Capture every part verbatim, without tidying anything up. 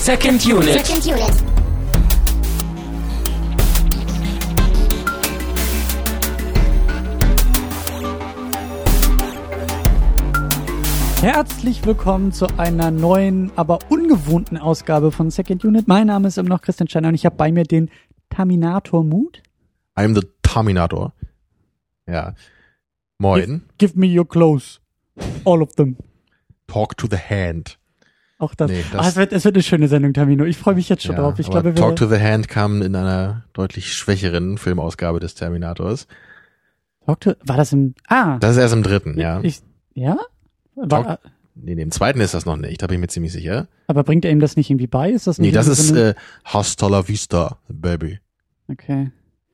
Second Unit. Second Unit. Herzlich willkommen zu einer neuen, aber ungewohnten Ausgabe von Second Unit. Mein Name ist immer noch Christian Steiner und ich habe bei mir den Terminator Mut. I'm the Terminator. Ja. Moin. Give, give me your clothes. All of them. Talk to the hand. Auch das. Nee, das Ach, es, wird, es wird eine schöne Sendung, Tamino. Ich freue mich jetzt schon ja, drauf. Ich aber glaube, wir Talk to the Hand kam in einer deutlich schwächeren Filmausgabe des Terminators. Talk to, war das im... Ah. Das ist erst im dritten, ja. Ich, ja? War, Talk, nee, im zweiten ist das noch nicht, da bin ich mir ziemlich sicher. Aber bringt er ihm das nicht irgendwie bei? Ist das nicht nee, das ist so eine... äh, Hasta la Vista, Baby. Okay.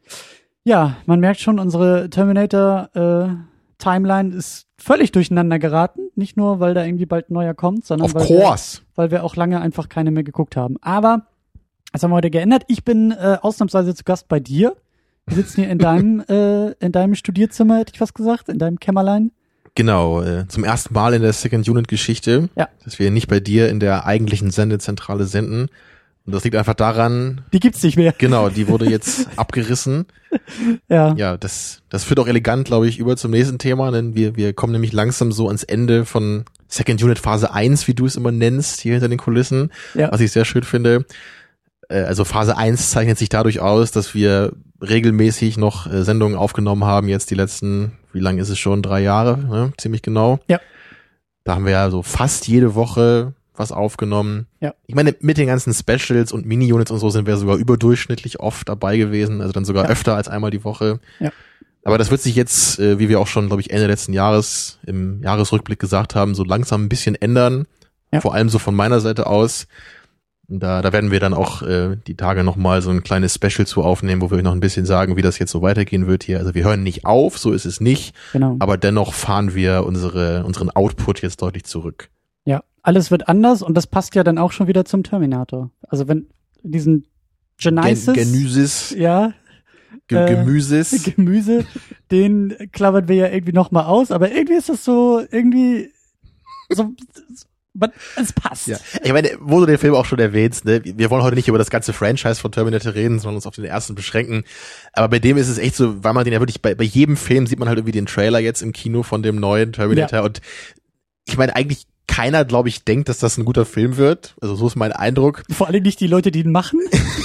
Ja, man merkt schon, unsere Terminator-Timeline äh, ist völlig durcheinander geraten. Nicht nur, weil da irgendwie bald ein neuer kommt, sondern weil wir, weil wir auch lange einfach keine mehr geguckt haben. Aber das haben wir heute geändert. Ich bin äh, ausnahmsweise zu Gast bei dir. Wir sitzen hier in deinem äh, in deinem Studierzimmer, hätte ich fast gesagt, in deinem Kämmerlein. Genau, äh, zum ersten Mal in der Second Unit Geschichte, ja. dass wir nicht bei dir in der eigentlichen Sendezentrale senden. Und das liegt einfach daran. Die gibt's nicht mehr. Genau, die wurde jetzt abgerissen. Ja. Ja, das, das führt auch elegant, glaube ich, über zum nächsten Thema, denn wir, wir kommen nämlich langsam so ans Ende von Second Unit Phase eins, wie du es immer nennst, hier hinter den Kulissen, ja. Was ich sehr schön finde. Also Phase eins zeichnet sich dadurch aus, dass wir regelmäßig noch Sendungen aufgenommen haben, jetzt die letzten, wie lange ist es schon? Drei Jahre, ne? Ziemlich genau. Ja. Da haben wir ja so fast jede Woche was aufgenommen. Ja. Ich meine, mit den ganzen Specials und Mini-Units und so sind wir sogar überdurchschnittlich oft dabei gewesen, also dann sogar ja. öfter als einmal die Woche. Ja. Aber das wird sich jetzt, äh, wie wir auch schon, glaube ich, Ende letzten Jahres im Jahresrückblick gesagt haben, so langsam ein bisschen ändern. Ja. Vor allem so von meiner Seite aus. Da, da werden wir dann auch äh, die Tage nochmal so ein kleines Special zu aufnehmen, wo wir euch noch ein bisschen sagen, wie das jetzt so weitergehen wird hier. Also wir hören nicht auf, so ist es nicht. Genau. Aber dennoch fahren wir unsere unseren Output jetzt deutlich zurück. Ja, alles wird anders und das passt ja dann auch schon wieder zum Terminator. Also wenn diesen Genesis, Gen- Genesis, ja, Ge- äh, Gemüses, Gemüse, den klammern wir ja irgendwie nochmal aus, aber irgendwie ist das so, irgendwie so, but es passt. Ja, ich meine, wo du den Film auch schon erwähnst, ne, wir wollen heute nicht über das ganze Franchise von Terminator reden, sondern uns auf den ersten beschränken. Aber bei dem ist es echt so, weil man den ja wirklich, bei, bei jedem Film sieht man halt irgendwie den Trailer jetzt im Kino von dem neuen Terminator. Ja. Und ich meine, eigentlich keiner, glaube ich, denkt, dass das ein guter Film wird. Also so ist mein Eindruck. Vor allem nicht die Leute, die ihn machen.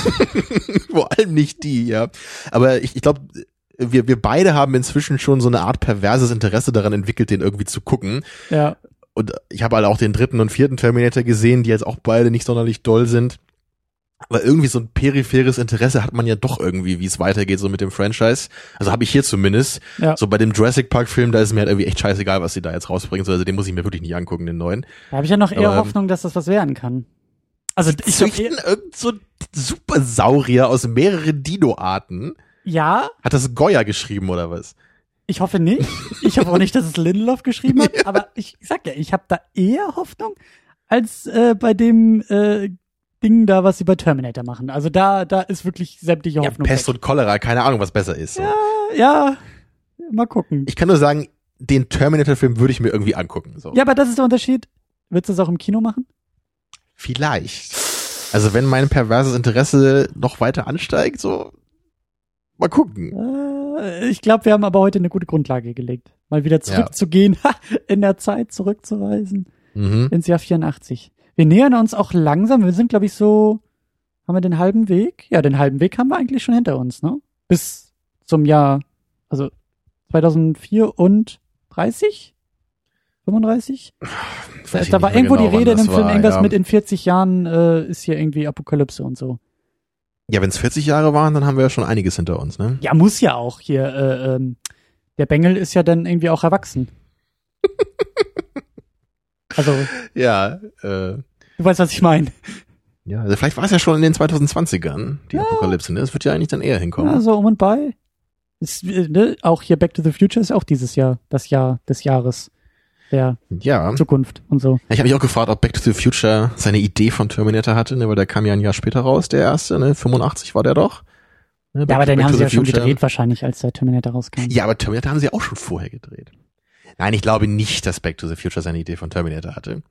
Vor allem nicht die, ja. Aber ich, ich glaube, wir, wir beide haben inzwischen schon so eine Art perverses Interesse daran entwickelt, den irgendwie zu gucken. Ja. Und ich habe halt auch den dritten und vierten Terminator gesehen, die jetzt auch beide nicht sonderlich doll sind. Aber irgendwie so ein peripheres Interesse hat man ja doch irgendwie, wie es weitergeht so mit dem Franchise. Also habe ich hier zumindest. Ja. So bei dem Jurassic Park Film, da ist mir halt irgendwie echt scheißegal, was sie da jetzt rausbringen. Also den muss ich mir wirklich nicht angucken, den neuen. Da habe ich ja noch eher Aber, Hoffnung, dass das was werden kann. Also ich züchten irgend so super Saurier aus mehreren Dino-Arten. Ja. Hat das Goya geschrieben oder was? Ich hoffe nicht. Ich hoffe auch nicht, dass es Lindelof geschrieben hat. Ja. Aber ich, ich sag ja, ich habe da eher Hoffnung als äh, bei dem äh, Ding da, was sie bei Terminator machen. Also da, da ist wirklich sämtliche Hoffnung. Ja, Pest weg. Und Cholera, keine Ahnung, was besser ist. So. Ja, ja, mal gucken. Ich kann nur sagen, den Terminator-Film würde ich mir irgendwie angucken. So. Ja, aber das ist der Unterschied. Willst du das auch im Kino machen? Vielleicht. Also wenn mein perverses Interesse noch weiter ansteigt, so mal gucken. Äh, ich glaube, wir haben aber heute eine gute Grundlage gelegt. Mal wieder zurückzugehen, ja. in der Zeit zurückzureisen. Mhm. Ins Jahr vierundachtzig. Wir nähern uns auch langsam, wir sind, glaube ich, so, haben wir den halben Weg? Ja, den halben Weg haben wir eigentlich schon hinter uns, ne? Bis zum Jahr, also zweitausendvierunddreißig? fünfunddreißig? Da, da war irgendwo genau, die Rede in dem Film, war, irgendwas ja. mit in vierzig Jahren äh, ist hier irgendwie Apokalypse und so. Ja, wenn es vierzig Jahre waren, dann haben wir ja schon einiges hinter uns, ne? Ja, muss ja auch hier, äh, ähm, der Bengel ist ja dann irgendwie auch erwachsen. Also. Ja, äh. Du weißt, was ich meine. Ja, also vielleicht war es ja schon in den zweitausendzwanzigern, die ja. Apokalypse, ne? Das wird ja eigentlich dann eher hinkommen. Ja, so um und bei. Ist, ne? Auch hier Back to the Future ist auch dieses Jahr, das Jahr des Jahres der ja. Zukunft und so. Ich habe mich auch gefragt, ob Back to the Future seine Idee von Terminator hatte, ne? Weil der kam ja ein Jahr später raus, der erste, ne? fünfundachtzig war der doch. Ne? Ja, aber den haben sie ja schon gedreht wahrscheinlich, als der Terminator rauskam. Ja, aber Terminator haben sie auch schon vorher gedreht. Nein, ich glaube nicht, dass Back to the Future seine Idee von Terminator hatte.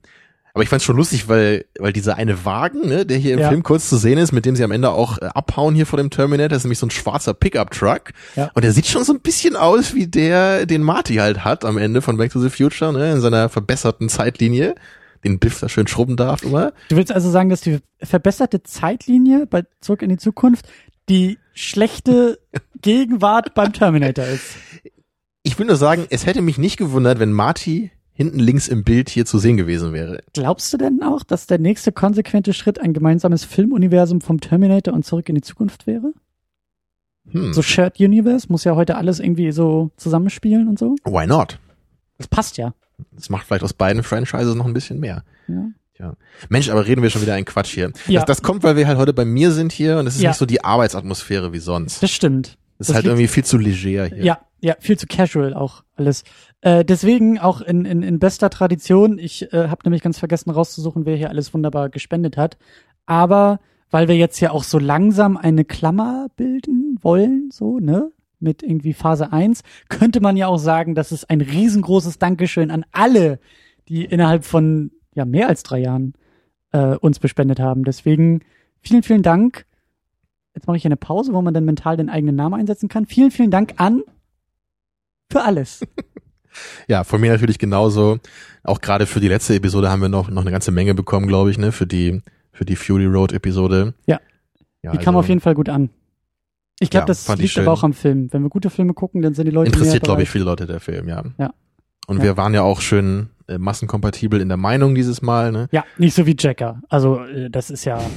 Aber ich fand's schon lustig, weil weil dieser eine Wagen, ne, der hier im ja. Film kurz zu sehen ist, mit dem sie am Ende auch äh, abhauen hier vor dem Terminator, ist nämlich so ein schwarzer Pickup-Truck. Ja. Und der sieht schon so ein bisschen aus wie der, den Marty halt hat am Ende von Back to the Future, ne, in seiner verbesserten Zeitlinie, den Biff da schön schrubben darf, oder? Du willst also sagen, dass die verbesserte Zeitlinie bei Zurück in die Zukunft die schlechte Gegenwart beim Terminator ist? Ich will nur sagen, es hätte mich nicht gewundert, wenn Marty hinten links im Bild hier zu sehen gewesen wäre. Glaubst du denn auch, dass der nächste konsequente Schritt ein gemeinsames Filmuniversum vom Terminator und Zurück in die Zukunft wäre? Hm. So Shared Universe muss ja heute alles irgendwie so zusammenspielen und so. Why not? Das passt ja. Das macht vielleicht aus beiden Franchises noch ein bisschen mehr. Ja. Ja. Mensch, aber reden wir schon wieder einen Quatsch hier. Ja. Das, das kommt, weil wir halt heute bei mir sind hier und es ist ja. nicht so die Arbeitsatmosphäre wie sonst. Das stimmt. Das, das ist halt irgendwie viel zu leger hier. Ja, ja, viel zu casual auch alles. Äh, deswegen auch in, in, in bester Tradition, ich äh, habe nämlich ganz vergessen rauszusuchen, wer hier alles wunderbar gespendet hat. Aber weil wir jetzt ja auch so langsam eine Klammer bilden wollen, so, ne, mit irgendwie Phase eins, könnte man ja auch sagen, dass es ein riesengroßes Dankeschön an alle, die innerhalb von ja mehr als drei Jahren äh, uns bespendet haben. Deswegen vielen, vielen Dank. Jetzt mache ich hier eine Pause, wo man dann mental den eigenen Namen einsetzen kann. Vielen, vielen Dank an für alles. Ja, von mir natürlich genauso. Auch gerade für die letzte Episode haben wir noch noch eine ganze Menge bekommen, glaube ich, ne, für die für die Fury Road Episode. Ja. ja die also, kam auf jeden Fall gut an. Ich glaube, ja, das liegt aber auch am Film. Wenn wir gute Filme gucken, dann sind die Leute interessiert, glaube ich, viele Leute der Film, ja. Ja. Und ja. wir waren ja auch schön äh, massenkompatibel in der Meinung dieses Mal, ne? Ja, nicht so wie Jacker. Also äh, das ist ja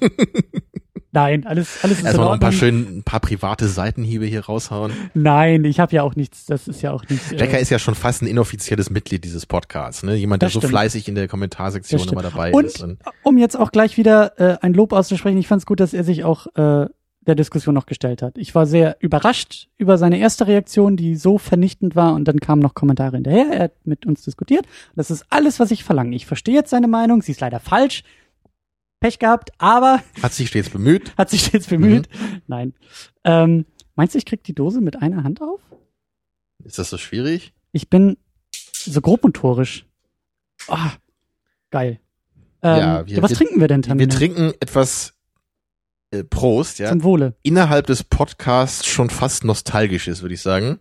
Nein, alles, alles ist erstmal noch ein paar schön, ein paar private Seitenhiebe hier raushauen. Nein, ich habe ja auch nichts, das ist ja auch nichts. Jacker äh, ist ja schon fast ein inoffizielles Mitglied dieses Podcasts, ne? Jemand, der so fleißig in der Kommentarsektion immer dabei und, ist. Und um jetzt auch gleich wieder äh, ein Lob auszusprechen, ich fand es gut, dass er sich auch äh, der Diskussion noch gestellt hat. Ich war sehr überrascht über seine erste Reaktion, die so vernichtend war, und dann kamen noch Kommentare hinterher. Er hat mit uns diskutiert. Das ist alles, was ich verlange. Ich verstehe jetzt seine Meinung, sie ist leider falsch. Pech gehabt, aber hat sich stets bemüht. Hat sich stets bemüht. Mhm. Nein. Ähm, meinst du, ich krieg die Dose mit einer Hand auf? Ist das so schwierig? Ich bin so grobmotorisch. Oh, geil. Ähm, ja, wir, ja, was wir, trinken wir denn, Tamina? Wir trinken etwas äh, Prost, ja. Zum Wohle. Innerhalb des Podcasts schon fast nostalgisch ist, würde ich sagen.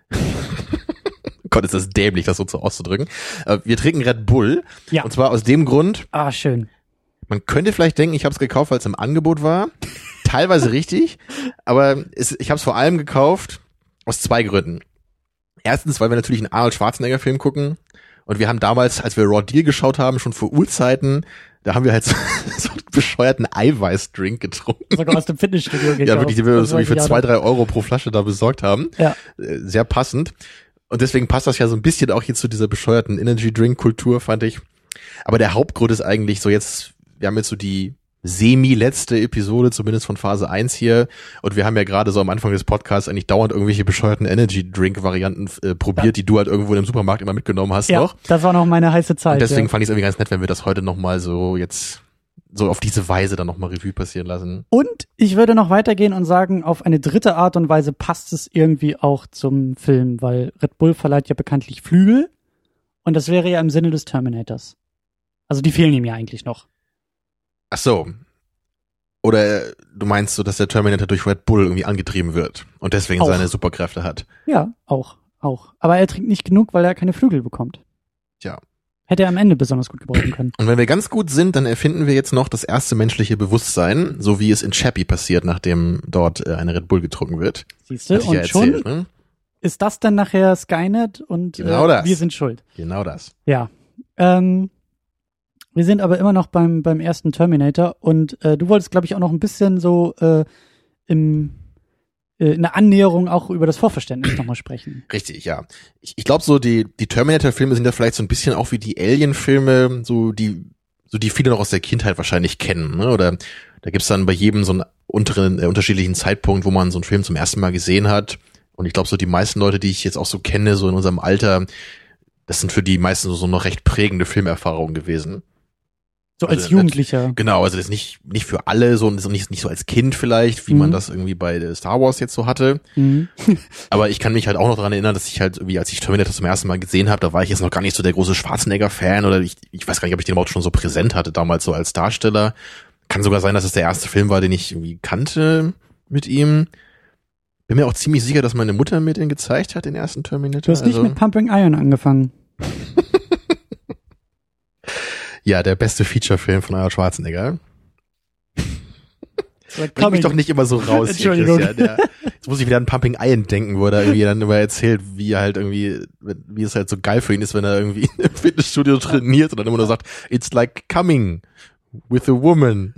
Gott, ist das dämlich, das so zu auszudrücken. Äh, wir trinken Red Bull. Ja. Und zwar aus dem Grund. Ah, schön. Man könnte vielleicht denken, ich habe es gekauft, weil es im Angebot war. Teilweise richtig, aber es, ich habe es vor allem gekauft aus zwei Gründen. Erstens, weil wir natürlich einen Arnold Schwarzenegger-Film gucken, und wir haben damals, als wir Raw Deal geschaut haben, schon vor Urzeiten, da haben wir halt so, so einen bescheuerten Eiweißdrink getrunken. Sogar aus dem Fitnessstudio gekauft. Ja, wirklich, die wir uns irgendwie für zwei, drei Euro pro Flasche da besorgt haben. Ja. Sehr passend. Und deswegen passt das ja so ein bisschen auch hier zu dieser bescheuerten Energy-Drink-Kultur, fand ich. Aber der Hauptgrund ist eigentlich so jetzt, wir haben jetzt so die semi-letzte Episode, zumindest von Phase eins hier, und wir haben ja gerade so am Anfang des Podcasts eigentlich dauernd irgendwelche bescheuerten Energy-Drink-Varianten äh, probiert, ja. die du halt irgendwo im Supermarkt immer mitgenommen hast ja, noch. Das war noch meine heiße Zeit. Und deswegen ja. fand ich es irgendwie ganz nett, wenn wir das heute nochmal so jetzt so auf diese Weise dann nochmal Revue passieren lassen. Und ich würde noch weitergehen und sagen, auf eine dritte Art und Weise passt es irgendwie auch zum Film, weil Red Bull verleiht ja bekanntlich Flügel, und das wäre ja im Sinne des Terminators. Also die fehlen ihm ja eigentlich noch. Ach so. Oder du meinst so, dass der Terminator durch Red Bull irgendwie angetrieben wird und deswegen auch seine Superkräfte hat? Ja, auch, auch. Aber er trinkt nicht genug, weil er keine Flügel bekommt. Tja. Hätte er am Ende besonders gut gebrauchen können. Und wenn wir ganz gut sind, dann erfinden wir jetzt noch das erste menschliche Bewusstsein, so wie es in Chappie passiert, nachdem dort äh, eine Red Bull getrunken wird. Siehst du, und ja erzählt, schon ne? Ist das dann nachher Skynet und genau äh, wir sind schuld. Genau das. Ja. Ähm, Wir sind aber immer noch beim beim ersten Terminator, und äh, du wolltest, glaube ich, auch noch ein bisschen so äh, im äh, in der Annäherung auch über das Vorverständnis nochmal sprechen. Richtig, ja. Ich, ich glaube so, die die Terminator-Filme sind ja vielleicht so ein bisschen auch wie die Alien-Filme, so die so die viele noch aus der Kindheit wahrscheinlich kennen, ne? Oder da gibt's dann bei jedem so einen unteren, äh, unterschiedlichen Zeitpunkt, wo man so einen Film zum ersten Mal gesehen hat. Und ich glaube so, die meisten Leute, die ich jetzt auch so kenne, so in unserem Alter, das sind für die meisten so, so noch recht prägende Filmerfahrungen gewesen. So als also, Jugendlicher. Genau, also das ist nicht nicht für alle, so nicht, nicht so als Kind vielleicht, wie mhm. man das irgendwie bei Star Wars jetzt so hatte. Mhm. Aber ich kann mich halt auch noch daran erinnern, dass ich halt irgendwie, als ich Terminator zum ersten Mal gesehen habe, da war ich jetzt noch gar nicht so der große Schwarzenegger-Fan oder ich, ich weiß gar nicht, ob ich den überhaupt schon so präsent hatte damals so als Darsteller. Kann sogar sein, dass es der erste Film war, den ich irgendwie kannte mit ihm. Bin mir auch ziemlich sicher, dass meine Mutter mir den gezeigt hat, den ersten Terminator. Du hast also nicht mit Pumping Iron angefangen. Ja, der beste Feature-Film von Arnold Schwarzenegger. Bring mich doch nicht immer so raus hier, Christian. Ja, jetzt muss ich wieder an Pumping Iron denken, wo er irgendwie dann immer erzählt, wie er halt irgendwie, wie es halt so geil für ihn ist, wenn er irgendwie im Fitnessstudio trainiert und dann immer nur sagt, it's like coming with a woman.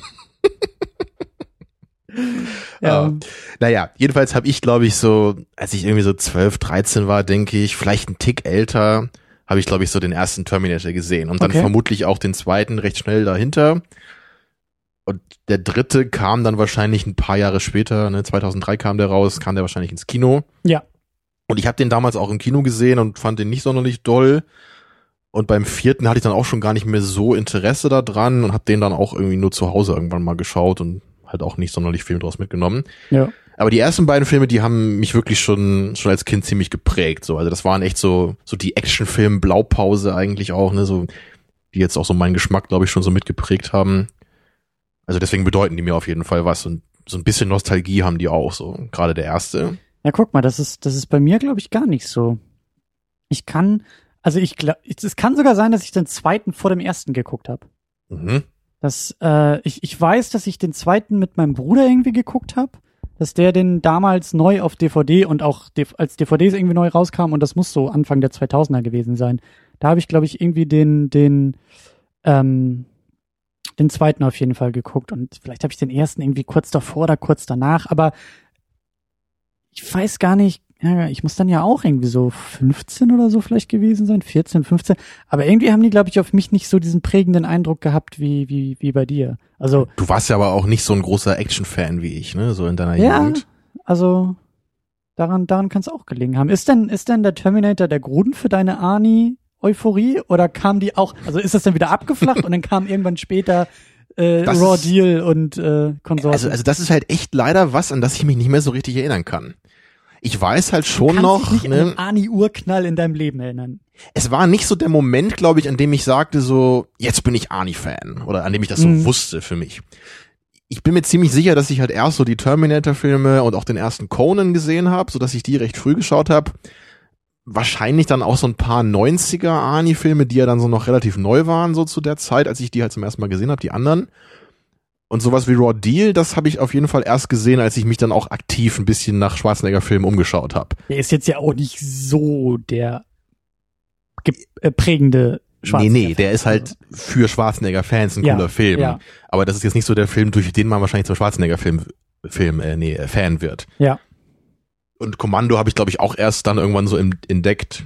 Ja. Uh, naja, jedenfalls habe ich, glaube ich, so, als ich irgendwie so zwölf, dreizehn war, denke ich, vielleicht ein Tick älter, habe ich, glaube ich, so den ersten Terminator gesehen und dann okay. vermutlich auch den zweiten recht schnell dahinter. Und der dritte kam dann wahrscheinlich ein paar Jahre später, ne, zweitausenddrei kam der raus, kam der wahrscheinlich ins Kino. Ja. Und ich habe den damals auch im Kino gesehen und fand den nicht sonderlich doll. Und beim vierten hatte ich dann auch schon gar nicht mehr so Interesse da dran und habe den dann auch irgendwie nur zu Hause irgendwann mal geschaut und halt auch nicht sonderlich viel draus mitgenommen. Ja. Aber die ersten beiden Filme, die haben mich wirklich schon schon als Kind ziemlich geprägt. So, also das waren echt so so die Actionfilm Blaupause eigentlich auch, ne, so die jetzt auch so meinen Geschmack, glaube ich, schon so mitgeprägt haben. Also deswegen bedeuten die mir auf jeden Fall was und so ein bisschen Nostalgie haben die auch so, gerade der erste. Ja, guck mal, das ist das ist bei mir, glaube ich, gar nicht so. Ich kann, also ich glaube, es kann sogar sein, dass ich den zweiten vor dem ersten geguckt habe. Mhm. Das, äh, ich ich weiß, dass ich den zweiten mit meinem Bruder irgendwie geguckt habe. Dass der den damals neu auf D V D und auch D- als D V Ds irgendwie neu rauskam und das muss so Anfang der zweitausender gewesen sein. Da habe ich, glaube ich, irgendwie den den ähm, den zweiten auf jeden Fall geguckt und vielleicht habe ich den ersten irgendwie kurz davor oder kurz danach, aber ich weiß gar nicht, ja, ich muss dann ja auch irgendwie so fünfzehn oder so vielleicht gewesen sein, vierzehn, fünfzehn, aber irgendwie haben die, glaube ich, auf mich nicht so diesen prägenden Eindruck gehabt wie wie wie bei dir. Also du warst ja aber auch nicht so ein großer Action-Fan wie ich, ne, so in deiner ja, Jugend. Also daran daran kann es auch gelegen haben. Ist denn ist denn der Terminator der Grund für deine Arnie-Euphorie oder kam die auch, also ist das dann wieder abgeflacht und dann kam irgendwann später äh, Raw ist, Deal und äh, Konsorten? Also also das ist halt echt leider was, an das ich mich nicht mehr so richtig erinnern kann. Ich weiß halt schon du kannst noch, dich nicht ne, an einen Arnie-Urknall in deinem Leben erinnern. Es war nicht so der Moment, glaube ich, an dem ich sagte so, jetzt bin ich Arnie-Fan oder an dem ich das so mhm. wusste für mich. Ich bin mir ziemlich sicher, dass ich halt erst so die Terminator-Filme und auch den ersten Conan gesehen habe, so dass ich die recht früh geschaut habe. Wahrscheinlich dann auch so ein paar neunziger Arnie-Filme, die ja dann so noch relativ neu waren, so zu der Zeit, als ich die halt zum ersten Mal gesehen habe, die anderen. Und sowas wie Raw Deal, das habe ich auf jeden Fall erst gesehen, als ich mich dann auch aktiv ein bisschen nach Schwarzenegger-Filmen umgeschaut habe. Der ist jetzt ja auch nicht so der ge- äh, prägende Schwarzenegger. Nee, nee, der ist halt für Schwarzenegger-Fans ein ja, cooler Film. Ja. Aber das ist jetzt nicht so der Film, durch den man wahrscheinlich zum Schwarzenegger-Film Film, äh, nee, Fan wird. Ja. Und Kommando habe ich, glaube ich, auch erst dann irgendwann so im, entdeckt.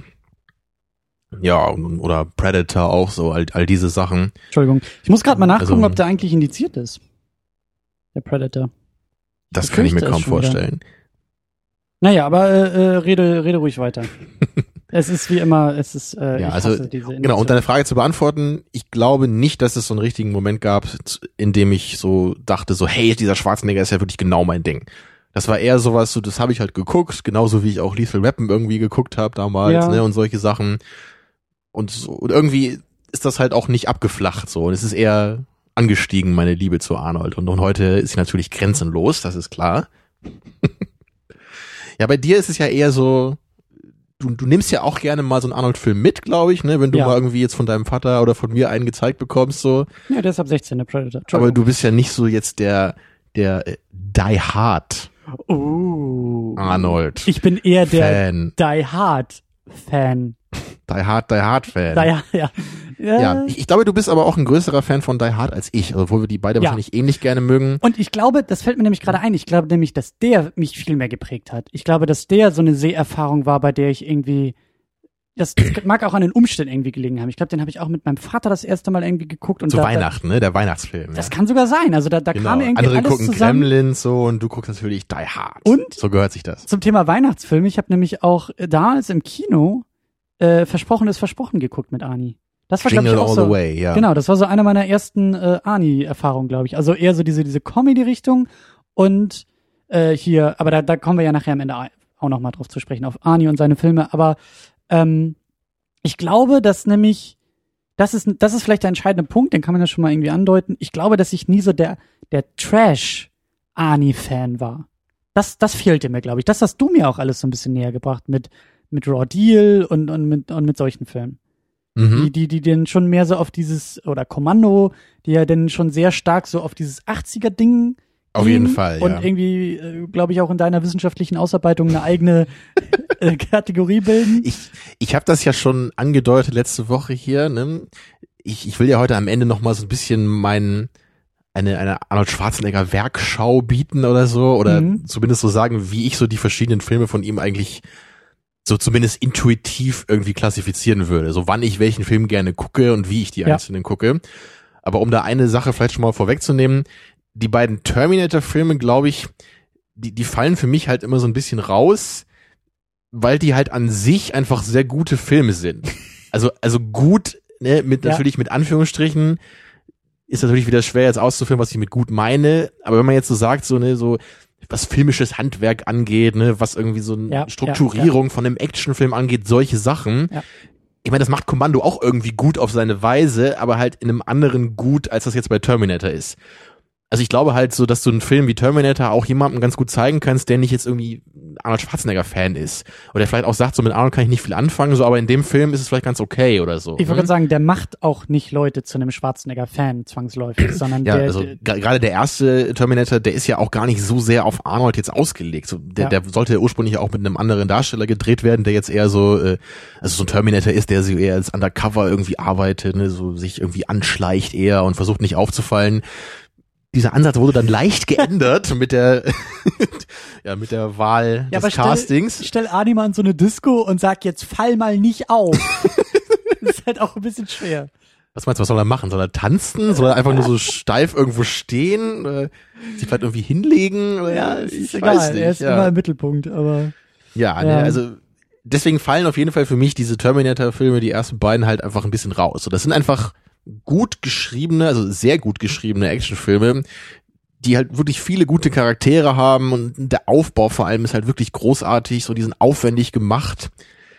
Ja, oder Predator auch, so all, all diese Sachen. Entschuldigung. Ich muss gerade mal nachgucken, also, ob der eigentlich indiziert ist. Der Predator. Das ich kann ich mir kaum vorstellen. Wieder. Naja, aber äh, rede, rede ruhig weiter. Es ist wie immer, es ist, äh, ja, ich also, hasse diese genau, um deine Frage zu beantworten, ich glaube nicht, dass es so einen richtigen Moment gab, in dem ich so dachte, so, hey, dieser Schwarzenegger ist ja wirklich genau mein Ding. Das war eher sowas, so, das habe ich halt geguckt, genauso wie ich auch Lethal Weapon irgendwie geguckt habe damals, ja. ne, und solche Sachen. Und, so, und irgendwie ist das halt auch nicht abgeflacht, so, und es ist eher angestiegen, meine Liebe zu Arnold. Und, und heute ist sie natürlich grenzenlos, das ist klar. Ja, bei dir ist es ja eher so, du, du nimmst ja auch gerne mal so einen Arnold-Film mit, glaube ich, ne, wenn du ja. mal irgendwie jetzt von deinem Vater oder von mir einen gezeigt bekommst, so. Ja, der ist ab sechzehn, der Predator. Aber du bist ja nicht so jetzt der, der äh, Die Hard oh. Arnold. Ich bin eher der Fan. Die Hard Fan. Die Hard, Die Hard Fan. Die, ja. Ja, ja ich, ich glaube, du bist aber auch ein größerer Fan von Die Hard als ich, obwohl wir die beide ja. wahrscheinlich ähnlich gerne mögen. Und ich glaube, das fällt mir nämlich gerade ein, ich glaube nämlich, dass der mich viel mehr geprägt hat. Ich glaube, dass der so eine Seherfahrung war, bei der ich irgendwie, das, das mag auch an den Umständen irgendwie gelegen haben. Ich glaube, den habe ich auch mit meinem Vater das erste Mal irgendwie geguckt. Und Zu da, Weihnachten, da, ne, der Weihnachtsfilm. Das ja. kann sogar sein, also da, da genau. kam irgendwie Andere alles gucken zusammen. Gremlins so und du guckst natürlich Die Hard. Und? So gehört sich das. Zum Thema Weihnachtsfilm, ich habe nämlich auch damals im Kino äh, Versprochen ist Versprochen geguckt mit Arnie. Das war, glaube ich, auch all so, the way, ja. Genau, das war so eine meiner ersten äh, Arnie-Erfahrungen, glaube ich. Also eher so diese diese Comedy-Richtung und äh, hier, aber da, da kommen wir ja nachher am Ende auch noch mal drauf zu sprechen, auf Arnie und seine Filme. Aber ähm, ich glaube, dass nämlich, das ist das ist vielleicht der entscheidende Punkt, den kann man ja schon mal irgendwie andeuten. Ich glaube, dass ich nie so der der Trash-Arnie-Fan war. Das das fehlte mir, glaube ich. Das hast du mir auch alles so ein bisschen näher gebracht mit mit Raw Deal und und mit und mit solchen Filmen. Mhm. Die, die, die denn schon mehr so auf dieses, oder Kommando, die ja dann schon sehr stark so auf dieses achtziger-Ding auf jeden Fall, ja. Und irgendwie, äh, glaube ich, auch in deiner wissenschaftlichen Ausarbeitung eine eigene äh, Kategorie bilden. Ich, ich habe das ja schon angedeutet letzte Woche hier, ne? Ich, ich will ja heute am Ende noch mal so ein bisschen meinen, eine, eine Arnold Schwarzenegger Werkschau bieten oder so, oder mhm. zumindest so sagen, wie ich so die verschiedenen Filme von ihm eigentlich so zumindest intuitiv irgendwie klassifizieren würde. So wann ich welchen Film gerne gucke und wie ich die ja. einzelnen gucke. Aber um da eine Sache vielleicht schon mal vorwegzunehmen, die beiden Terminator-Filme, glaube ich, die, die fallen für mich halt immer so ein bisschen raus, weil die halt an sich einfach sehr gute Filme sind. Also, also gut, ne, mit ja. natürlich mit Anführungsstrichen, ist natürlich wieder schwer jetzt auszuführen, was ich mit gut meine. Aber wenn man jetzt so sagt, so, ne, so, was filmisches Handwerk angeht, ne, was irgendwie so eine ja, Strukturierung ja, ja. von einem Actionfilm angeht, solche Sachen. Ja. Ich meine, das macht Kommando auch irgendwie gut auf seine Weise, aber halt in einem anderen gut, als das jetzt bei Terminator ist. Also ich glaube halt so, dass du einen Film wie Terminator auch jemandem ganz gut zeigen kannst, der nicht jetzt irgendwie Arnold Schwarzenegger-Fan ist. Oder der vielleicht auch sagt, so mit Arnold kann ich nicht viel anfangen, so, aber in dem Film ist es vielleicht ganz okay oder so. Ich wollte ne? gerade sagen, der macht auch nicht Leute zu einem Schwarzenegger-Fan zwangsläufig, sondern ja, der... also gerade der erste Terminator, der ist ja auch gar nicht so sehr auf Arnold jetzt ausgelegt. So, der, ja. der sollte ja ursprünglich auch mit einem anderen Darsteller gedreht werden, der jetzt eher so, äh, also so ein Terminator ist, der so eher als Undercover irgendwie arbeitet, ne, so sich irgendwie anschleicht eher und versucht nicht aufzufallen. Dieser Ansatz wurde dann leicht geändert mit der ja mit der Wahl ja, des aber Castings. Stell, stell Arnie mal in so eine Disco und sag jetzt fall mal nicht auf. Das ist halt auch ein bisschen schwer. Was meinst du, was soll er machen? Soll er tanzen? Soll er einfach nur so steif irgendwo stehen? Oder sich vielleicht irgendwie hinlegen? Oder? Ja, ist ich egal. Weiß nicht. Er ist ja. immer im Mittelpunkt, aber ja, ja. Ne, also deswegen fallen auf jeden Fall für mich diese Terminator-Filme, die ersten beiden halt einfach ein bisschen raus. So, das sind einfach gut geschriebene, also sehr gut geschriebene Actionfilme, die halt wirklich viele gute Charaktere haben und der Aufbau vor allem ist halt wirklich großartig, so die sind aufwendig gemacht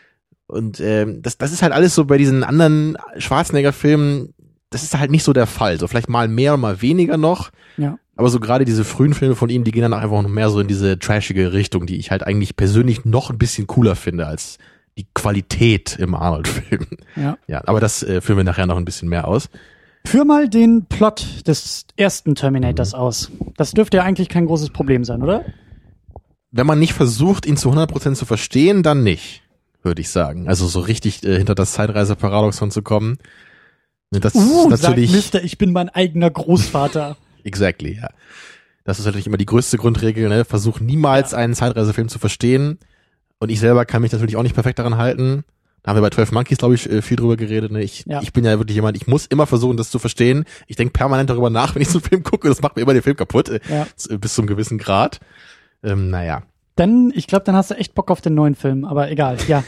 und ähm, das das ist halt alles so bei diesen anderen Schwarzenegger-Filmen, das ist halt nicht so der Fall, so vielleicht mal mehr, mal weniger noch, ja. Aber so gerade diese frühen Filme von ihm, die gehen dann einfach noch mehr so in diese trashige Richtung, die ich halt eigentlich persönlich noch ein bisschen cooler finde als die Qualität im Arnold-Film. Ja. Ja, aber das äh, führen wir nachher noch ein bisschen mehr aus. Führ mal den Plot des ersten Terminators mhm. aus. Das dürfte ja eigentlich kein großes Problem sein, oder? Wenn man nicht versucht, ihn zu hundert Prozent zu verstehen, dann nicht, würde ich sagen. Also so richtig äh, hinter das Zeitreise-Paradoxon zu kommen. Das uh, ist natürlich. Sagt Mister, ich bin mein eigener Großvater. Exactly, ja. Das ist natürlich immer die größte Grundregel, ne? Versuch niemals ja. einen Zeitreisefilm zu verstehen. Und ich selber kann mich natürlich auch nicht perfekt daran halten. Da haben wir bei zwölf Monkeys, glaube ich, viel drüber geredet. Ne? Ich, ja. ich bin ja wirklich jemand, ich muss immer versuchen, das zu verstehen. Ich denke permanent darüber nach, wenn ich so einen Film gucke. Das macht mir immer den Film kaputt, ja. bis zu einem gewissen Grad. Ähm, naja. Dann, ich glaube, dann hast du echt Bock auf den neuen Film, aber egal, ja.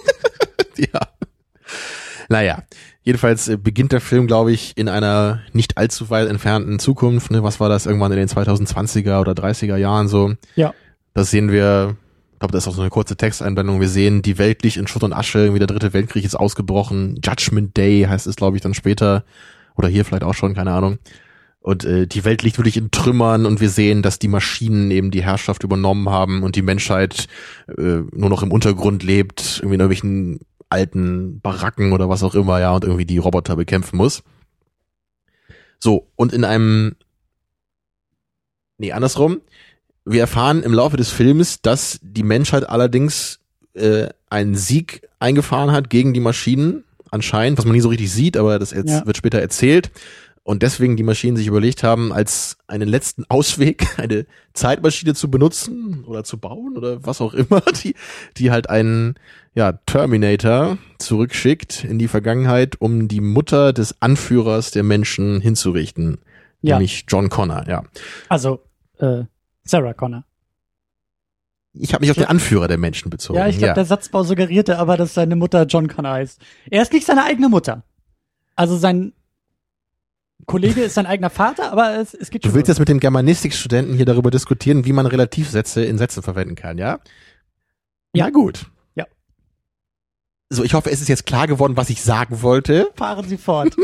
ja. Naja, jedenfalls beginnt der Film, glaube ich, in einer nicht allzu weit entfernten Zukunft. Ne? Was war das? Irgendwann in den zweitausendzwanziger oder dreißiger Jahren so. Ja. Das sehen wir... Ich glaube, das ist auch so eine kurze Texteinblendung. Wir sehen, die Welt liegt in Schutt und Asche, irgendwie der dritte Weltkrieg ist ausgebrochen. Judgment Day heißt es, glaube ich, dann später. Oder hier vielleicht auch schon, keine Ahnung. Und äh, die Welt liegt wirklich in Trümmern und wir sehen, dass die Maschinen eben die Herrschaft übernommen haben und die Menschheit äh, nur noch im Untergrund lebt, irgendwie in irgendwelchen alten Baracken oder was auch immer, ja, und irgendwie die Roboter bekämpfen muss. So, und in einem... Nee, andersrum. Wir erfahren im Laufe des Films, dass die Menschheit allerdings äh, einen Sieg eingefahren hat gegen die Maschinen, anscheinend, was man nie so richtig sieht, aber das jetzt ja. wird später erzählt. Und deswegen die Maschinen sich überlegt haben, als einen letzten Ausweg eine Zeitmaschine zu benutzen oder zu bauen oder was auch immer, die, die halt einen ja, Terminator zurückschickt in die Vergangenheit, um die Mutter des Anführers der Menschen hinzurichten. Ja. Nämlich John Connor, ja. Also, äh, Sarah Connor. Ich habe mich auf den Anführer der Menschen bezogen. Ja, ich glaube, ja. der Satzbau suggerierte aber, dass seine Mutter John Connor heißt. Er ist nicht seine eigene Mutter. Also sein Kollege ist sein eigener Vater, aber es, es gibt Du willst jetzt mit dem Germanistikstudenten hier darüber diskutieren, wie man Relativsätze in Sätzen verwenden kann, ja? Ja, gut. Ja. So, ich hoffe, es ist jetzt klar geworden, was ich sagen wollte. Fahren Sie fort.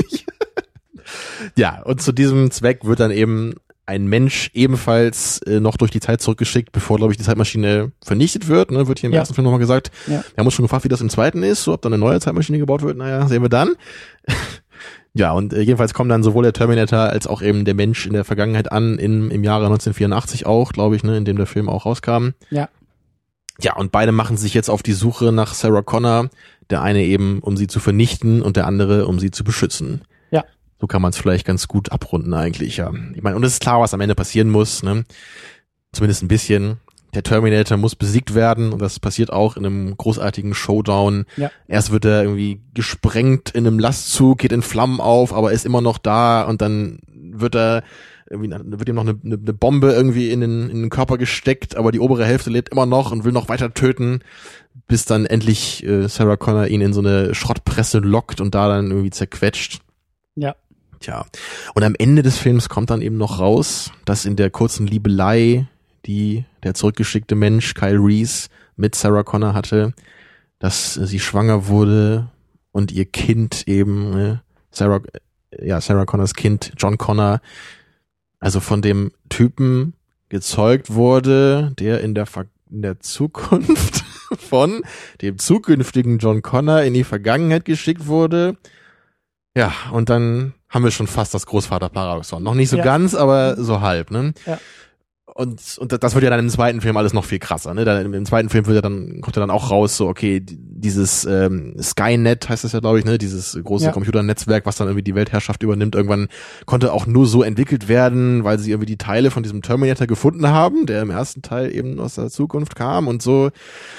Ja, und zu diesem Zweck wird dann eben ein Mensch ebenfalls äh, noch durch die Zeit zurückgeschickt, bevor, glaube ich, die Zeitmaschine vernichtet wird, ne, wird hier im ja. ersten Film nochmal gesagt. Ja. Wir haben uns schon gefragt, wie das im zweiten ist, so ob dann eine neue Zeitmaschine gebaut wird, naja, sehen wir dann. Ja, und äh, jedenfalls kommen dann sowohl der Terminator als auch eben der Mensch in der Vergangenheit an, in, im Jahre neunzehnhundertvierundachtzig auch, glaube ich, ne, in dem der Film auch rauskam. Ja. Ja, und beide machen sich jetzt auf die Suche nach Sarah Connor, der eine eben, um sie zu vernichten und der andere, um sie zu beschützen. Ja. So kann man es vielleicht ganz gut abrunden eigentlich, ja. Ich meine, und es ist klar, was am Ende passieren muss, ne? Zumindest ein bisschen. Der Terminator muss besiegt werden und das passiert auch in einem großartigen Showdown. Ja. Erst wird er irgendwie gesprengt in einem Lastzug, geht in Flammen auf, aber ist immer noch da und dann wird er irgendwie, wird ihm noch eine, eine Bombe irgendwie in den, in den Körper gesteckt, aber die obere Hälfte lebt immer noch und will noch weiter töten, bis dann endlich äh, Sarah Connor ihn in so eine Schrottpresse lockt und da dann irgendwie zerquetscht. Ja. Tja. Und am Ende des Films kommt dann eben noch raus, dass in der kurzen Liebelei, die der zurückgeschickte Mensch Kyle Reese mit Sarah Connor hatte, dass sie schwanger wurde und ihr Kind eben, ne, Sarah, ja, Sarah Connors Kind, John Connor, also von dem Typen gezeugt wurde, der in der, Ver- in der Zukunft von dem zukünftigen John Connor in die Vergangenheit geschickt wurde. Ja, und dann haben wir schon fast das Großvaterparadoxon. Noch nicht so ja. ganz, aber so halb, ne? Ja. Und, und das wird ja dann im zweiten Film alles noch viel krasser, ne? Dann, im zweiten Film wird ja dann, kommt ja dann auch raus, so, okay, dieses ähm, Skynet heißt das ja, glaube ich, ne? Dieses große ja. Computernetzwerk, was dann irgendwie die Weltherrschaft übernimmt, irgendwann konnte auch nur so entwickelt werden, weil sie irgendwie die Teile von diesem Terminator gefunden haben, der im ersten Teil eben aus der Zukunft kam und so.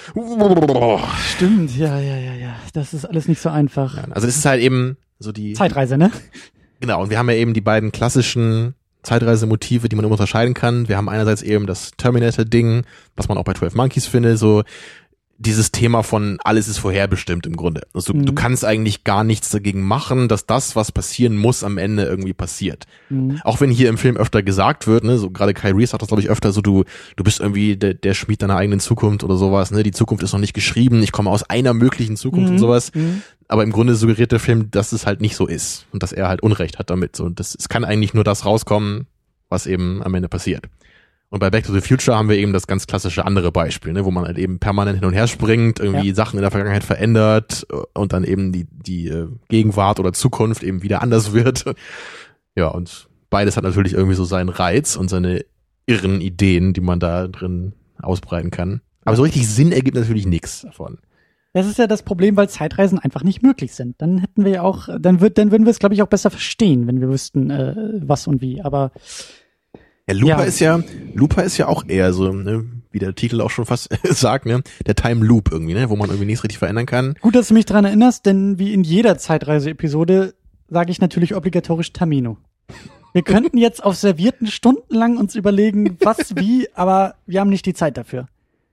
Stimmt, ja, ja, ja, ja. Das ist alles nicht so einfach. Ja, also das ist halt eben so die Zeitreise, ne? Genau, und wir haben ja eben die beiden klassischen Zeitreisemotive, die man immer unterscheiden kann. Wir haben einerseits eben das Terminator-Ding, was man auch bei zwölf Monkeys findet, so dieses Thema von alles ist vorherbestimmt im Grunde. Also mhm. du kannst eigentlich gar nichts dagegen machen, dass das, was passieren muss, am Ende irgendwie passiert. Mhm. Auch wenn hier im Film öfter gesagt wird, ne, so gerade Kyle Reese sagt das, glaube ich, öfter so, du du bist irgendwie der, der Schmied deiner eigenen Zukunft oder sowas, ne, die Zukunft ist noch nicht geschrieben, ich komme aus einer möglichen Zukunft mhm. und sowas. Mhm. Aber im Grunde suggeriert der Film, dass es halt nicht so ist und dass er halt Unrecht hat damit. So, das, es kann eigentlich nur das rauskommen, was eben am Ende passiert. Und bei Back to the Future haben wir eben das ganz klassische andere Beispiel, ne, wo man halt eben permanent hin und her springt, irgendwie ja. Sachen in der Vergangenheit verändert und dann eben die die äh, Gegenwart oder Zukunft eben wieder anders wird. Ja, und beides hat natürlich irgendwie so seinen Reiz und seine irren Ideen, die man da drin ausbreiten kann. Aber so richtig Sinn ergibt natürlich nichts davon. Das ist ja das Problem, weil Zeitreisen einfach nicht möglich sind. Dann hätten wir ja auch, dann wird, dann würden wir es, glaube ich, auch besser verstehen, wenn wir wüssten, äh, was und wie. Aber ja, Looper ja. ist ja, Looper ist ja auch eher so, ne, wie der Titel auch schon fast sagt, ne, der Time Loop irgendwie, ne, wo man irgendwie nichts richtig verändern kann. Gut, dass du mich dran erinnerst, denn wie in jeder Zeitreise-Episode sage ich natürlich obligatorisch Tamino. Wir könnten jetzt auf Servierten stundenlang uns überlegen, was, wie, aber wir haben nicht die Zeit dafür.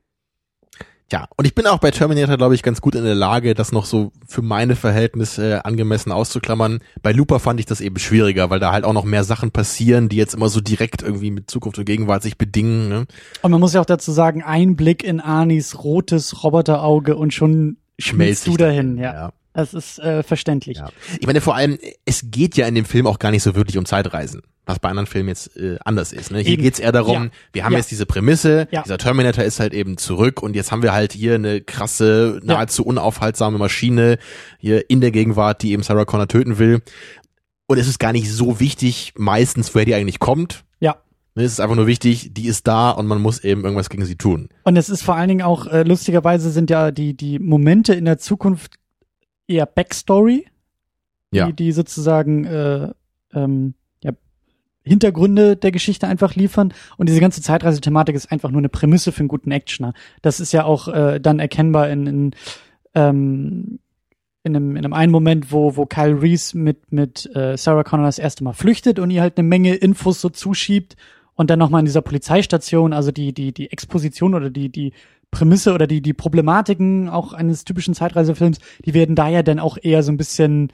Ja, und ich bin auch bei Terminator, glaube ich, ganz gut in der Lage, das noch so für meine Verhältnisse äh, angemessen auszuklammern. Bei Looper fand ich das eben schwieriger, weil da halt auch noch mehr Sachen passieren, die jetzt immer so direkt irgendwie mit Zukunft und Gegenwart sich bedingen. Ne? Und man muss ja auch dazu sagen, ein Blick in Arnis rotes Roboterauge und schon schmilzt du dahin. Ja, ja. Das ist äh, verständlich. Ja. Ich meine, vor allem, es geht ja in dem Film auch gar nicht so wirklich um Zeitreisen, was bei anderen Filmen jetzt äh, anders ist. Ne? Hier eben. Geht's eher darum, ja. wir haben ja. jetzt diese Prämisse, ja. dieser Terminator ist halt eben zurück und jetzt haben wir halt hier eine krasse, nahezu ja. unaufhaltsame Maschine hier in der Gegenwart, die eben Sarah Connor töten will. Und es ist gar nicht so wichtig, meistens, woher die eigentlich kommt. Ja. Es ist einfach nur wichtig, die ist da und man muss eben irgendwas gegen sie tun. Und es ist vor allen Dingen auch, äh, lustigerweise sind ja die die Momente in der Zukunft eher Backstory, die, ja. die sozusagen äh, ähm, ja, Hintergründe der Geschichte einfach liefern. Und diese ganze Zeitreise-Thematik ist einfach nur eine Prämisse für einen guten Actioner. Das ist ja auch äh, dann erkennbar in, in, ähm, in, einem, in einem einen Moment, wo, wo Kyle Reese mit, mit äh, Sarah Connor das erste Mal flüchtet und ihr halt eine Menge Infos so zuschiebt und dann nochmal in dieser Polizeistation, also die, die, die Exposition oder die, die Prämisse oder die die Problematiken auch eines typischen Zeitreisefilms, die werden da ja dann auch eher so ein bisschen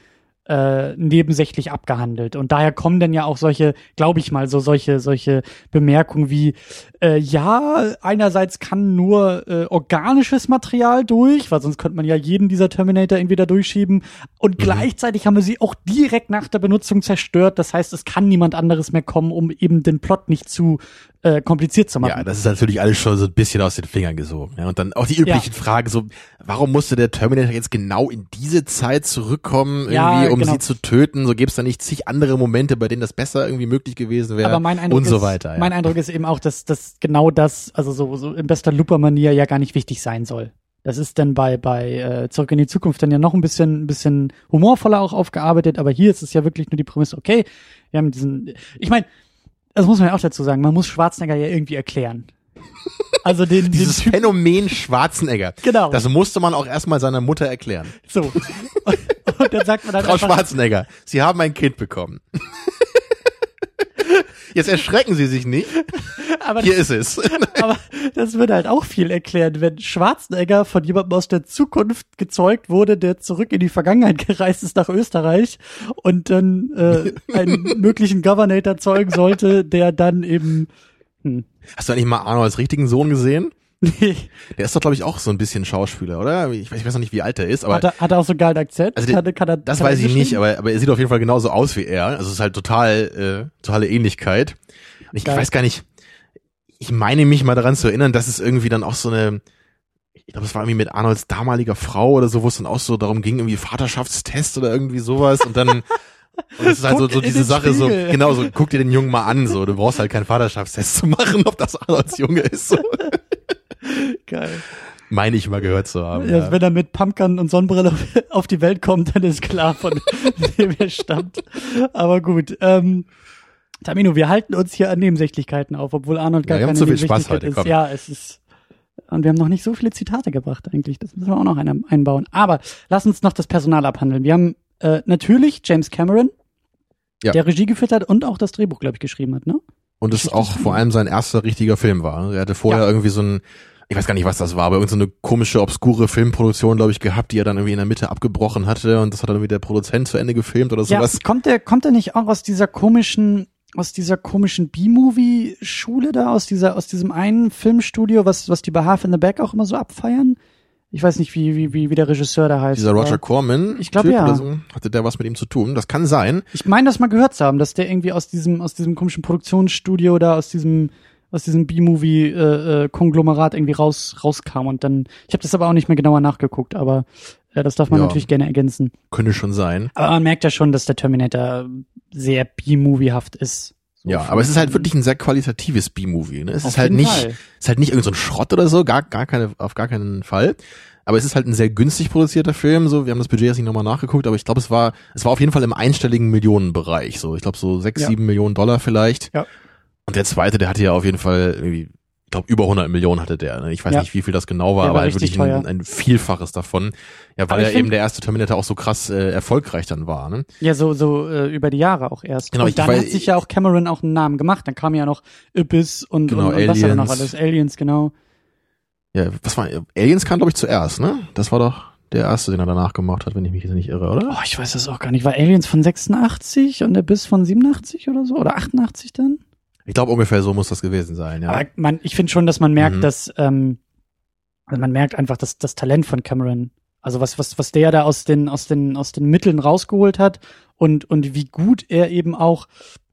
äh, nebensächlich abgehandelt. Und daher kommen dann ja auch solche, glaube ich mal, so solche solche Bemerkungen wie, äh, ja, einerseits kann nur äh, organisches Material durch, weil sonst könnte man ja jeden dieser Terminator irgendwie da durchschieben. Und mhm. gleichzeitig haben wir sie auch direkt nach der Benutzung zerstört. Das heißt, es kann niemand anderes mehr kommen, um eben den Plot nicht zu äh, kompliziert zu machen. Ja, das ist natürlich alles schon so ein bisschen aus den Fingern gesogen. Ja. Und dann auch die üblichen ja. Fragen, so, warum musste der Terminator jetzt genau in diese Zeit zurückkommen, irgendwie, ja, um genau. sie zu töten? So gäbe es da nicht zig andere Momente, bei denen das besser irgendwie möglich gewesen wäre. Aber mein Eindruck und so ist, weiter. Ja. Mein Eindruck ist eben auch, dass, dass genau das, also so, so in bester Looper-Manier ja gar nicht wichtig sein soll. Das ist dann bei bei äh, Zurück in die Zukunft dann ja noch ein bisschen ein bisschen humorvoller auch aufgearbeitet, aber hier ist es ja wirklich nur die Prämisse, okay, wir haben diesen, ich meine, das muss man ja auch dazu sagen, man muss Schwarzenegger ja irgendwie erklären. Also den, Dieses den Phänomen Schwarzenegger. Genau. Das musste man auch erstmal seiner Mutter erklären. So. Und, und dann sagt man dann Frau Schwarzenegger, Sie haben ein Kind bekommen. Jetzt erschrecken Sie sich nicht. Aber Hier das, ist es. Aber das würde halt auch viel erklären, wenn Schwarzenegger von jemandem aus der Zukunft gezeugt wurde, der zurück in die Vergangenheit gereist ist nach Österreich und dann äh, einen möglichen Governator zeugen sollte, der dann eben hm. Hast du eigentlich mal Arno als richtigen Sohn gesehen? Nee. Der ist doch, glaube ich, auch so ein bisschen Schauspieler, oder? Ich weiß, ich weiß noch nicht, wie alt er ist, aber. Hat er, hat er auch so einen geilen Akzent? Also der, kann er, kann er, das kann weiß ich nicht, aber, aber er sieht auf jeden Fall genauso aus wie er. Also es ist halt total, äh, totale Ähnlichkeit. Und ich Geil. weiß gar nicht, ich meine mich mal daran zu erinnern, dass es irgendwie dann auch so eine, ich glaube, es war irgendwie mit Arnolds damaliger Frau oder so, wo es dann auch so darum ging, irgendwie Vaterschaftstest oder irgendwie sowas und dann, und das ist halt so, so diese Sache, so, genau, so, guck dir den Jungen mal an, so, du brauchst halt keinen Vaterschaftstest zu machen, ob das Arnolds Junge ist, so. Geil. Meine ich mal gehört zu haben. Ja, ja. Wenn er mit Pumpgun und Sonnenbrille auf die Welt kommt, dann ist klar, von wem er stammt. Aber gut, ähm, Tamino, wir halten uns hier an Nebensächlichkeiten auf, obwohl Arnold gar ja, keine Nebensächlichkeit ist. Komm. Ja, es ist, und wir haben noch nicht so viele Zitate gebracht eigentlich, das müssen wir auch noch ein, einbauen. Aber lass uns noch das Personal abhandeln. Wir haben äh, natürlich James Cameron, ja. der Regie geführt hat und auch das Drehbuch, glaube ich, geschrieben hat, ne? Und es auch vor allem sein erster richtiger Film war. Er hatte vorher ja. irgendwie so ein, ich weiß gar nicht, was das war, aber irgend so eine komische, obskure Filmproduktion, glaube ich, gehabt, die er dann irgendwie in der Mitte abgebrochen hatte und das hat dann irgendwie der Produzent zu Ende gefilmt oder sowas. Ja, kommt der, kommt der nicht auch aus dieser komischen, aus dieser komischen B-Movie-Schule da, aus dieser, aus diesem einen Filmstudio, was, was die bei Half in the Back auch immer so abfeiern? Ich weiß nicht, wie, wie, wie, wie der Regisseur da heißt. Dieser Roger Corman. Ich glaube, ja. So, hatte der was mit ihm zu tun? Das kann sein. Ich meine, das mal gehört zu haben, dass der irgendwie aus diesem, aus diesem komischen Produktionsstudio da, aus diesem, aus diesem B-Movie-Konglomerat äh, irgendwie raus, rauskam und dann, ich habe das aber auch nicht mehr genauer nachgeguckt, aber äh, das darf man ja, natürlich gerne ergänzen. Könnte schon sein. Aber man merkt ja schon, dass der Terminator sehr B-Moviehaft ist. So ja, aber es ist halt wirklich ein sehr qualitatives B-Movie. Ne? Es ist halt nicht, Fall. es ist halt nicht irgend so ein Schrott oder so, gar, gar keine, auf gar keinen Fall. Aber es ist halt ein sehr günstig produzierter Film. So, wir haben das Budget jetzt nicht nochmal nachgeguckt, aber ich glaube, es war, es war auf jeden Fall im einstelligen Millionenbereich. So, ich glaube so sechs, ja. sieben Millionen Dollar vielleicht. Ja. Und der zweite, der hatte ja auf jeden Fall irgendwie, ich glaube über hundert Millionen hatte der. Ne? Ich weiß ja. nicht, wie viel das genau war, der aber war halt wirklich ein, ein Vielfaches davon. Ja, weil er eben der erste Terminator auch so krass äh, erfolgreich dann war. Ne? Ja, so so äh, über die Jahre auch erst. Genau, und dann weiß, hat sich ja auch Cameron auch einen Namen gemacht. Dann kam ja noch Abyss und, genau, und, und was war noch alles? Aliens, genau. Ja, was war, Aliens kam glaube ich zuerst, ne? Das war doch der erste, den er danach gemacht hat, wenn ich mich jetzt nicht irre, oder? Oh, ich weiß das auch gar nicht. War Aliens von sechsundachtzig und Abyss von siebenundachtzig oder so? Oder achtundachtzig dann? Ich glaube, ungefähr so muss das gewesen sein, ja. Aber man, ich finde schon, dass man merkt, mhm. dass, ähm, also man merkt einfach, dass das Talent von Cameron, also was, was, was der da aus den, aus den, aus den Mitteln rausgeholt hat und, und wie gut er eben auch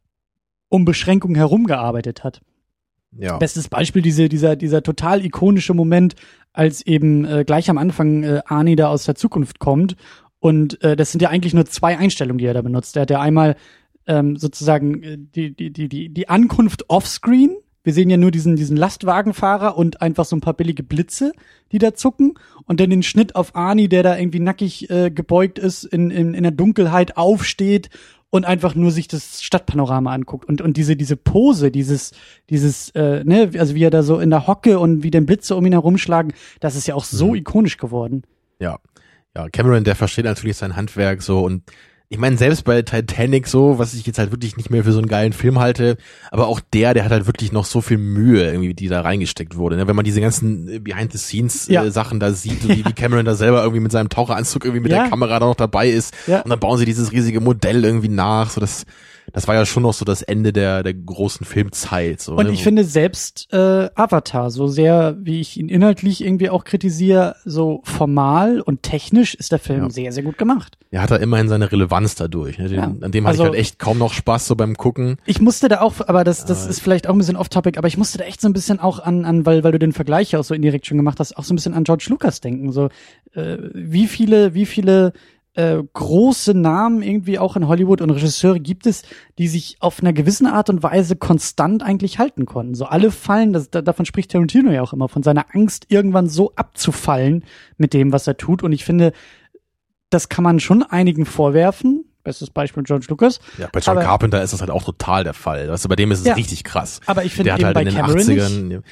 um Beschränkungen herumgearbeitet hat. Ja. Bestes Beispiel, diese, dieser, dieser total ikonische Moment, als eben äh, gleich am Anfang äh, Arnie da aus der Zukunft kommt und äh, das sind ja eigentlich nur zwei Einstellungen, die er da benutzt. Er hat ja einmal ähm, sozusagen die, die, die, die, die Ankunft offscreen. Wir sehen ja nur diesen, diesen Lastwagenfahrer und einfach so ein paar billige Blitze, die da zucken. Und dann den Schnitt auf Arnie, der da irgendwie nackig äh, gebeugt ist, in, in, in der Dunkelheit aufsteht und einfach nur sich das Stadtpanorama anguckt. Und, und diese, diese Pose, dieses, dieses, äh, ne, also wie er da so in der Hocke und wie den Blitze um ihn herumschlagen, das ist ja auch so mhm. ikonisch geworden. Ja. Ja, Cameron, der versteht natürlich sein Handwerk so und ich meine, selbst bei Titanic so, was ich jetzt halt wirklich nicht mehr für so einen geilen Film halte, aber auch der, der hat halt wirklich noch so viel Mühe irgendwie, die da reingesteckt wurde. Ne? Wenn man diese ganzen Behind-the-Scenes-Sachen ja. äh, da sieht, wie, wie Cameron da selber irgendwie mit seinem Taucheranzug irgendwie mit ja. der Kamera da noch dabei ist ja. und dann bauen sie dieses riesige Modell irgendwie nach, so das Das war ja schon noch so das Ende der der großen Filmzeit. So, und ne? ich finde selbst äh, Avatar, so sehr wie ich ihn inhaltlich irgendwie auch kritisiere, so formal und technisch ist der Film ja. sehr, sehr gut gemacht. Er hat da immerhin seine Relevanz dadurch. Ne? Den, ja. An dem hatte also, ich halt echt kaum noch Spaß so beim Gucken. Ich musste da auch, aber das das äh, ist vielleicht auch ein bisschen off-topic, aber ich musste da echt so ein bisschen auch an, an weil weil du den Vergleich auch so indirekt schon gemacht hast, auch so ein bisschen an George Lucas denken. So äh, wie viele, wie viele Äh, große Namen irgendwie auch in Hollywood und Regisseure gibt es, die sich auf einer gewissen Art und Weise konstant eigentlich halten konnten. So alle fallen, das, da, davon spricht Tarantino ja auch immer, von seiner Angst, irgendwann so abzufallen mit dem, was er tut. Und ich finde, das kann man schon einigen vorwerfen. Bestes Beispiel George Lucas. Ja, bei John aber, Carpenter ist das halt auch total der Fall. Weißt du, bei dem ist es ja, richtig krass. Aber ich finde eben halt bei in den Cameron achtzigern, nicht.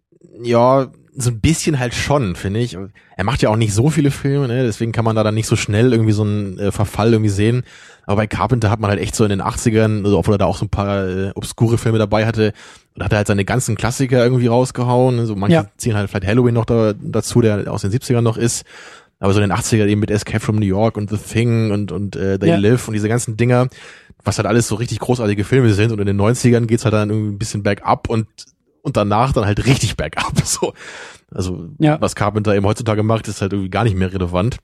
Ja, so ein bisschen halt schon, finde ich. Er macht ja auch nicht so viele Filme, ne? Deswegen kann man da dann nicht so schnell irgendwie so einen äh, Verfall irgendwie sehen. Aber bei Carpenter hat man halt echt so in den achtzigern, also obwohl er da auch so ein paar äh, obskure Filme dabei hatte, da hat er halt seine ganzen Klassiker irgendwie rausgehauen. Also manche ja. ziehen halt vielleicht Halloween noch da, dazu, der aus den siebzigern noch ist. Aber so in den achtzigern eben mit Escape from New York und The Thing und und äh, They ja. Live und diese ganzen Dinger, was halt alles so richtig großartige Filme sind. Und in den neunzigern geht's halt dann irgendwie ein bisschen bergab und und danach dann halt richtig bergab. So. Also ja. was Carpenter eben heutzutage macht, ist halt irgendwie gar nicht mehr relevant.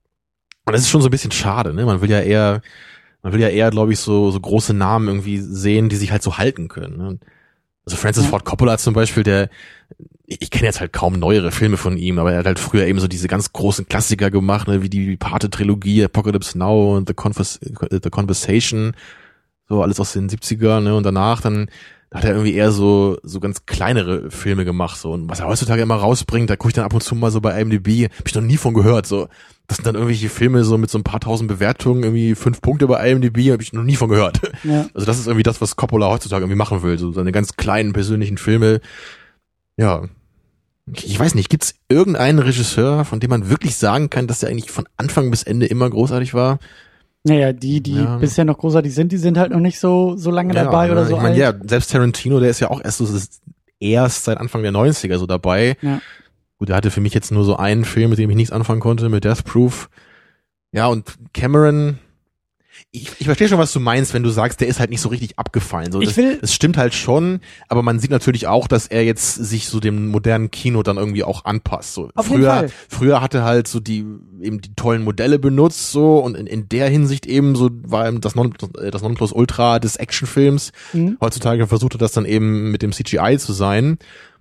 Und das ist schon so ein bisschen schade, ne? Man will ja eher, man will ja eher, glaube ich, so so große Namen irgendwie sehen, die sich halt so halten können. Ne? Also Francis ja. Ford Coppola zum Beispiel, der, ich, ich kenne jetzt halt kaum neuere Filme von ihm, aber er hat halt früher eben so diese ganz großen Klassiker gemacht, ne? Wie die Pate-Trilogie, Apocalypse Now und The, Convers- The Conversation, so alles aus den siebzigern, ne? Und danach dann hat er irgendwie eher so so ganz kleinere Filme gemacht, so. Und was er heutzutage immer rausbringt, da gucke ich dann ab und zu mal so bei I M D B, hab ich noch nie von gehört, so. Das sind dann irgendwelche Filme so mit so ein paar tausend Bewertungen, irgendwie fünf Punkte bei I M D B, hab ich noch nie von gehört. Ja. Also das ist irgendwie das, was Coppola heutzutage irgendwie machen will, so seine ganz kleinen persönlichen Filme. Ja. Ich weiß nicht, gibt's irgendeinen Regisseur, von dem man wirklich sagen kann, dass der eigentlich von Anfang bis Ende immer großartig war? Naja, die, die ja. bisher noch großartig sind, die sind halt noch nicht so so lange ja, dabei oder ne? so ich mein, alt. Ja, selbst Tarantino, der ist ja auch erst so erst seit Anfang der neunziger so dabei. Ja. Gut, der hatte für mich jetzt nur so einen Film, mit dem ich nichts anfangen konnte, mit Death Proof. Ja, und Cameron, ich, ich verstehe schon, was du meinst, wenn du sagst, der ist halt nicht so richtig abgefallen. So, das, ich will, das stimmt halt schon, aber man sieht natürlich auch, dass er jetzt sich so dem modernen Kino dann irgendwie auch anpasst. So, auf früher, jeden Fall. früher hatte halt so die eben die tollen Modelle benutzt, so, und in, in der Hinsicht eben so war eben das, Non, das Nonplusultra des Actionfilms. Mhm. Heutzutage versucht er das dann eben mit dem C G I zu sein.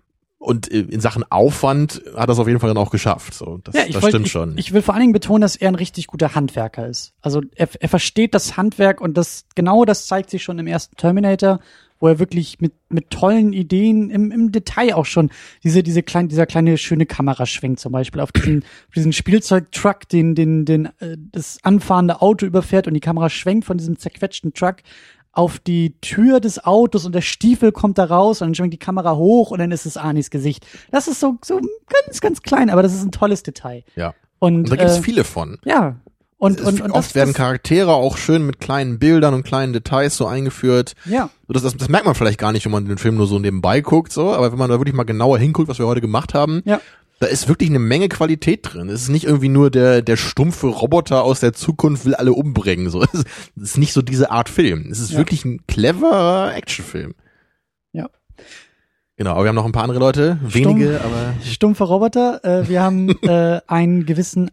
Und in Sachen Aufwand hat er es auf jeden Fall dann auch geschafft. So, das, ja, ich das wollt, stimmt ich, schon. Ich will vor allen Dingen betonen, dass er ein richtig guter Handwerker ist. Also er, er versteht das Handwerk und das genau das zeigt sich schon im ersten Terminator, wo er wirklich mit mit tollen Ideen im im Detail auch schon diese diese kleine dieser kleine schöne Kameraschwenk zum Beispiel auf diesen auf diesen Spielzeugtruck, den den den äh, das anfahrende Auto überfährt und die Kamera schwenkt von diesem zerquetschten Truck auf die Tür des Autos und der Stiefel kommt da raus und dann schwenkt die Kamera hoch und dann ist es Arnis Gesicht. Das ist so so ganz, ganz klein, aber das ist ein tolles Detail. Ja. Und, und da gibt's äh, viele von. Ja. Und, es, und, und oft das, werden das, Charaktere auch schön mit kleinen Bildern und kleinen Details so eingeführt. Ja. Das, das, das merkt man vielleicht gar nicht, wenn man den Film nur so nebenbei guckt, so, aber wenn man da wirklich mal genauer hinguckt, was wir heute gemacht haben, ja. da ist wirklich eine Menge Qualität drin. Es ist nicht irgendwie nur der der stumpfe Roboter aus der Zukunft will alle umbringen. So, es ist nicht so diese Art Film. Es ist ja. wirklich ein cleverer Actionfilm. Ja. Genau, aber wir haben noch ein paar andere Leute, wenige, Stumpf, aber stumpfe Roboter. Äh, wir haben äh, einen gewissen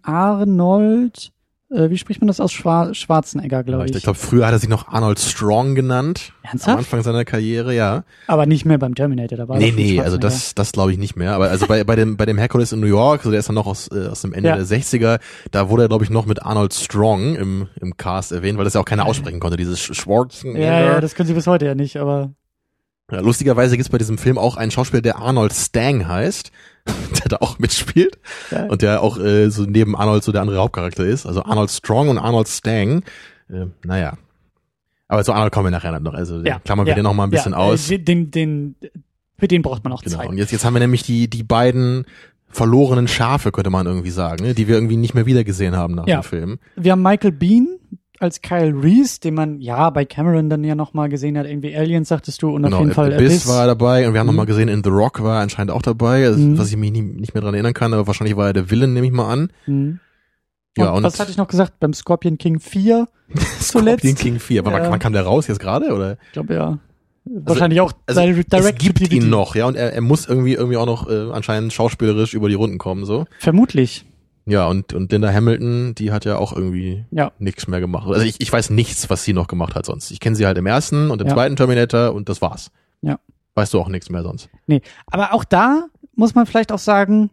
Arnold. Äh, wie spricht man das aus? Schwar- Schwarzenegger, glaube ich. Ich glaube, früher hat er sich noch Arnold Strong genannt. Ernsthaft? Am Anfang seiner Karriere, ja. Aber nicht mehr beim Terminator, da war Nee, nee, also das das glaube ich nicht mehr. Aber also bei bei dem bei dem Hercules in New York, also der ist dann noch aus äh, aus dem Ende ja. der sechziger, da wurde er, glaube ich, noch mit Arnold Strong im im Cast erwähnt, weil das ja auch keiner aussprechen konnte, dieses Schwarzenegger. Ja, ja, das können sie bis heute ja nicht, aber ja, lustigerweise gibt's bei diesem Film auch einen Schauspieler, der Arnold Stang heißt, der da auch mitspielt ja. und der auch äh, so neben Arnold so der andere Hauptcharakter ist. Also Arnold Strong und Arnold Stang. Äh, naja. Aber zu Arnold kommen wir nachher noch. Also ja. klammern wir ja. den noch mal ein bisschen ja. aus. Den, den, für den braucht man auch genau. Zeit. Und jetzt, jetzt haben wir nämlich die die beiden verlorenen Schafe, könnte man irgendwie sagen, ne? Die wir irgendwie nicht mehr wiedergesehen haben nach ja. dem Film. Wir haben Michael Biehn als Kyle Reese, den man ja bei Cameron dann ja nochmal gesehen hat, irgendwie Aliens, sagtest du, und genau, auf jeden Fall Abyss Abyss war dabei und wir haben mhm. nochmal gesehen, in The Rock war er anscheinend auch dabei, also, mhm. was ich mich nie, nicht mehr dran erinnern kann, aber wahrscheinlich war er der Villain, nehme ich mal an. Mhm. Ja, und, und was hatte ich noch gesagt? Beim Scorpion King vier zuletzt. Scorpion King vier, aber äh, wann kam der raus? Jetzt gerade, oder? Ich glaube, ja. Wahrscheinlich also, auch also direct es gibt ihn noch, ja, und er, er muss irgendwie irgendwie auch noch äh, anscheinend schauspielerisch über die Runden kommen, so. Vermutlich. Ja, und und Linda Hamilton, die hat ja auch irgendwie ja. nichts mehr gemacht. Also ich ich weiß nichts, was sie noch gemacht hat sonst. Ich kenne sie halt im ersten und im ja. zweiten Terminator und das war's. Ja. Weißt du auch nichts mehr sonst. Nee, aber auch da muss man vielleicht auch sagen,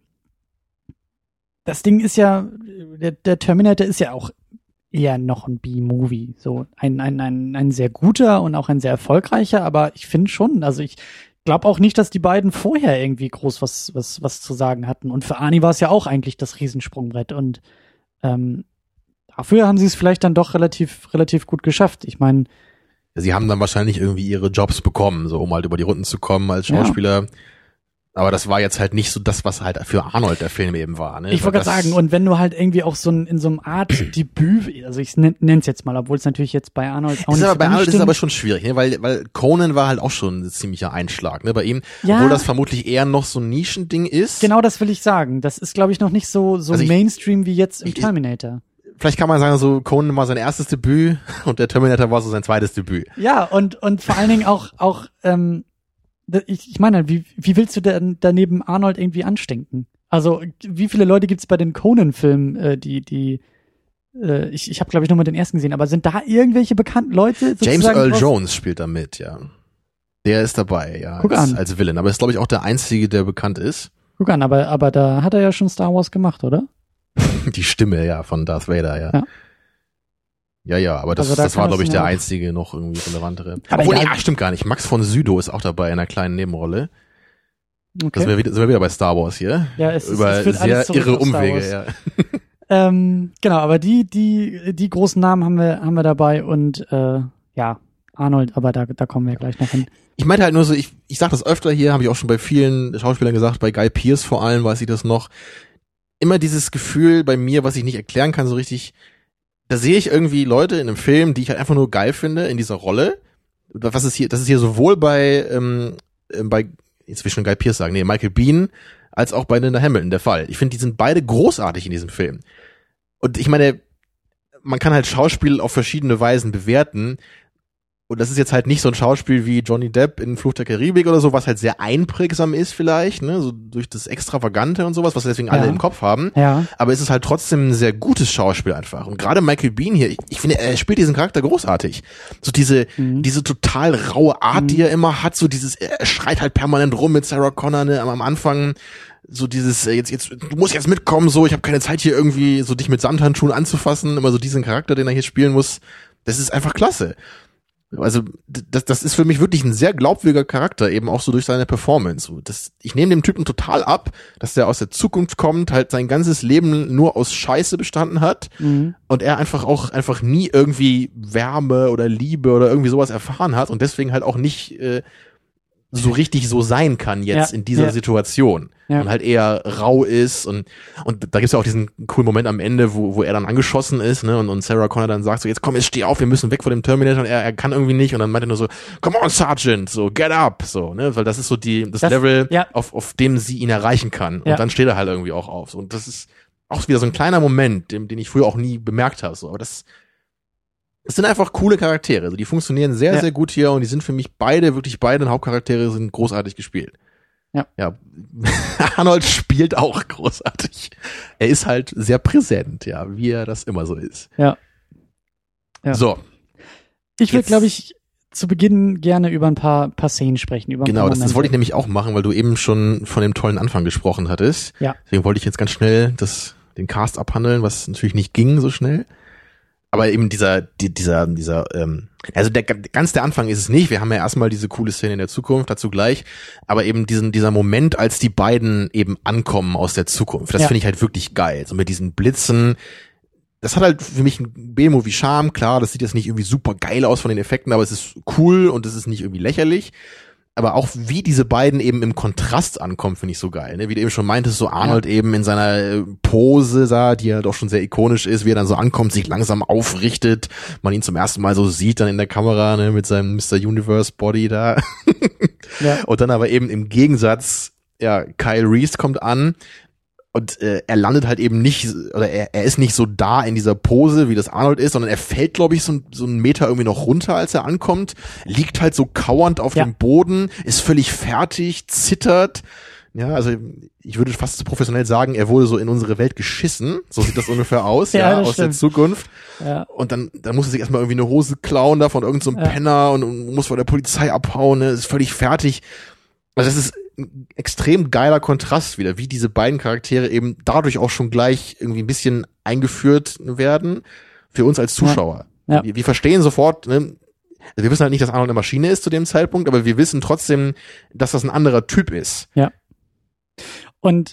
das Ding ist ja, der, der Terminator ist ja auch eher noch ein B-Movie. So ein, ein, ein, ein sehr guter und auch ein sehr erfolgreicher, aber ich finde schon, also ich glaube auch nicht, dass die beiden vorher irgendwie groß was, was, was zu sagen hatten. Und für Arnie war es ja auch eigentlich das Riesensprungbrett. Und ähm, dafür haben sie es vielleicht dann doch relativ, relativ gut geschafft. Ich meine, sie haben dann wahrscheinlich irgendwie ihre Jobs bekommen, so um halt über die Runden zu kommen als Schauspieler. Ja. Aber das war jetzt halt nicht so das, was halt für Arnold der Film eben war. Ne? Ich wollte gerade sagen, und wenn du halt irgendwie auch so ein, in so einem Art Debüt, also ich nenne es jetzt mal, obwohl es natürlich jetzt bei Arnold auch ist nicht aber bei Arnold stimmt. ist es aber schon schwierig, ne? weil weil Conan war halt auch schon ein ziemlicher Einschlag, ne? Bei ihm, ja. obwohl das vermutlich eher noch so ein Nischending ist. Genau, das will ich sagen. Das ist, glaube ich, noch nicht so so also ich, Mainstream wie jetzt im ich, Terminator. Vielleicht kann man sagen, so Conan war sein erstes Debüt und der Terminator war so sein zweites Debüt. Ja, und und vor allen Dingen auch auch ähm, Ich, ich meine, wie, wie willst du denn daneben Arnold irgendwie anstinken? Also, wie viele Leute gibt's bei den Conan-Filmen, äh, die, die, äh, ich, ich habe glaube ich nur mal den ersten gesehen, aber sind da irgendwelche bekannten Leute? James Earl Jones spielt da mit, ja. Der ist dabei, ja, Guck als, an. als Villain. Aber ist, glaube ich, auch der einzige, der bekannt ist. Guck an, aber, aber da hat er ja schon Star Wars gemacht, oder? Die Stimme, ja, von Darth Vader, ja. Ja. Ja, ja, aber das, also da das war, glaube ich, der auch. einzige noch irgendwie relevantere. Aber Obwohl, ja, ja, stimmt gar nicht. Max von Sydow ist auch dabei in einer kleinen Nebenrolle. Okay. Da sind wir wieder, sind wir wieder bei Star Wars hier. Ja, es, Über es führt sehr alles zurück irre auf Star Umwege, Wars. ja. Ähm, genau, aber die, die, die großen Namen haben wir, haben wir dabei und äh, ja, Arnold, aber da, da kommen wir gleich noch hin. Ich meinte halt nur so, ich, ich sag das öfter hier, habe ich auch schon bei vielen Schauspielern gesagt, bei Guy Pearce vor allem weiß ich das noch. Immer dieses Gefühl bei mir, was ich nicht erklären kann so richtig, da sehe ich irgendwie Leute in einem Film, die ich halt einfach nur geil finde in dieser Rolle. Was ist hier, das ist hier sowohl bei, ähm, bei, jetzt will ich schon Guy Pearce sagen, nee, Michael Biehn, als auch bei Linda Hamilton der Fall. Ich finde, die sind beide großartig in diesem Film. Und ich meine, man kann halt Schauspiel auf verschiedene Weisen bewerten. Und das ist jetzt halt nicht so ein Schauspiel wie Johnny Depp in Fluch der Karibik oder so, was halt sehr einprägsam ist vielleicht, ne, so durch das Extravagante und sowas, was deswegen alle ja. im Kopf haben. Ja. Aber es ist halt trotzdem ein sehr gutes Schauspiel einfach. Und gerade Michael Biehn hier, ich, ich finde, er spielt diesen Charakter großartig. So diese, mhm. diese total raue Art, mhm. die er immer hat, so dieses, er schreit halt permanent rum mit Sarah Connor, ne, am Anfang, so dieses, jetzt, jetzt, du musst jetzt mitkommen, so, ich habe keine Zeit hier irgendwie, so dich mit Samthandschuhen anzufassen, immer so diesen Charakter, den er hier spielen muss, das ist einfach klasse. Also das, das ist für mich wirklich ein sehr glaubwürdiger Charakter, eben auch so durch seine Performance. Das, ich nehme dem Typen total ab, dass der aus der Zukunft kommt, halt sein ganzes Leben nur aus Scheiße bestanden hat mhm. und er einfach auch einfach nie irgendwie Wärme oder Liebe oder irgendwie sowas erfahren hat und deswegen halt auch nicht äh, so richtig so sein kann jetzt ja, in dieser ja. Situation ja. und halt eher rau ist und und da gibt's ja auch diesen coolen Moment am Ende, wo wo er dann angeschossen ist, ne, und, und Sarah Connor dann sagt so, jetzt komm, jetzt steh auf, wir müssen weg von dem Terminator und er, er kann irgendwie nicht und dann meint er nur so, come on Sergeant, so get up, so, ne, weil das ist so die das, das Level, ja. auf auf dem sie ihn erreichen kann und ja. dann steht er halt irgendwie auch auf so. Und das ist auch wieder so ein kleiner Moment, den, den ich früher auch nie bemerkt habe, so, aber das Es sind einfach coole Charaktere. Also die funktionieren sehr, ja. sehr gut hier und die sind für mich beide, wirklich beide Hauptcharaktere sind großartig gespielt. Ja. Ja. Arnold spielt auch großartig. Er ist halt sehr präsent, ja, wie er das immer so ist. Ja. ja. So. Ich will, glaube ich, zu Beginn gerne über ein paar, paar Szenen sprechen. Über ein genau, paar das, das wollte ich nämlich auch machen, weil du eben schon von dem tollen Anfang gesprochen hattest. Ja. Deswegen wollte ich jetzt ganz schnell das, den Cast abhandeln, was natürlich nicht ging so schnell. Aber eben dieser, die, dieser, dieser, ähm, also der ganz der Anfang ist es nicht. Wir haben ja erstmal diese coole Szene in der Zukunft, dazu gleich. Aber eben diesen, dieser Moment, als die beiden eben ankommen aus der Zukunft, das ja. finde ich halt wirklich geil. So mit diesen Blitzen. Das hat halt für mich ein B-Movie-Charme. Klar, das sieht jetzt nicht irgendwie super geil aus von den Effekten, aber es ist cool und es ist nicht irgendwie lächerlich. aber auch wie diese beiden eben im Kontrast ankommen, finde ich so geil, ne? Wie du eben schon meintest, so Arnold ja. eben in seiner Pose sah, die ja doch schon sehr ikonisch ist, wie er dann so ankommt, sich langsam aufrichtet, man ihn zum ersten Mal so sieht dann in der Kamera, ne, mit seinem Mister Universe Body da. ja. Und dann aber eben im Gegensatz, ja, Kyle Reese kommt an, und äh, er landet halt eben nicht, oder er, er ist nicht so da in dieser Pose, wie das Arnold ist, sondern er fällt, glaube ich, so, so einen Meter irgendwie noch runter, als er ankommt, liegt halt so kauernd auf ja. dem Boden, ist völlig fertig, zittert. Ja, also ich würde fast professionell sagen, er wurde so in unsere Welt geschissen. So sieht das ungefähr aus, ja, ja aus stimmt. der Zukunft. Ja. Und dann, dann muss er sich erstmal irgendwie eine Hose klauen da von irgendeinem so ja. Penner und, und muss vor der Polizei abhauen, ne, ist völlig fertig. Also das ist ein extrem geiler Kontrast wieder, wie diese beiden Charaktere eben dadurch auch schon gleich irgendwie ein bisschen eingeführt werden für uns als Zuschauer. Ja. Ja. Wir, wir verstehen sofort, ne, wir wissen halt nicht, dass Arnold eine Maschine ist zu dem Zeitpunkt, aber wir wissen trotzdem, dass das ein anderer Typ ist. Ja. Und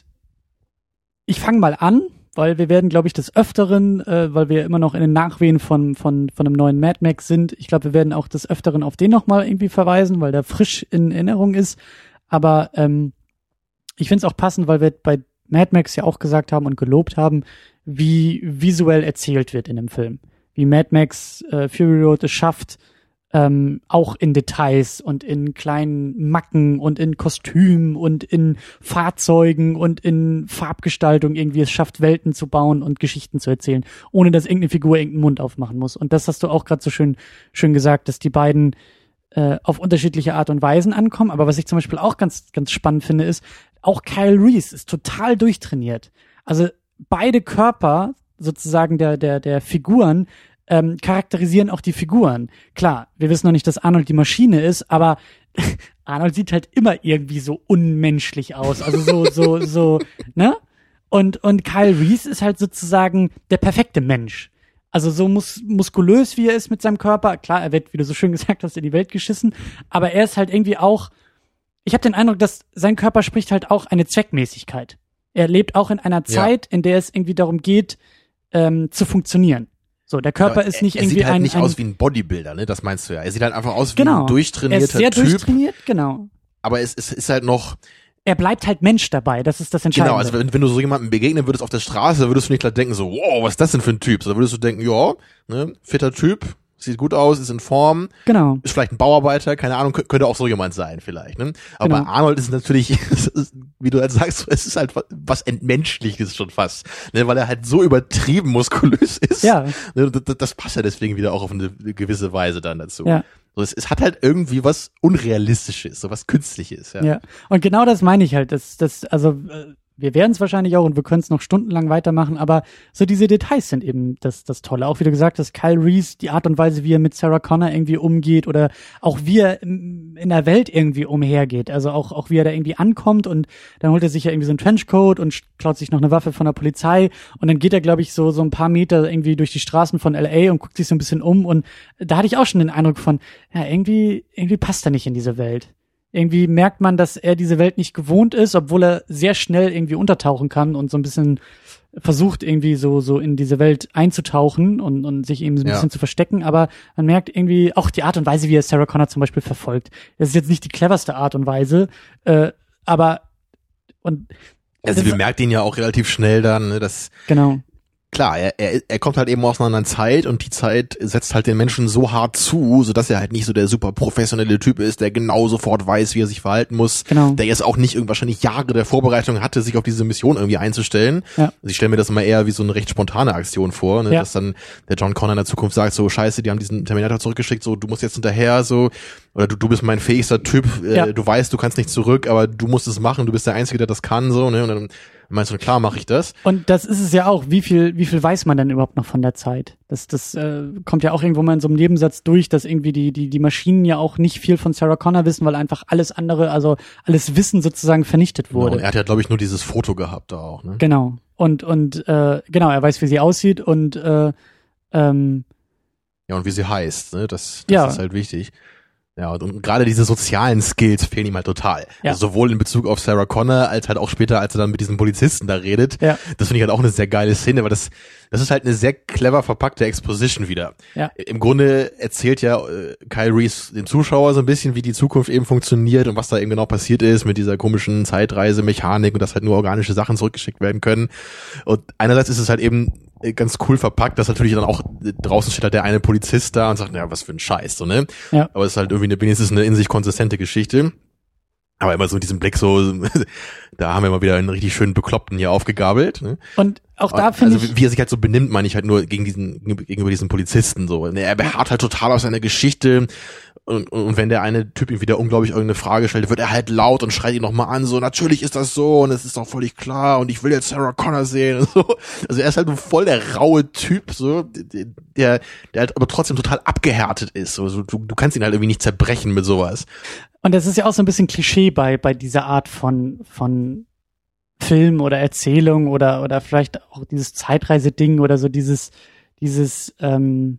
ich fange mal an, weil wir werden, glaube ich, des Öfteren, äh, weil wir immer noch in den Nachwehen von von von einem neuen Mad Max sind, ich glaube, wir werden auch des Öfteren auf den nochmal irgendwie verweisen, weil der frisch in Erinnerung ist. Aber ähm, ich finde es auch passend, weil wir bei Mad Max ja auch gesagt haben und gelobt haben, wie visuell erzählt wird in dem Film. Wie Mad Max äh, Fury Road es schafft, ähm, auch in Details und in kleinen Macken und in Kostümen und in Fahrzeugen und in Farbgestaltung irgendwie es schafft, Welten zu bauen und Geschichten zu erzählen, ohne dass irgendeine Figur irgendeinen Mund aufmachen muss. Und das hast du auch gerade so schön schön gesagt, dass die beiden äh, auf unterschiedliche Art und Weisen ankommen. Aber was ich zum Beispiel auch ganz ganz spannend finde, ist, auch Kyle Reese ist total durchtrainiert. Also beide Körper sozusagen der der der Figuren ähm, charakterisieren auch die Figuren. Klar, wir wissen noch nicht, dass Arnold die Maschine ist, aber Arnold sieht halt immer irgendwie so unmenschlich aus. Also so so so, ne? Und und Kyle Reese ist halt sozusagen der perfekte Mensch. Also so mus- muskulös, wie er ist mit seinem Körper. Klar, er wird, wie du so schön gesagt hast, in die Welt geschissen. Aber er ist halt irgendwie auch, ich habe den Eindruck, dass sein Körper spricht halt auch eine Zweckmäßigkeit. Er lebt auch in einer Zeit, ja. in der es irgendwie darum geht, ähm, zu funktionieren. So, der Körper ja, ist nicht er, irgendwie ein... Er sieht halt ein, nicht ein, aus wie ein Bodybuilder, ne? Das meinst du ja. Er sieht halt einfach aus genau. wie ein durchtrainierter Typ. Er ist sehr Typ. durchtrainiert, genau. Aber es, es ist halt noch... Er bleibt halt Mensch dabei, das ist das Entscheidende. Genau, also wenn, wenn du so jemandem begegnen würdest auf der Straße, würdest du nicht gleich denken so, wow, was ist das denn für ein Typ? So, da würdest du denken, ja, ne, fitter Typ, sieht gut aus, ist in Form, genau. Ist vielleicht ein Bauarbeiter, keine Ahnung, könnte auch so jemand sein vielleicht. Ne? Aber genau. Bei Arnold ist es natürlich, wie du halt sagst, es ist halt was Entmenschliches schon fast, ne? Weil er halt so übertrieben muskulös ist. Ja. Ne? Das, das passt ja deswegen wieder auch auf eine gewisse Weise dann dazu. Ja. So, es, es hat halt irgendwie was Unrealistisches, so was Künstliches. Ja, ja. Und genau das meine ich halt. Das, das, also äh, wir werden es wahrscheinlich auch und wir können es noch stundenlang weitermachen, aber so diese Details sind eben das, das Tolle. Auch wie du gesagt hast, Kyle Reese, die Art und Weise, wie er mit Sarah Connor irgendwie umgeht oder auch wie er in der Welt irgendwie umhergeht. Also auch, auch wie er da irgendwie ankommt und dann holt er sich ja irgendwie so einen Trenchcoat und klaut sich noch eine Waffe von der Polizei und dann geht er, glaube ich, so, so ein paar Meter irgendwie durch die Straßen von L A und guckt sich so ein bisschen um und da hatte ich auch schon den Eindruck von, ja, irgendwie, irgendwie passt er nicht in diese Welt. Irgendwie merkt man, dass er diese Welt nicht gewohnt ist, obwohl er sehr schnell irgendwie untertauchen kann und so ein bisschen versucht, irgendwie so so in diese Welt einzutauchen und, und sich eben so ein ja. bisschen zu verstecken. Aber man merkt irgendwie auch die Art und Weise, wie er Sarah Connor zum Beispiel verfolgt. Das ist jetzt nicht die cleverste Art und Weise, äh, aber und also wir merkt ihn ja auch relativ schnell dann, ne, dass genau. Klar, er, er, er kommt halt eben aus einer anderen Zeit und die Zeit setzt halt den Menschen so hart zu, sodass er halt nicht so der super professionelle Typ ist, der genau sofort weiß, wie er sich verhalten muss, genau. der jetzt auch nicht irgendwie wahrscheinlich Jahre der Vorbereitung hatte, sich auf diese Mission irgendwie einzustellen. Ja. Also ich stelle mir das immer eher wie so eine recht spontane Aktion vor, ne? Ja. Dass dann der John Connor in der Zukunft sagt, so scheiße, die haben diesen Terminator zurückgeschickt, so du musst jetzt hinterher, so oder du du bist mein fähigster Typ, äh, ja. du weißt, du kannst nicht zurück, aber du musst es machen, du bist der Einzige, der das kann, so, ne? Und dann meinst du, klar mache ich das. Und das ist es ja auch, wie viel wie viel weiß man denn überhaupt noch von der Zeit? Das das äh, kommt ja auch irgendwo mal in so einem Nebensatz durch, dass irgendwie die die die Maschinen ja auch nicht viel von Sarah Connor wissen, weil einfach alles andere, also alles Wissen sozusagen vernichtet wurde. Genau, und er hat ja, glaube ich, nur dieses Foto gehabt da auch, ne? Genau. Und und äh, genau, er weiß, wie sie aussieht und äh, ähm, ja, und wie sie heißt, ne? Das, das ja. ist halt wichtig. Ja, und, und gerade diese sozialen Skills fehlen ihm halt total. Ja. Also sowohl in Bezug auf Sarah Connor, als halt auch später, als er dann mit diesem Polizisten da redet. Ja. Das finde ich halt auch eine sehr geile Szene, weil das das ist halt eine sehr clever verpackte Exposition wieder. Ja. Im Grunde erzählt ja äh, Kyle Reese dem Zuschauer so ein bisschen, wie die Zukunft eben funktioniert und was da eben genau passiert ist mit dieser komischen Zeitreisemechanik und dass halt nur organische Sachen zurückgeschickt werden können. Und einerseits ist es halt eben ganz cool verpackt, dass natürlich dann auch draußen steht halt der eine Polizist da und sagt, naja, was für ein Scheiß, so, ne? Ja. Aber es ist halt irgendwie eine, wenigstens eine in sich konsistente Geschichte. Aber immer so mit diesem Blick so, da haben wir mal wieder einen richtig schönen Bekloppten hier aufgegabelt, ne? Und auch da finde also, ich... wie er sich halt so benimmt, meine ich halt nur gegen diesen, gegenüber diesen Polizisten, so. Er beharrt halt total auf seiner Geschichte. Und, und, und wenn der eine Typ ihm wieder unglaublich irgendeine Frage stellt, wird er halt laut und schreit ihn nochmal an, so, natürlich ist das so und es ist doch völlig klar und ich will jetzt Sarah Connor sehen und so. Also er ist halt voll der raue Typ, so, der, der halt aber trotzdem total abgehärtet ist, so, du, du kannst ihn halt irgendwie nicht zerbrechen mit sowas. Und das ist ja auch so ein bisschen Klischee bei, bei dieser Art von, von Film oder Erzählung oder, oder vielleicht auch dieses Zeitreiseding oder so dieses, dieses, ähm,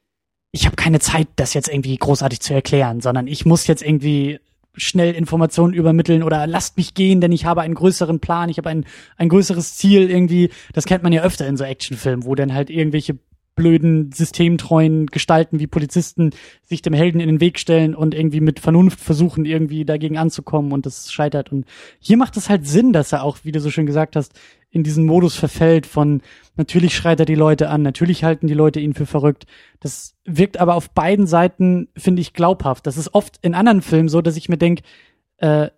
ich habe keine Zeit, das jetzt irgendwie großartig zu erklären, sondern ich muss jetzt irgendwie schnell Informationen übermitteln oder lasst mich gehen, denn ich habe einen größeren Plan, ich habe ein ein größeres Ziel irgendwie. Das kennt man ja öfter in so Actionfilmen, wo dann halt irgendwelche blöden, systemtreuen Gestalten wie Polizisten sich dem Helden in den Weg stellen und irgendwie mit Vernunft versuchen, irgendwie dagegen anzukommen und das scheitert. Und hier macht es halt Sinn, dass er auch, wie du so schön gesagt hast, in diesen Modus verfällt von, natürlich schreit er die Leute an, natürlich halten die Leute ihn für verrückt. Das wirkt aber auf beiden Seiten, finde ich, glaubhaft. Das ist oft in anderen Filmen so, dass ich mir denke, äh,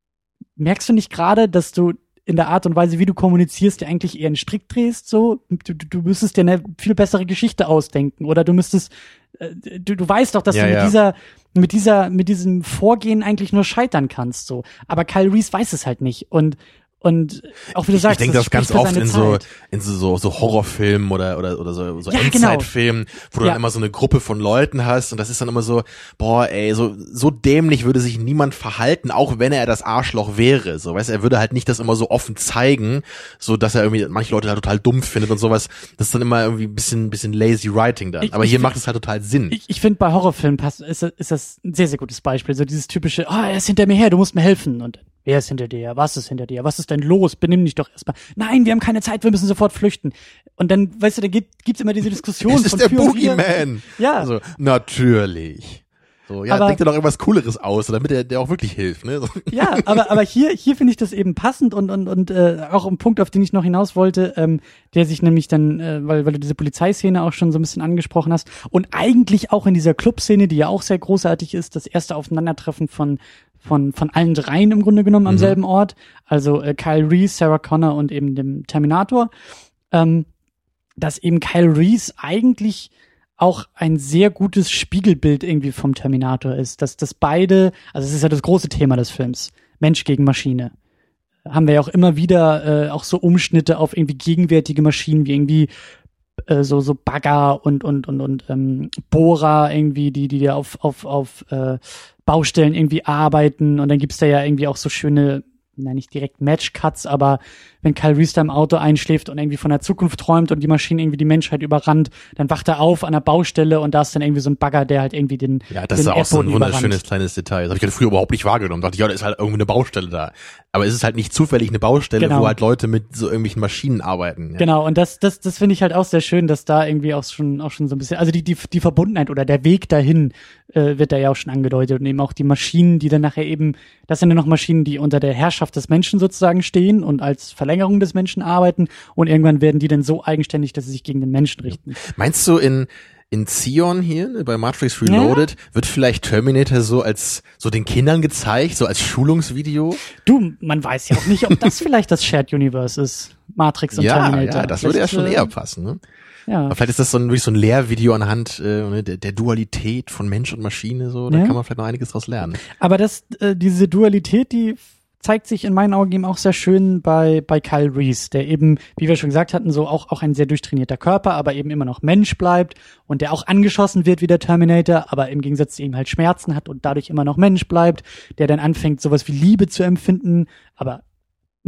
merkst du nicht gerade, dass du in der Art und Weise, wie du kommunizierst, dir eigentlich eher einen Strick drehst, so? Du, du, du müsstest dir eine viel bessere Geschichte ausdenken oder du müsstest, äh, du, du weißt doch, dass ja, du mit ja. dieser, mit dieser, mit diesem Vorgehen eigentlich nur scheitern kannst, so. Aber Kyle Reese weiß es halt nicht und Und auch wie du ich, sagst, ich denke das, das ganz oft in so in so so Horrorfilmen oder oder oder so, so ja, Endzeitfilmen, genau. wo du ja. dann immer so eine Gruppe von Leuten hast und das ist dann immer so, boah, ey, so so dämlich würde sich niemand verhalten, auch wenn er das Arschloch wäre, so, weißt du, er würde halt nicht das immer so offen zeigen, so dass er irgendwie manche Leute halt total dumm findet und sowas. Das ist dann immer irgendwie ein bisschen bisschen lazy writing dann, ich, aber hier find, macht es halt total Sinn. Ich, ich finde bei Horrorfilmen passt ist ist das ein sehr sehr gutes Beispiel, so dieses typische, ah, oh, er ist hinter mir her, du musst mir helfen und wer ist hinter dir? Was ist hinter dir? Was ist denn los? Benimm dich doch erstmal. Nein, wir haben keine Zeit, wir müssen sofort flüchten. Und dann, weißt du, da gibt, gibt's immer diese Diskussion. Es ist der Boogeyman. Ja. Also, natürlich. So, ja, aber, denk dir doch irgendwas Cooleres aus, damit der, der auch wirklich hilft, ne? So. Ja, aber, aber hier, hier finde ich das eben passend und, und, und, äh, auch ein Punkt, auf den ich noch hinaus wollte, ähm, der sich nämlich dann, äh, weil, weil du diese Polizeiszene auch schon so ein bisschen angesprochen hast und eigentlich auch in dieser Clubszene, die ja auch sehr großartig ist, das erste Aufeinandertreffen von, von von allen dreien im Grunde genommen am mhm. selben Ort, also äh, Kyle Reese, Sarah Connor und eben dem Terminator, ähm, dass eben Kyle Reese eigentlich auch ein sehr gutes Spiegelbild irgendwie vom Terminator ist, dass das beide, also es ist ja das große Thema des Films, Mensch gegen Maschine. Haben wir ja auch immer wieder äh, auch so Umschnitte auf irgendwie gegenwärtige Maschinen wie irgendwie äh, so so Bagger und und und und ähm, Bohrer irgendwie, die die da auf auf auf äh, Baustellen irgendwie arbeiten und dann gibt's da ja irgendwie auch so schöne, na nicht direkt Match-Cuts, aber wenn Kyle Reese da im Auto einschläft und irgendwie von der Zukunft träumt und die Maschine irgendwie die Menschheit überrannt, dann wacht er auf an der Baustelle und da ist dann irgendwie so ein Bagger, der halt irgendwie den Ja, das den ist auch so ein wunderschönes überrannt. Kleines Detail. Das habe ich halt früher überhaupt nicht wahrgenommen. Da dachte ich, ja, da ist halt irgendwie eine Baustelle da. Aber es ist halt nicht zufällig eine Baustelle, genau. wo halt Leute mit so irgendwelchen Maschinen arbeiten. Ja. Genau, und das das das finde ich halt auch sehr schön, dass da irgendwie auch schon auch schon so ein bisschen, also die die die Verbundenheit oder der Weg dahin äh, wird da ja auch schon angedeutet und eben auch die Maschinen, die dann nachher eben, das sind ja noch Maschinen, die unter der Herrschaft des Menschen sozusagen stehen und als Verlängerung des Menschen arbeiten und irgendwann werden die dann so eigenständig, dass sie sich gegen den Menschen richten. Meinst du in in Zion hier, ne, bei Matrix Reloaded, ja. wird vielleicht Terminator so als so den Kindern gezeigt, so als Schulungsvideo? Du, man weiß ja auch nicht, ob das vielleicht das Shared Universe ist, Matrix und ja, Terminator. Ja, das würde ja schon eher passen, ne? Ja. Aber vielleicht ist das so ein, wirklich so ein Lehrvideo anhand äh, der, der Dualität von Mensch und Maschine, so, da ja. kann man vielleicht noch einiges draus lernen. Aber das, äh, diese Dualität, die zeigt sich in meinen Augen eben auch sehr schön bei bei Kyle Reese, der eben, wie wir schon gesagt hatten, so auch auch ein sehr durchtrainierter Körper, aber eben immer noch Mensch bleibt und der auch angeschossen wird wie der Terminator, aber im Gegensatz zu ihm halt Schmerzen hat und dadurch immer noch Mensch bleibt, der dann anfängt, sowas wie Liebe zu empfinden, aber ne,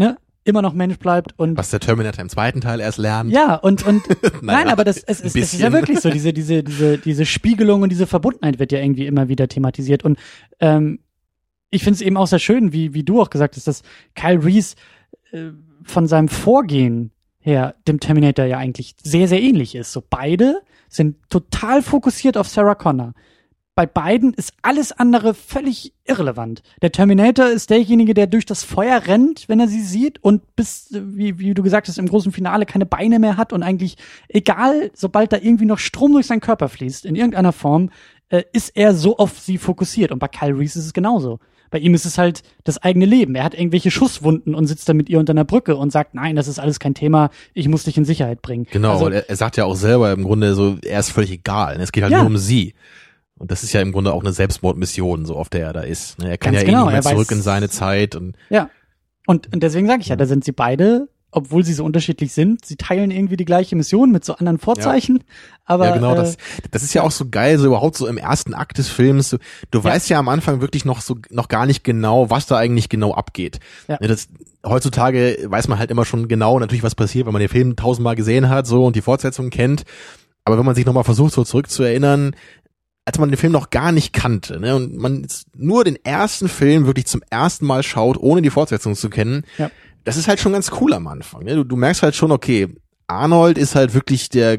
immer noch Mensch bleibt und was der Terminator im zweiten Teil erst lernt. Ja, und und naja, nein, aber das es, es, es ist ja wirklich so, diese diese diese diese Spiegelung und diese Verbundenheit wird ja irgendwie immer wieder thematisiert und ähm, ich finde es eben auch sehr schön, wie wie du auch gesagt hast, dass Kyle Reese äh, von seinem Vorgehen her dem Terminator ja eigentlich sehr sehr ähnlich ist. So beide sind total fokussiert auf Sarah Connor. Bei beiden ist alles andere völlig irrelevant. Der Terminator ist derjenige, der durch das Feuer rennt, wenn er sie sieht und bis, wie, wie du gesagt hast, im großen Finale keine Beine mehr hat und eigentlich egal, sobald da irgendwie noch Strom durch seinen Körper fließt, in irgendeiner Form, äh, ist er so auf sie fokussiert. Und bei Kyle Reese ist es genauso. Bei ihm ist es halt das eigene Leben. Er hat irgendwelche Schusswunden und sitzt da mit ihr unter einer Brücke und sagt, nein, das ist alles kein Thema, ich muss dich in Sicherheit bringen. Genau, also, er, er sagt ja auch selber im Grunde so, er ist völlig egal. Es geht halt ja. nur um sie. Und das ist ja im Grunde auch eine Selbstmordmission, so auf der er da ist. Er kann Ganz ja genau. eh nicht mehr zurück weiß, in seine Zeit. Und ja, und, und deswegen sage ich ja, da sind sie beide, obwohl sie so unterschiedlich sind, sie teilen irgendwie die gleiche Mission mit so anderen Vorzeichen. Ja. Aber ja, genau, äh, das, das ist ja auch so geil, so überhaupt so im ersten Akt des Films. Du, du ja. weißt ja am Anfang wirklich noch so noch gar nicht genau, was da eigentlich genau abgeht. Ja. Das, heutzutage weiß man halt immer schon genau natürlich, was passiert, wenn man den Film tausendmal gesehen hat, so und die Fortsetzung kennt. Aber wenn man sich nochmal versucht, so zurückzuerinnern, als man den Film noch gar nicht kannte, ne, und man nur den ersten Film wirklich zum ersten Mal schaut, ohne die Fortsetzung zu kennen, ja. das ist halt schon ganz cool am Anfang. Ne? Du, du merkst halt schon, okay, Arnold ist halt wirklich der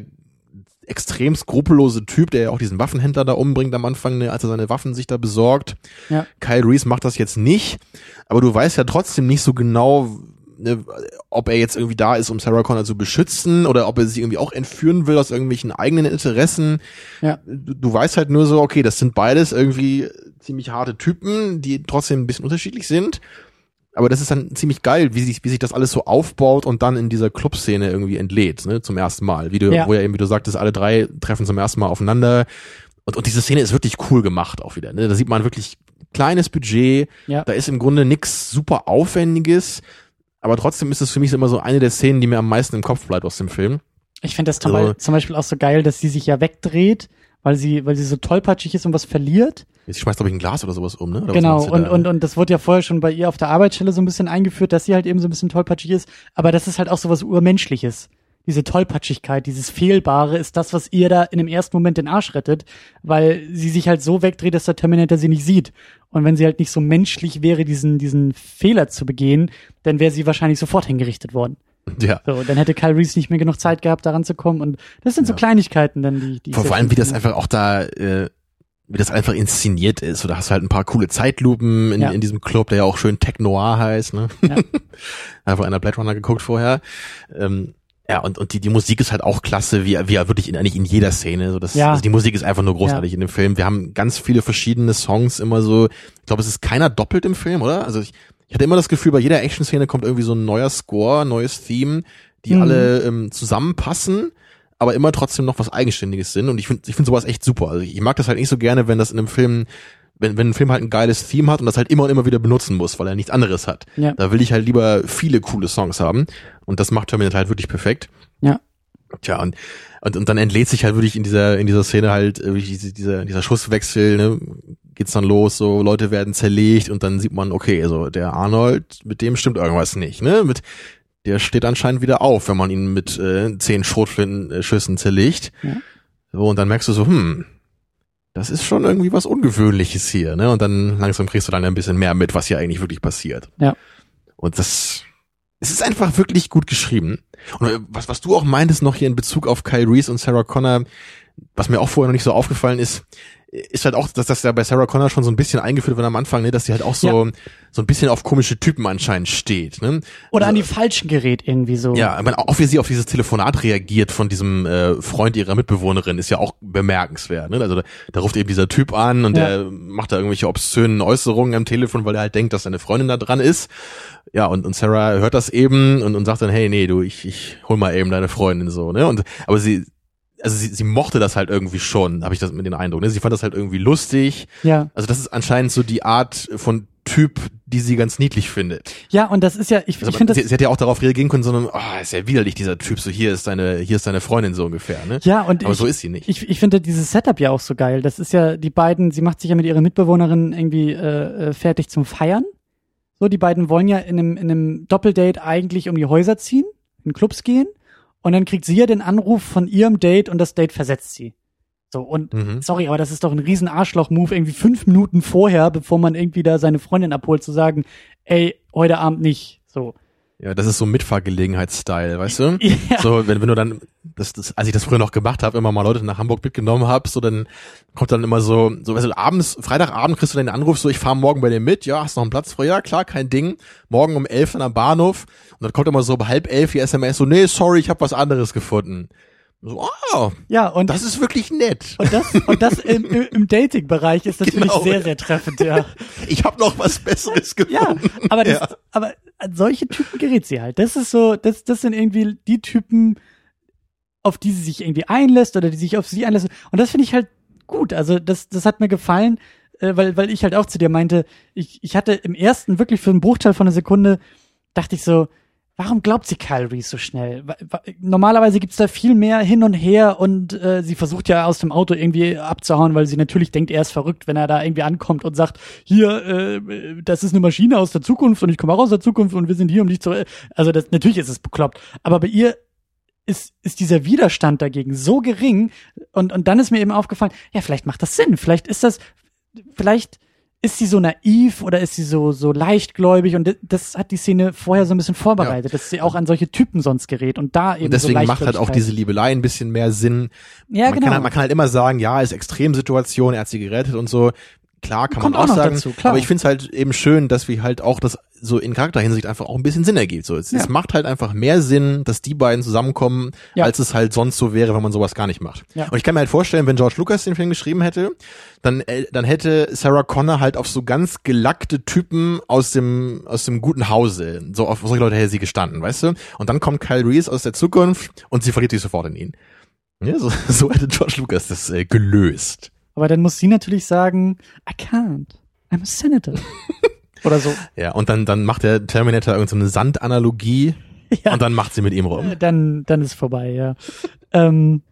extrem skrupellose Typ, der ja auch diesen Waffenhändler da umbringt am Anfang, ne, als er seine Waffen sich da besorgt. Ja. Kyle Reese macht das jetzt nicht, aber du weißt ja trotzdem nicht so genau, ne, ob er jetzt irgendwie da ist, um Sarah Connor zu beschützen oder ob er sie irgendwie auch entführen will aus irgendwelchen eigenen Interessen. Ja. Du, du weißt halt nur so, okay, das sind beides irgendwie ziemlich harte Typen, die trotzdem ein bisschen unterschiedlich sind. Aber das ist dann ziemlich geil, wie sich, wie sich das alles so aufbaut und dann in dieser Clubszene irgendwie entlädt, ne, zum ersten Mal. Wie du, ja. wo ja eben, wie du sagtest, alle drei treffen zum ersten Mal aufeinander. Und, und diese Szene ist wirklich cool gemacht auch wieder, ne. Da sieht man wirklich kleines Budget. Ja. Da ist im Grunde nix super Aufwendiges. Aber trotzdem ist es für mich immer so eine der Szenen, die mir am meisten im Kopf bleibt aus dem Film. Ich finde das zum, also, zum Beispiel auch so geil, dass sie sich ja wegdreht, weil sie, weil sie so tollpatschig ist und was verliert. Sie schmeißt, glaube ich, ein Glas oder sowas um, ne? Oder genau, und, und, und das wurde ja vorher schon bei ihr auf der Arbeitsstelle so ein bisschen eingeführt, dass sie halt eben so ein bisschen tollpatschig ist. Aber das ist halt auch so was Urmenschliches. Diese Tollpatschigkeit, dieses Fehlbare ist das, was ihr da in dem ersten Moment den Arsch rettet, weil sie sich halt so wegdreht, dass der Terminator sie nicht sieht. Und wenn sie halt nicht so menschlich wäre, diesen, diesen Fehler zu begehen, dann wäre sie wahrscheinlich sofort hingerichtet worden. Ja. So, dann hätte Kyle Reese nicht mehr genug Zeit gehabt, daran zu kommen. Und das sind ja. so Kleinigkeiten dann, die, die Vor, vor allem, wie das einfach auch da, äh, wie das einfach inszeniert ist. So, da hast du halt ein paar coole Zeitlupen in, ja. in diesem Club, der ja auch schön Tech Noir heißt, ne? Ja. Einfach einer Blade Runner geguckt vorher. Ähm, ja, und, und die, die Musik ist halt auch klasse, wie, wie wirklich in, eigentlich in jeder Szene. So, das, ja. also die Musik ist einfach nur großartig ja. in dem Film. Wir haben ganz viele verschiedene Songs immer so. Ich glaube, es ist keiner doppelt im Film, oder? Also ich, ich hatte immer das Gefühl, bei jeder Action-Szene kommt irgendwie so ein neuer Score, neues Theme, die mhm. alle ähm, zusammenpassen, aber immer trotzdem noch was Eigenständiges sind. Und ich finde ich finde sowas echt super. Also ich mag das halt nicht so gerne, wenn das in einem Film, wenn, wenn ein Film halt ein geiles Theme hat und das halt immer und immer wieder benutzen muss, weil er nichts anderes hat. Ja. Da will ich halt lieber viele coole Songs haben. Und das macht Terminator halt wirklich perfekt. Ja. Tja, und, und, und dann entlädt sich halt wirklich in dieser, in dieser Szene halt wirklich diese, dieser, dieser Schusswechsel, ne, geht's dann los, so Leute werden zerlegt und dann sieht man, okay, also der Arnold, mit dem stimmt irgendwas nicht, ne, mit, der steht anscheinend wieder auf, wenn man ihn mit äh, zehn Schrotflintenschüssen zerlegt. Ja. So, und dann merkst du so, hm, das ist schon irgendwie was Ungewöhnliches hier, ne, und dann langsam kriegst du dann ein bisschen mehr mit, was hier eigentlich wirklich passiert. Ja. Und das, es ist einfach wirklich gut geschrieben. Und was, was du auch meintest noch hier in Bezug auf Kyle Reese und Sarah Connor, was mir auch vorher noch nicht so aufgefallen ist, ist halt auch, dass das ja bei Sarah Connor schon so ein bisschen eingeführt wird am Anfang, ne, dass sie halt auch so, ja. so ein bisschen auf komische Typen anscheinend steht, ne. Oder also, an die falschen gerät irgendwie so. Ja, ich meine, auch wie sie auf dieses Telefonat reagiert von diesem äh, Freund ihrer Mitbewohnerin, ist ja auch bemerkenswert, ne. Also da, da ruft eben dieser Typ an und ja. der macht da irgendwelche obszönen Äußerungen am Telefon, weil er halt denkt, dass seine Freundin da dran ist. Ja, und, und Sarah hört das eben und, und sagt dann, hey, nee, du, ich, ich hol mal eben deine Freundin so, ne. Und, aber sie, also sie, sie mochte das halt irgendwie schon, habe ich das mit den Eindruck, ne? Sie fand das halt irgendwie lustig. Ja. Also das ist anscheinend so die Art von Typ, die sie ganz niedlich findet. Ja, und das ist ja, ich, also, ich finde das. Sie, sie hätte ja auch darauf reagieren können, sondern, oh, ist ja widerlich, dieser Typ, so hier ist deine, hier ist deine Freundin so ungefähr, ne? Ja, und aber ich, so ist sie nicht. Ich, ich finde dieses Setup ja auch so geil. Das ist ja, die beiden, sie macht sich ja mit ihrer Mitbewohnerin irgendwie äh, fertig zum Feiern. So, die beiden wollen ja in einem, in einem Doppeldate eigentlich um die Häuser ziehen, in Clubs gehen. Und dann kriegt sie ja den Anruf von ihrem Date und das Date versetzt sie. So, und mhm. sorry, aber das ist doch ein riesen Arschloch-Move, irgendwie fünf Minuten vorher, bevor man irgendwie da seine Freundin abholt, zu sagen, ey, heute Abend nicht. So. Ja, das ist so Mitfahrgelegenheits-Style, weißt du? Ja. So, wenn, wenn du dann, das, das, als ich das früher noch gemacht habe, immer mal Leute nach Hamburg mitgenommen habe, so dann kommt dann immer so, so, weißt du, abends, Freitagabend kriegst du dann den Anruf, so, ich fahre morgen bei dir mit, ja, hast noch einen Platz frei, ja, klar, kein Ding, morgen um elf dann am Bahnhof und dann kommt immer so bei halb elf die S M S, so, nee, sorry, ich habe was anderes gefunden. So, oh, ja, und das ist wirklich nett. Und das, und das im, im Dating-Bereich ist natürlich genau. sehr, sehr treffend, ja. Ich habe noch was Besseres gefunden. Ja, aber das, ja. aber an solche Typen gerät sie halt. Das ist so, das, das sind irgendwie die Typen, auf die sie sich irgendwie einlässt oder die sich auf sie einlässt. Und das finde ich halt gut. Also das, das hat mir gefallen, äh, weil, weil ich halt auch zu dir meinte, ich, ich hatte im ersten wirklich für einen Bruchteil von einer Sekunde, dachte ich so, warum glaubt sie Kyle Reese so schnell? Normalerweise gibt's da viel mehr hin und her und äh, sie versucht ja aus dem Auto irgendwie abzuhauen, weil sie natürlich denkt, er ist verrückt, wenn er da irgendwie ankommt und sagt, hier, äh, das ist eine Maschine aus der Zukunft und ich komme auch aus der Zukunft und wir sind hier, um dich zu... Also das, natürlich ist es bekloppt, aber bei ihr ist ist dieser Widerstand dagegen so gering und und dann ist mir eben aufgefallen, ja, vielleicht macht das Sinn, vielleicht ist das, vielleicht ist sie so naiv oder ist sie so so leichtgläubig und das hat die Szene vorher so ein bisschen vorbereitet, ja. dass sie auch an solche Typen sonst gerät und da eben und deswegen so macht halt auch diese Liebelei ein bisschen mehr Sinn. Ja, man genau. Kann halt, man kann halt immer sagen, ja, ist Extremsituation, er hat sie gerettet und so. Klar, kann Kommt man auch, auch sagen, dazu, klar. aber ich find's halt eben schön, dass wir halt auch das so in Charakterhinsicht einfach auch ein bisschen Sinn ergibt. So, es, ja. es macht halt einfach mehr Sinn, dass die beiden zusammenkommen, ja. als es halt sonst so wäre, wenn man sowas gar nicht macht. Ja. Und ich kann mir halt vorstellen, wenn George Lucas den Film geschrieben hätte, dann äh, dann hätte Sarah Connor halt auf so ganz gelackte Typen aus dem aus dem guten Hause, so auf solche Leute hätte sie gestanden, weißt du? Und dann kommt Kyle Reese aus der Zukunft und sie verliebt sich sofort in ihn. Ja, so, so hätte George Lucas das äh, gelöst. Aber dann muss sie natürlich sagen, I can't. I'm a senator. Oder so. Ja, und dann dann macht der Terminator irgendeine so Sandanalogie ja. und dann macht sie mit ihm rum. Dann dann ist vorbei, ja. ähm,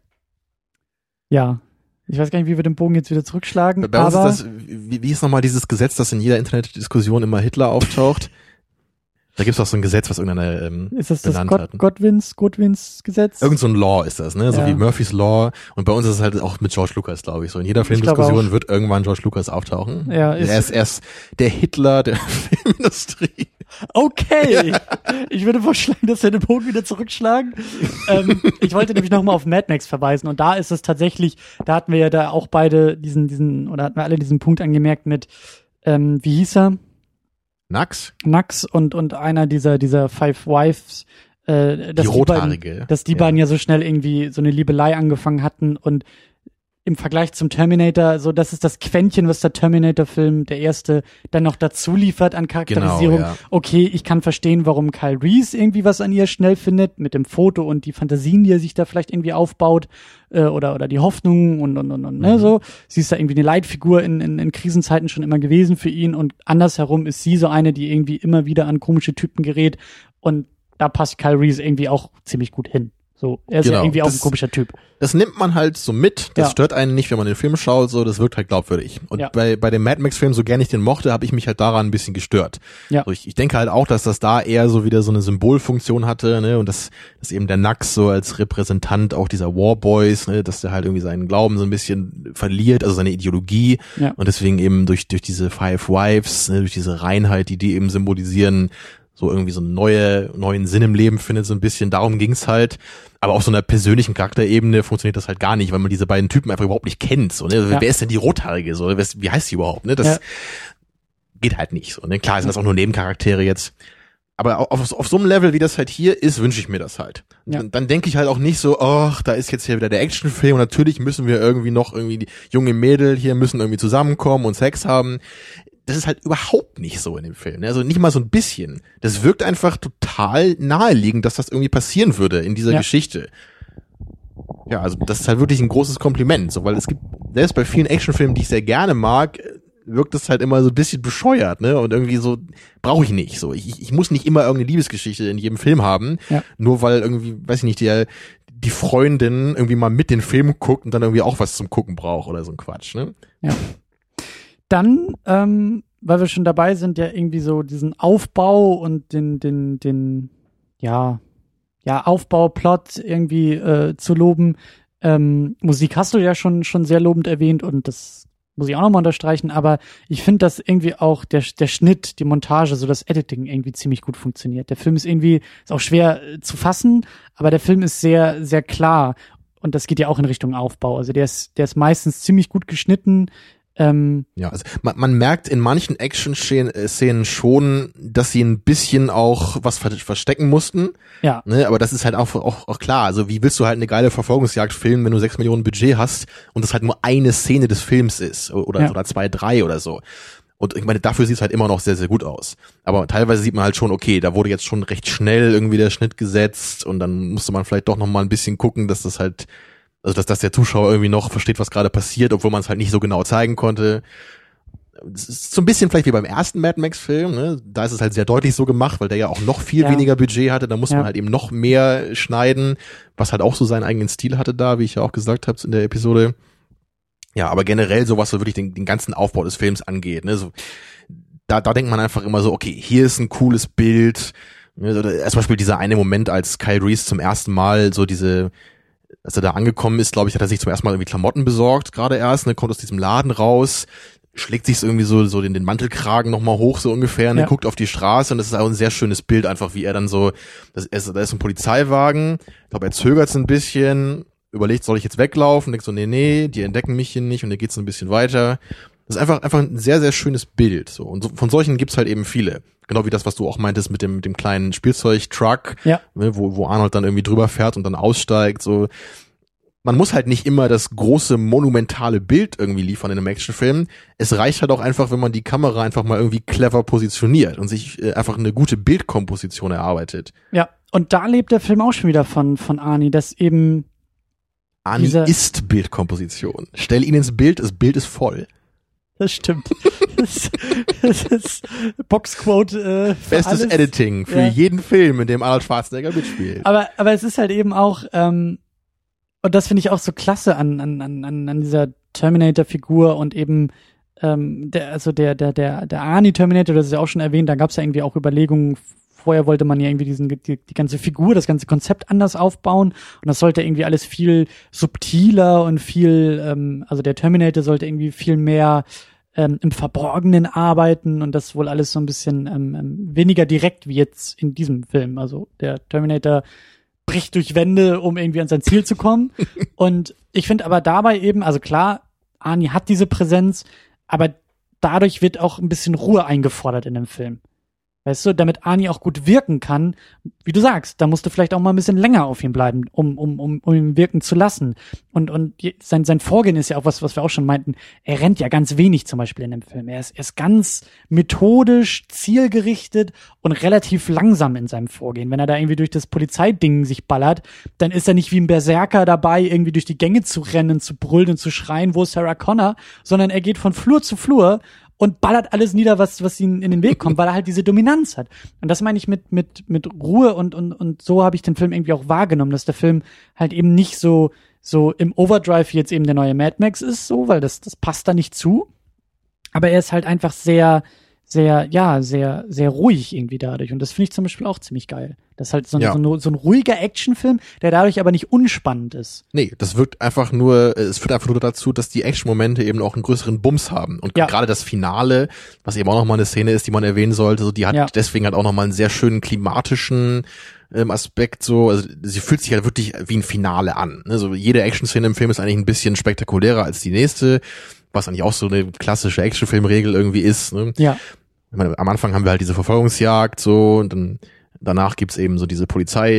ja. Ich weiß gar nicht, wie wir den Bogen jetzt wieder zurückschlagen. Bei uns aber ist das, wie, wie ist nochmal dieses Gesetz, das in jeder Internetdiskussion immer Hitler auftaucht? Da gibt's auch so ein Gesetz, was irgendeiner ähm, ist das das benannt God, hat. Godwins, Godwins Gesetz? Irgend so ein Law ist das, ne? So ja. wie Murphy's Law. Und bei uns ist es halt auch mit George Lucas, glaube ich. So in jeder Filmdiskussion wird irgendwann George Lucas auftauchen. Ja, ist er ist erst der Hitler der Filmindustrie. Okay. Ja. Ich würde vorschlagen, dass wir den Bogen wieder zurückschlagen. ähm, ich wollte nämlich nochmal auf Mad Max verweisen. Und da ist es tatsächlich, da hatten wir ja da auch beide diesen, diesen, oder hatten wir alle diesen Punkt angemerkt mit, ähm, wie hieß er? Nax? Nax und und einer dieser dieser Five Wives, äh, dass die, die beiden, dass die ja. beiden ja so schnell irgendwie so eine Liebelei angefangen hatten und im Vergleich zum Terminator, so das ist das Quäntchen, was der Terminator-Film, der erste, dann noch dazu liefert an Charakterisierung. Genau, ja. Okay, ich kann verstehen, warum Kyle Reese irgendwie was an ihr schnell findet, mit dem Foto und die Fantasien, die er sich da vielleicht irgendwie aufbaut, äh, oder oder die Hoffnungen und und und, und mhm. ne, so. Sie ist da irgendwie eine Leitfigur in, in in Krisenzeiten schon immer gewesen für ihn und andersherum ist sie so eine, die irgendwie immer wieder an komische Typen gerät und da passt Kyle Reese irgendwie auch ziemlich gut hin. So, er ist genau. ja irgendwie auch das, ein komischer Typ. Das nimmt man halt so mit, das ja. stört einen nicht, wenn man den Film schaut, so, das wirkt halt glaubwürdig. Und ja. bei bei dem Mad Max Film, so gern ich den mochte, habe ich mich halt daran ein bisschen gestört. Ja. So, ich, ich denke halt auch, dass das da eher so wieder so eine Symbolfunktion hatte, ne, und dass, dass eben der Nax so als Repräsentant auch dieser Warboys, ne, dass der halt irgendwie seinen Glauben so ein bisschen verliert, also seine Ideologie, ja. und deswegen eben durch durch diese Five Wives, ne, durch diese Reinheit, die die eben symbolisieren, so irgendwie so einen neue, neuen Sinn im Leben findet, so ein bisschen, darum ging's halt. Aber auf so einer persönlichen Charakterebene funktioniert das halt gar nicht, weil man diese beiden Typen einfach überhaupt nicht kennt. So, ne? Ja. Wer ist denn die Rothaarige? So, wie heißt sie überhaupt? Ne? Das ja. geht halt nicht. So, ne? Klar sind das auch nur Nebencharaktere jetzt. Aber auf, auf so einem Level, wie das halt hier ist, wünsche ich mir das halt. Ja. Dann, dann denke ich halt auch nicht so, ach, da ist jetzt hier wieder der Actionfilm und natürlich müssen wir irgendwie noch irgendwie die junge Mädel hier müssen irgendwie zusammenkommen und Sex haben. Das ist halt überhaupt nicht so in dem Film. Also nicht mal so ein bisschen. Das wirkt einfach total naheliegend, dass das irgendwie passieren würde in dieser ja. Geschichte. Ja, also das ist halt wirklich ein großes Kompliment, so, weil es gibt, selbst bei vielen Actionfilmen, die ich sehr gerne mag, wirkt das halt immer so ein bisschen bescheuert, ne? Und irgendwie so, brauche ich nicht. So, ich, ich muss nicht immer irgendeine Liebesgeschichte in jedem Film haben, ja. nur weil irgendwie, weiß ich nicht, der die Freundin irgendwie mal mit den Film guckt und dann irgendwie auch was zum Gucken braucht oder so ein Quatsch, ne? Ja. Dann ähm, weil wir schon dabei sind, ja irgendwie so diesen Aufbau und den, den, den, ja, ja, Aufbauplot irgendwie äh, zu loben. Ähm, Musik hast du ja schon, schon sehr lobend erwähnt und das muss ich auch nochmal unterstreichen, aber ich finde, dass irgendwie auch der, der Schnitt, die Montage, so das Editing irgendwie ziemlich gut funktioniert. Der Film ist irgendwie, ist auch schwer äh, zu fassen, aber der Film ist sehr, sehr klar und das geht ja auch in Richtung Aufbau. Also der ist, der ist meistens ziemlich gut geschnitten. Ähm, ja, also man, man merkt in manchen Action-Szenen schon, dass sie ein bisschen auch was verstecken mussten. Ja. Ne, aber das ist halt auch, auch, auch klar. Also wie willst du halt eine geile Verfolgungsjagd filmen, wenn du sechs Millionen Budget hast und das halt nur eine Szene des Films ist oder, ja. oder zwei, drei oder so. Und ich meine, dafür sieht es halt immer noch sehr, sehr gut aus. Aber teilweise sieht man halt schon, okay, da wurde jetzt schon recht schnell irgendwie der Schnitt gesetzt und dann musste man vielleicht doch noch mal ein bisschen gucken, dass das halt Also, dass, dass der Zuschauer irgendwie noch versteht, was gerade passiert, obwohl man es halt nicht so genau zeigen konnte. Es ist so ein bisschen vielleicht wie beim ersten Mad Max-Film, ne? Da ist es halt sehr deutlich so gemacht, weil der ja auch noch viel ja. weniger Budget hatte. Da muss ja. man halt eben noch mehr schneiden, was halt auch so seinen eigenen Stil hatte da, wie ich ja auch gesagt habe in der Episode. Ja, aber generell so, was so wirklich den, den ganzen Aufbau des Films angeht, ne? So, da, da denkt man einfach immer so, okay, hier ist ein cooles Bild. Also, zum Beispiel dieser eine Moment, als Kyle Reese zum ersten Mal so diese als er da angekommen ist, glaube ich, hat er sich zum ersten Mal irgendwie Klamotten besorgt, gerade erst, ne, kommt aus diesem Laden raus, schlägt sich so irgendwie so so den, den Mantelkragen nochmal hoch, so ungefähr, ne, ja. guckt auf die Straße und das ist auch ein sehr schönes Bild, einfach wie er dann so, das ist, da ist ein Polizeiwagen, ich glaube, er zögert so ein bisschen, überlegt, soll ich jetzt weglaufen, denkt so, nee, nee, die entdecken mich hier nicht und er geht so ein bisschen weiter. Das ist einfach einfach ein sehr, sehr schönes Bild, so. Und so, von solchen gibt's halt eben viele. Genau wie das, was du auch meintest mit dem, mit dem kleinen Spielzeug-Truck, ja. ne, wo, wo Arnold dann irgendwie drüber fährt und dann aussteigt, so. Man muss halt nicht immer das große, monumentale Bild irgendwie liefern in einem Actionfilm. Es reicht halt auch einfach, wenn man die Kamera einfach mal irgendwie clever positioniert und sich äh, einfach eine gute Bildkomposition erarbeitet. Ja, und da lebt der Film auch schon wieder von, von Arnie, dass eben Arnie ist Bildkomposition. Stell ihn ins Bild, das Bild ist voll. Das stimmt. Das, das ist Boxquote. Äh, Bestes alles. Editing für ja. jeden Film, in dem Arnold Schwarzenegger mitspielt. Aber, aber es ist halt eben auch, ähm, und das finde ich auch so klasse an, an, an, an dieser Terminator-Figur und eben, ähm, der, also der, der, der, der Arnie-Terminator, das ist ja auch schon erwähnt, da gab es ja irgendwie auch Überlegungen. Vorher wollte man ja irgendwie diesen, die, die ganze Figur, das ganze Konzept anders aufbauen und das sollte irgendwie alles viel subtiler und viel, ähm, also der Terminator sollte irgendwie viel mehr ähm, im Verborgenen arbeiten und das wohl alles so ein bisschen ähm, weniger direkt wie jetzt in diesem Film. Also der Terminator bricht durch Wände, um irgendwie an sein Ziel zu kommen. Und ich finde aber dabei eben, also klar, Arnie hat diese Präsenz, aber dadurch wird auch ein bisschen Ruhe eingefordert in dem Film. Weißt du, damit Arnie auch gut wirken kann, wie du sagst, da musst du vielleicht auch mal ein bisschen länger auf ihm bleiben, um um um, um ihn wirken zu lassen. Und und sein sein Vorgehen ist ja auch was, was wir auch schon meinten. Er rennt ja ganz wenig zum Beispiel in dem Film. Er ist, er ist ganz methodisch, zielgerichtet und relativ langsam in seinem Vorgehen. Wenn er da irgendwie durch das Polizeiding sich ballert, dann ist er nicht wie ein Berserker dabei, irgendwie durch die Gänge zu rennen, zu brüllen und zu schreien, wo ist Sarah Connor, sondern er geht von Flur zu Flur und ballert alles nieder, was was ihm in den Weg kommt, weil er halt diese Dominanz hat. Und das meine ich mit mit mit Ruhe und und und so habe ich den Film irgendwie auch wahrgenommen, dass der Film halt eben nicht so so im Overdrive jetzt eben der neue Mad Max ist, so, weil das das passt da nicht zu. Aber er ist halt einfach sehr sehr ja sehr sehr ruhig irgendwie dadurch und das finde ich zum Beispiel auch ziemlich geil. Das ist halt so ein, ja. so, ein, so ein ruhiger Actionfilm, der dadurch aber nicht unspannend ist. Nee, das wirkt einfach nur, es führt einfach nur dazu, dass die Action-Momente eben auch einen größeren Bums haben. Und ja. gerade das Finale, was eben auch nochmal eine Szene ist, die man erwähnen sollte, so die hat ja. deswegen halt auch nochmal einen sehr schönen klimatischen ähm, Aspekt, so, also sie fühlt sich halt wirklich wie ein Finale an. Also jede Action-Szene im Film ist eigentlich ein bisschen spektakulärer als die nächste, was eigentlich auch so eine klassische Actionfilmregel irgendwie ist. Ne? Ja. Ich meine, am Anfang haben wir halt diese Verfolgungsjagd so und dann danach gibt's eben so diese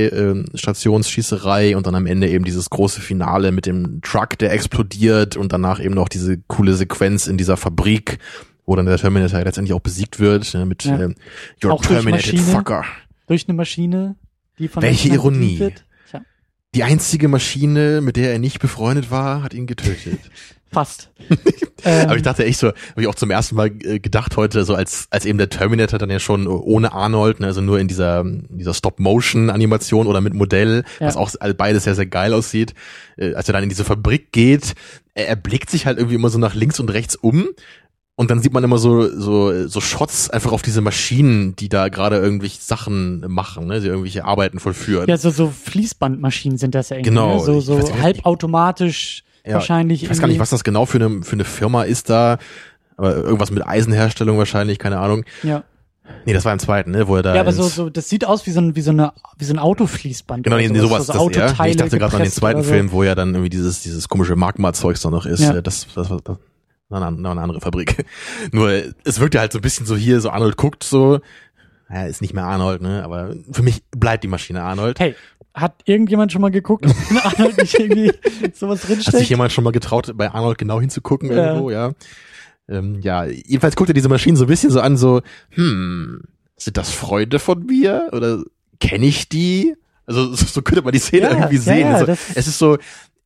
Polizeistationsschießerei und dann am Ende eben dieses große Finale mit dem Truck, der explodiert und danach eben noch diese coole Sequenz in dieser Fabrik, wo dann der Terminator letztendlich auch besiegt wird, ne, mit ja. äh, You're auch terminated, durch fucker. Durch eine Maschine, die von Welche Ironie. Wird. Tja. Die einzige Maschine, mit der er nicht befreundet war, hat ihn getötet. Fast. Aber ich dachte echt so, habe ich auch zum ersten Mal gedacht heute, so als als eben der Terminator dann ja schon ohne Arnold, ne, also nur in dieser in dieser Stop-Motion-Animation oder mit Modell, ja. was auch beides sehr, sehr geil aussieht, als er dann in diese Fabrik geht, er, er blickt sich halt irgendwie immer so nach links und rechts um Und dann sieht man immer so so so Shots einfach auf diese Maschinen, die da gerade irgendwelche Sachen machen, ne, die irgendwelche Arbeiten vollführen. Ja, so so Fließbandmaschinen sind das ja irgendwie, genau. ne? so so weiß, halbautomatisch ja, wahrscheinlich. Ich weiß gar nicht, was das genau für eine für eine Firma ist da, aber irgendwas mit Eisenherstellung wahrscheinlich, keine Ahnung. Ja. Nee, das war im zweiten, ne, wo er da. Ja, aber so, so, das sieht aus wie so ein, wie so eine, wie so ein Autofließband. Genau, nee, sowas, so das, ja. Ich dachte gerade an den zweiten so. Film, wo ja dann irgendwie dieses, dieses komische Magma-Zeugs da noch ist. Ja. Das, das, das, das noch eine, noch eine andere Fabrik. Nur, es wirkt ja halt so ein bisschen so hier, so Arnold guckt so. Ja, ist nicht mehr Arnold, ne, aber für mich bleibt die Maschine Arnold. Hey. Hat irgendjemand schon mal geguckt, ob in Arnold nicht irgendwie sowas drinsteckt? Hat sich jemand schon mal getraut, bei Arnold genau hinzugucken ja. irgendwo, ja. Ähm, ja, jedenfalls guckt er diese Maschinen so ein bisschen so an, so, hm, sind das Freunde von mir? Oder kenne ich die? Also so, so könnte man die Szene ja, irgendwie sehen. Ja, ja, also, es ist so,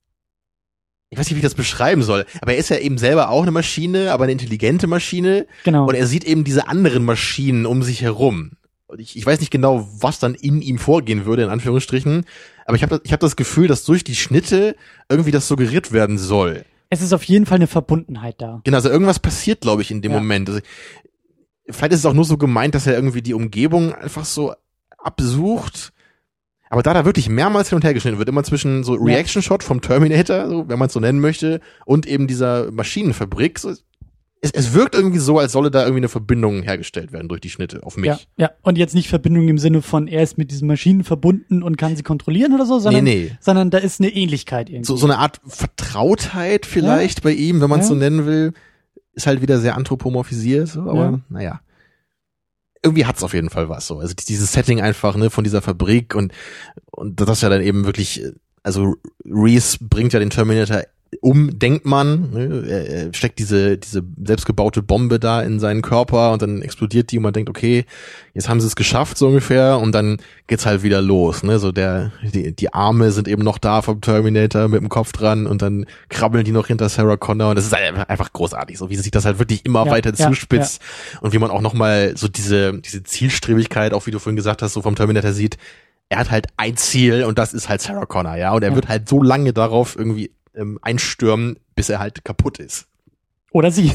ich weiß nicht, wie ich das beschreiben soll, aber er ist ja eben selber auch eine Maschine, aber eine intelligente Maschine. Genau. Und er sieht eben diese anderen Maschinen um sich herum. Und ich, ich weiß nicht genau, was dann in ihm vorgehen würde, in Anführungsstrichen. Aber ich habe ich hab das Gefühl, dass durch die Schnitte irgendwie das suggeriert werden soll. Es ist auf jeden Fall eine Verbundenheit da. Genau, also irgendwas passiert, glaube ich, in dem ja. Moment. Also, vielleicht ist es auch nur so gemeint, dass er irgendwie die Umgebung einfach so absucht. Aber da da wirklich mehrmals hin und her geschnitten wird, immer zwischen so Reaction-Shot vom Terminator, so, wenn man es so nennen möchte, und eben dieser Maschinenfabrik. So, es, es wirkt irgendwie so, als solle da irgendwie eine Verbindung hergestellt werden durch die Schnitte auf mich. Ja, ja. Und jetzt nicht Verbindung im Sinne von, er ist mit diesen Maschinen verbunden und kann sie kontrollieren oder so, sondern, nee, nee. sondern da ist eine Ähnlichkeit irgendwie. So, so eine Art Vertrautheit vielleicht ja. bei ihm, wenn man es ja. so nennen will. Ist halt wieder sehr anthropomorphisiert, so, aber ja. naja. Irgendwie hat's auf jeden Fall was so. Also dieses Setting einfach, ne, von dieser Fabrik und und das ja dann eben wirklich, also Reese bringt ja den Terminator um, denkt man, ne, er, er steckt diese diese selbstgebaute Bombe da in seinen Körper und dann explodiert die und man denkt, okay, jetzt haben sie es geschafft so ungefähr und dann geht's halt wieder los, ne, so der die die Arme sind eben noch da vom Terminator mit dem Kopf dran und dann krabbeln die noch hinter Sarah Connor und das ist einfach großartig, so wie sich das halt wirklich immer ja, weiter ja, zuspitzt ja. und wie man auch nochmal so diese diese Zielstrebigkeit, auch wie du vorhin gesagt hast, so vom Terminator sieht, er hat halt ein Ziel und das ist halt Sarah Connor, ja, und er ja. wird halt so lange darauf irgendwie ähm, einstürmen, bis er halt kaputt ist. Oder sie.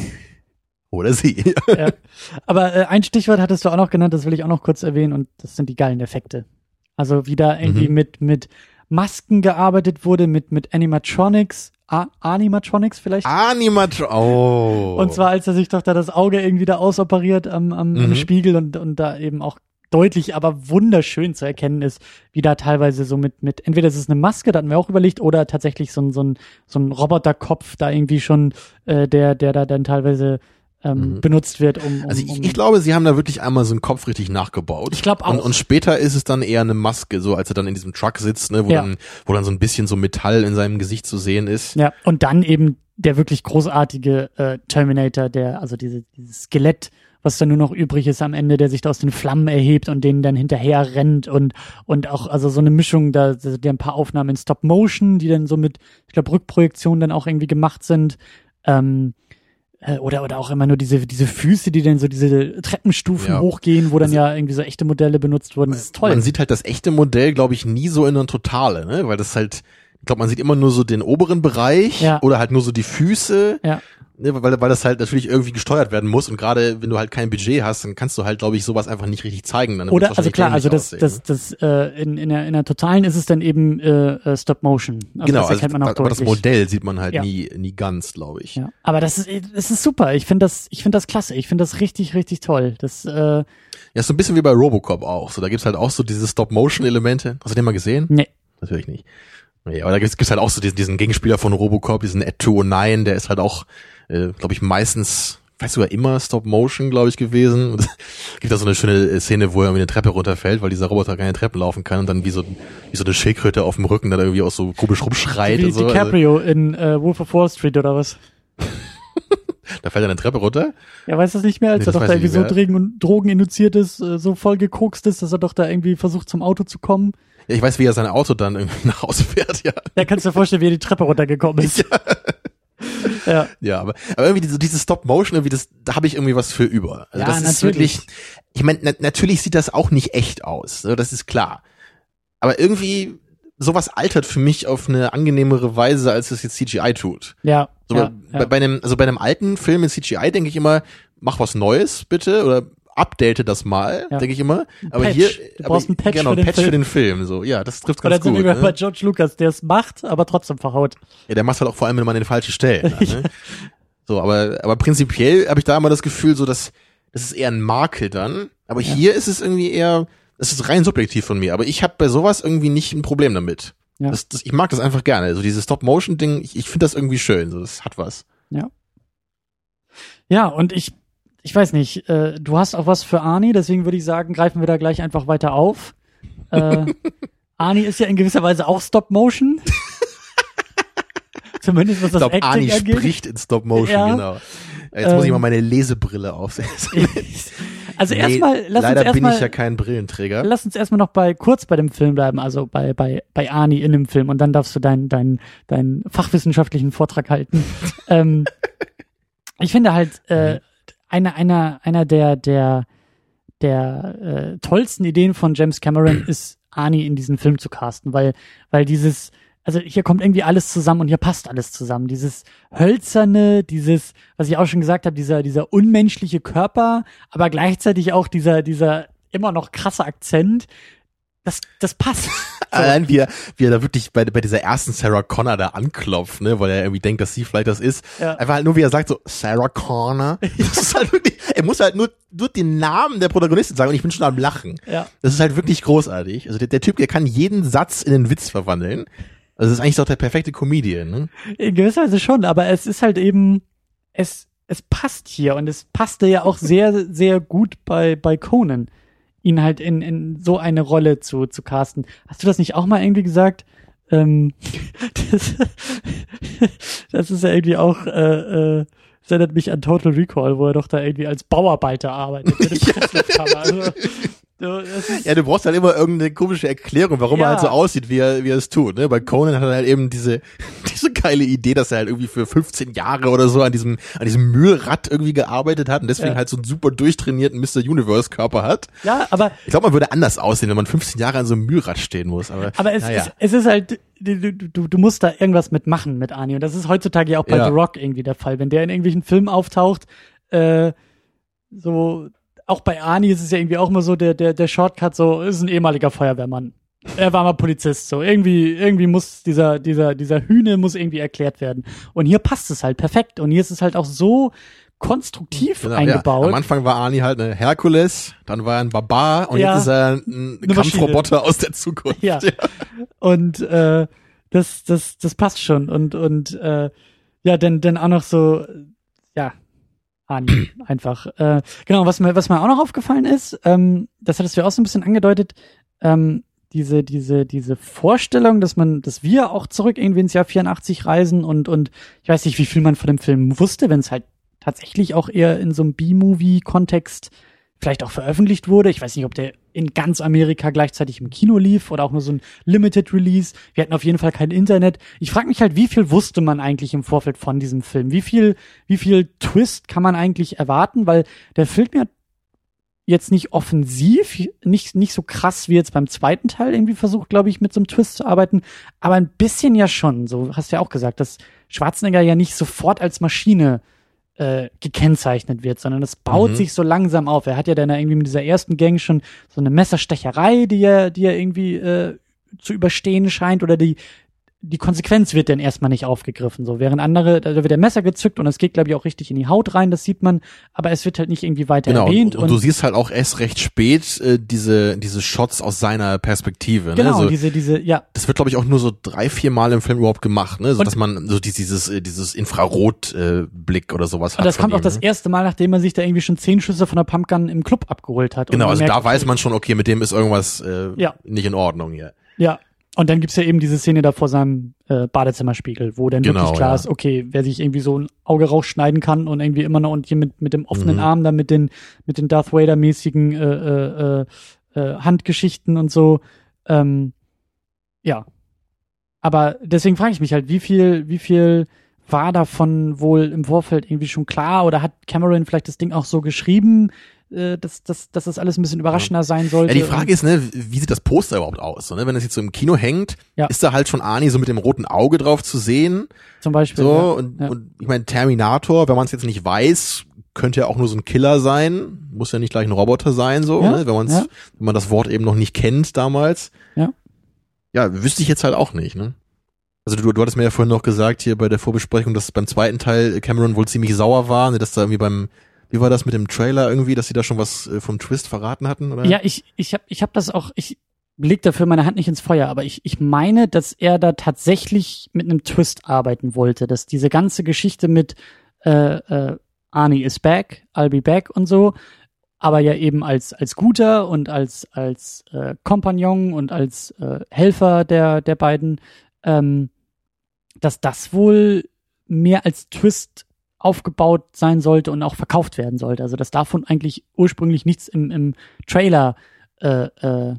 Oder sie. ja. Aber äh, ein Stichwort hattest du auch noch genannt, das will ich auch noch kurz erwähnen und das sind die geilen Effekte. Also wie da irgendwie mhm. mit mit Masken gearbeitet wurde, mit mit Animatronics, A- Animatronics vielleicht? Animatronics, oh. Und zwar als er sich doch da das Auge irgendwie da ausoperiert am, am, mhm. am Spiegel und und da eben auch deutlich, aber wunderschön zu erkennen ist, wie da teilweise so mit, mit, entweder ist es eine Maske, da hatten wir auch überlegt, oder tatsächlich so ein, so ein, so ein Roboterkopf da irgendwie schon, äh, der, der da dann teilweise ähm, mhm. benutzt wird, um, um Also ich, um, ich glaube, sie haben da wirklich einmal so einen Kopf richtig nachgebaut. Ich glaube auch. Und, und später ist es dann eher eine Maske, so als er dann in diesem Truck sitzt, ne, wo ja. dann, wo dann so ein bisschen so Metall in seinem Gesicht zu sehen ist. Ja, und dann eben der wirklich großartige äh, Terminator, der, also diese, dieses Skelett, was dann nur noch übrig ist am Ende, der sich da aus den Flammen erhebt und denen dann hinterher rennt und und auch, also so eine Mischung, da sind ja ein paar Aufnahmen in Stop Motion, die dann so mit, ich glaube, Rückprojektionen dann auch irgendwie gemacht sind, ähm, äh, oder oder auch immer nur diese diese Füße, die dann so diese Treppenstufen ja. hochgehen, wo dann also, ja irgendwie so echte Modelle benutzt wurden. Das ist toll. Man sieht halt das echte Modell, glaube ich, nie so in einer Totale, ne, weil das halt, ich glaube, man sieht immer nur so den oberen Bereich ja. oder halt nur so die Füße. Ja. Ne, weil, weil das halt natürlich irgendwie gesteuert werden muss und gerade wenn du halt kein Budget hast, dann kannst du halt, glaube ich, sowas einfach nicht richtig zeigen. Dann Oder, also klar, also das, aussehen, das, ne? das, äh, in, in der, in der Totalen ist es dann eben äh, Stop Motion. Also genau, das erkennt man auch also, aber deutlich. das Modell sieht man halt ja. nie, nie ganz, glaube ich. Ja. Aber das ist, das ist super. Ich finde das, ich finde das klasse. Ich finde das richtig, richtig toll. Das, äh, ja, ist so ein bisschen wie bei Robocop auch. So, da gibt's halt auch so diese Stop Motion Elemente. Hast du den mal gesehen? Nee. Natürlich nicht. Nee, aber da gibt's, gibt's halt auch so diesen, diesen Gegenspieler von Robocop, diesen Ed zwei null neun, der ist halt auch, äh, glaube ich, meistens, weißt du ja, immer Stop-Motion, glaube ich, gewesen. Und es gibt da so eine schöne Szene, wo er irgendwie eine Treppe runterfällt, weil dieser Roboter keine Treppen laufen kann und dann wie so, wie so eine Schildkröte auf dem Rücken dann irgendwie auch so komisch rumschreit wie und so. DiCaprio also. in äh, Wolf of Wall Street oder was? Da fällt er eine Treppe runter? Ja, weiß das nicht mehr, als nee, er doch da irgendwie so Drogen, Drogen induziert ist, äh, so voll gekokst ist, dass er doch da irgendwie versucht zum Auto zu kommen. Ja, ich weiß, wie er sein Auto dann irgendwie nach Hause fährt, ja. Ja, kannst du dir vorstellen, wie er die Treppe runtergekommen ist. Ja. Ja. Ja, aber, aber irgendwie diese, diese Stop-Motion, irgendwie das, da habe ich irgendwie was für über. Also ja, das ist natürlich. wirklich, ich meine, na, natürlich sieht das auch nicht echt aus, das ist klar. Aber irgendwie sowas altert für mich auf eine angenehmere Weise, als es jetzt C G I tut. Ja. So, ja, bei, ja. bei einem, also bei einem alten Film mit C G I denke ich immer, mach was Neues bitte oder update das mal, ja. denke ich immer. Aber Patch. hier, du brauchst einen Patch, genau, für, den Patch Film. für den Film. So, ja, das trifft ganz Oder gut. Oder sind wir ne? bei George Lucas, der es macht, aber trotzdem verhaut. Ja, der macht halt auch vor allem immer an den falschen Stellen. ne? So, aber aber prinzipiell habe ich da immer das Gefühl, so dass das ist eher ein Makel dann. Aber ja. hier ist es irgendwie eher, das ist rein subjektiv von mir. Aber ich habe bei sowas irgendwie nicht ein Problem damit. Ja. Das, das, ich mag das einfach gerne. Also dieses Stop-Motion-Ding, ich, ich finde das irgendwie schön. So, das hat was. Ja. Ja, und ich Ich weiß nicht, äh, du hast auch was für Arnie, deswegen würde ich sagen, greifen wir da gleich einfach weiter auf. Äh, Arnie ist ja in gewisser Weise auch Stop-Motion. Zumindest was das ich glaub, Acting Arnie angeht. spricht in Stop-Motion, ja. genau. Jetzt ähm, muss ich mal meine Lesebrille aufsetzen. Also nee, erstmal, lass leider uns erstmal. bin ich ja kein Brillenträger. Lass uns erstmal noch bei kurz bei dem Film bleiben, also bei bei bei Arnie in dem Film, und dann darfst du deinen deinen deinen fachwissenschaftlichen Vortrag halten. ähm, ich finde halt äh, einer einer einer der der der äh, tollsten Ideen von James Cameron ist, Arnie in diesen Film zu casten, weil weil dieses Also hier kommt irgendwie alles zusammen und hier passt alles zusammen. Dieses hölzerne, dieses, was ich auch schon gesagt habe, dieser dieser unmenschliche Körper, aber gleichzeitig auch dieser dieser immer noch krasse Akzent. Das das passt. So. Allein wie er, wie er da wirklich bei, bei dieser ersten Sarah Connor da anklopft, ne, weil er irgendwie denkt, dass sie vielleicht das ist. Ja. Einfach halt nur, wie er sagt, so, Sarah Connor. Das ist halt wirklich, er muss halt nur, nur den Namen der Protagonistin sagen und ich bin schon am Lachen. Ja. Das ist halt wirklich großartig. Also der, der Typ, der kann jeden Satz in einen Witz verwandeln. Also das ist eigentlich doch der perfekte Comedian, ne? In gewisser Weise schon, aber es ist halt eben, es, es passt hier und es passte ja auch sehr, sehr gut bei, bei Conan, ihn halt in, in so eine Rolle zu, zu casten. Hast du das nicht auch mal irgendwie gesagt? Ähm, das, das ist ja irgendwie auch, äh, äh, das erinnert mich an Total Recall, wo er doch da irgendwie als Bauarbeiter arbeitet mit dem Presslufthammer. Also, ja, du brauchst halt immer irgendeine komische Erklärung, warum ja. er halt so aussieht, wie er, wie er es tut, ne? Bei Conan hat er halt eben diese, diese geile Idee, dass er halt irgendwie für fünfzehn Jahre oder so an diesem, an diesem Mühlrad irgendwie gearbeitet hat und deswegen ja. halt so einen super durchtrainierten Mister Universe Körper hat. Ja, aber. Ich glaube, man würde anders aussehen, wenn man fünfzehn Jahre an so einem Mühlrad stehen muss, aber. Aber es, naja. ist, es ist halt, du, du, du musst da irgendwas mitmachen mit Arnie und das ist heutzutage ja auch bei ja. The Rock irgendwie der Fall. Wenn der in irgendwelchen Filmen auftaucht, äh, so, auch bei Arnie ist es ja irgendwie auch immer so, der, der, der Shortcut so, ist ein ehemaliger Feuerwehrmann. Er war mal Polizist, so. Irgendwie, irgendwie muss dieser, dieser, dieser Hühne muss irgendwie erklärt werden. Und hier passt es halt perfekt. Und hier ist es halt auch so konstruktiv genau, eingebaut. Ja. Am Anfang war Arnie halt eine Herkules, dann war er ein Barbar und ja, jetzt ist er ein Kampfroboter aus der Zukunft. Ja. ja. Und, äh, das, das, das passt schon. Und, und, äh, ja, denn, denn auch noch so, ja, Arnie, einfach. Äh, genau, was mir, was mir auch noch aufgefallen ist, ähm, das hattest du ja auch so ein bisschen angedeutet, ähm, diese, diese, diese Vorstellung, dass man, dass wir auch zurück irgendwie ins Jahr vierundachtzig reisen und, und ich weiß nicht, wie viel man von dem Film wusste, wenn es halt tatsächlich auch eher in so einem B-Movie-Kontext vielleicht auch veröffentlicht wurde. Ich weiß nicht, ob der in ganz Amerika gleichzeitig im Kino lief oder auch nur so ein Limited Release. Wir hatten auf jeden Fall kein Internet. Ich frage mich halt, wie viel wusste man eigentlich im Vorfeld von diesem Film? Wie viel, wie viel Twist kann man eigentlich erwarten? Weil der Film ja jetzt nicht offensiv, nicht, nicht so krass wie jetzt beim zweiten Teil irgendwie versucht, glaube ich, mit so einem Twist zu arbeiten, aber ein bisschen ja schon. So hast du ja auch gesagt, dass Schwarzenegger ja nicht sofort als Maschine Äh, gekennzeichnet wird, sondern es baut mhm. sich so langsam auf. Er hat ja dann irgendwie mit dieser ersten Gang schon so eine Messerstecherei, die er, die er irgendwie äh, zu überstehen scheint, oder die die Konsequenz wird dann erstmal nicht aufgegriffen. So, während andere, da wird der Messer gezückt und es geht, glaube ich, auch richtig in die Haut rein, das sieht man, aber es wird halt nicht irgendwie weiter genau, erwähnt. Und, und, und du siehst halt auch erst recht spät äh, diese diese Shots aus seiner Perspektive. Genau, ne? Also, diese, diese, ja. Das wird, glaube ich, auch nur so drei, vier Mal im Film überhaupt gemacht, ne? So, und dass man so dieses äh, dieses Infrarot-Blick äh, oder sowas hat. Und das kommt ihm, auch das ne? erste Mal, nachdem man sich da irgendwie schon zehn Schüsse von der Pumpgun im Club abgeholt hat. Genau, also merkt, da weiß man schon, okay, mit dem ist irgendwas äh, ja. nicht in Ordnung hier. Ja. Und dann gibt's ja eben diese Szene da vor seinem äh, Badezimmerspiegel, wo dann genau, wirklich klar ja. ist, okay, wer sich irgendwie so ein Auge rausschneiden kann und irgendwie immer noch und hier mit mit dem offenen mhm. Arm da mit den mit den Darth Vader mäßigen äh, äh, äh, Handgeschichten und so, ähm, ja. Aber deswegen frage ich mich halt, wie viel wie viel war davon wohl im Vorfeld irgendwie schon klar, oder hat Cameron vielleicht das Ding auch so geschrieben, äh, dass, dass, dass das alles ein bisschen überraschender ja. sein sollte. Ja, die Frage ist, ne, wie sieht das Poster überhaupt aus? So, ne? Wenn das jetzt so im Kino hängt, ja. ist da halt schon Arnie so mit dem roten Auge drauf zu sehen. Zum Beispiel. So, ja. und, ja. und ich meine, Terminator, wenn man es jetzt nicht weiß, könnte ja auch nur so ein Killer sein. Muss ja nicht gleich ein Roboter sein, so, ja. ne? Wenn man's, ja. wenn man das Wort eben noch nicht kennt damals. Ja. Ja, wüsste ich jetzt halt auch nicht, ne? Also du, du hattest mir ja vorhin noch gesagt hier bei der Vorbesprechung, dass beim zweiten Teil Cameron wohl ziemlich sauer war, ne, dass da irgendwie beim, wie war das mit dem Trailer irgendwie, dass sie da schon was äh, vom Twist verraten hatten, oder? Ja, ich ich habe ich hab das auch, ich leg dafür meine Hand nicht ins Feuer, aber ich ich meine, dass er da tatsächlich mit einem Twist arbeiten wollte, dass diese ganze Geschichte mit äh, äh, Arnie is back, I'll be back und so, aber ja eben als als Guter und als als äh, Kompagnon und als äh, Helfer der der beiden, ähm, dass das wohl mehr als Twist aufgebaut sein sollte und auch verkauft werden sollte. Also dass davon eigentlich ursprünglich nichts im, im Trailer äh, äh,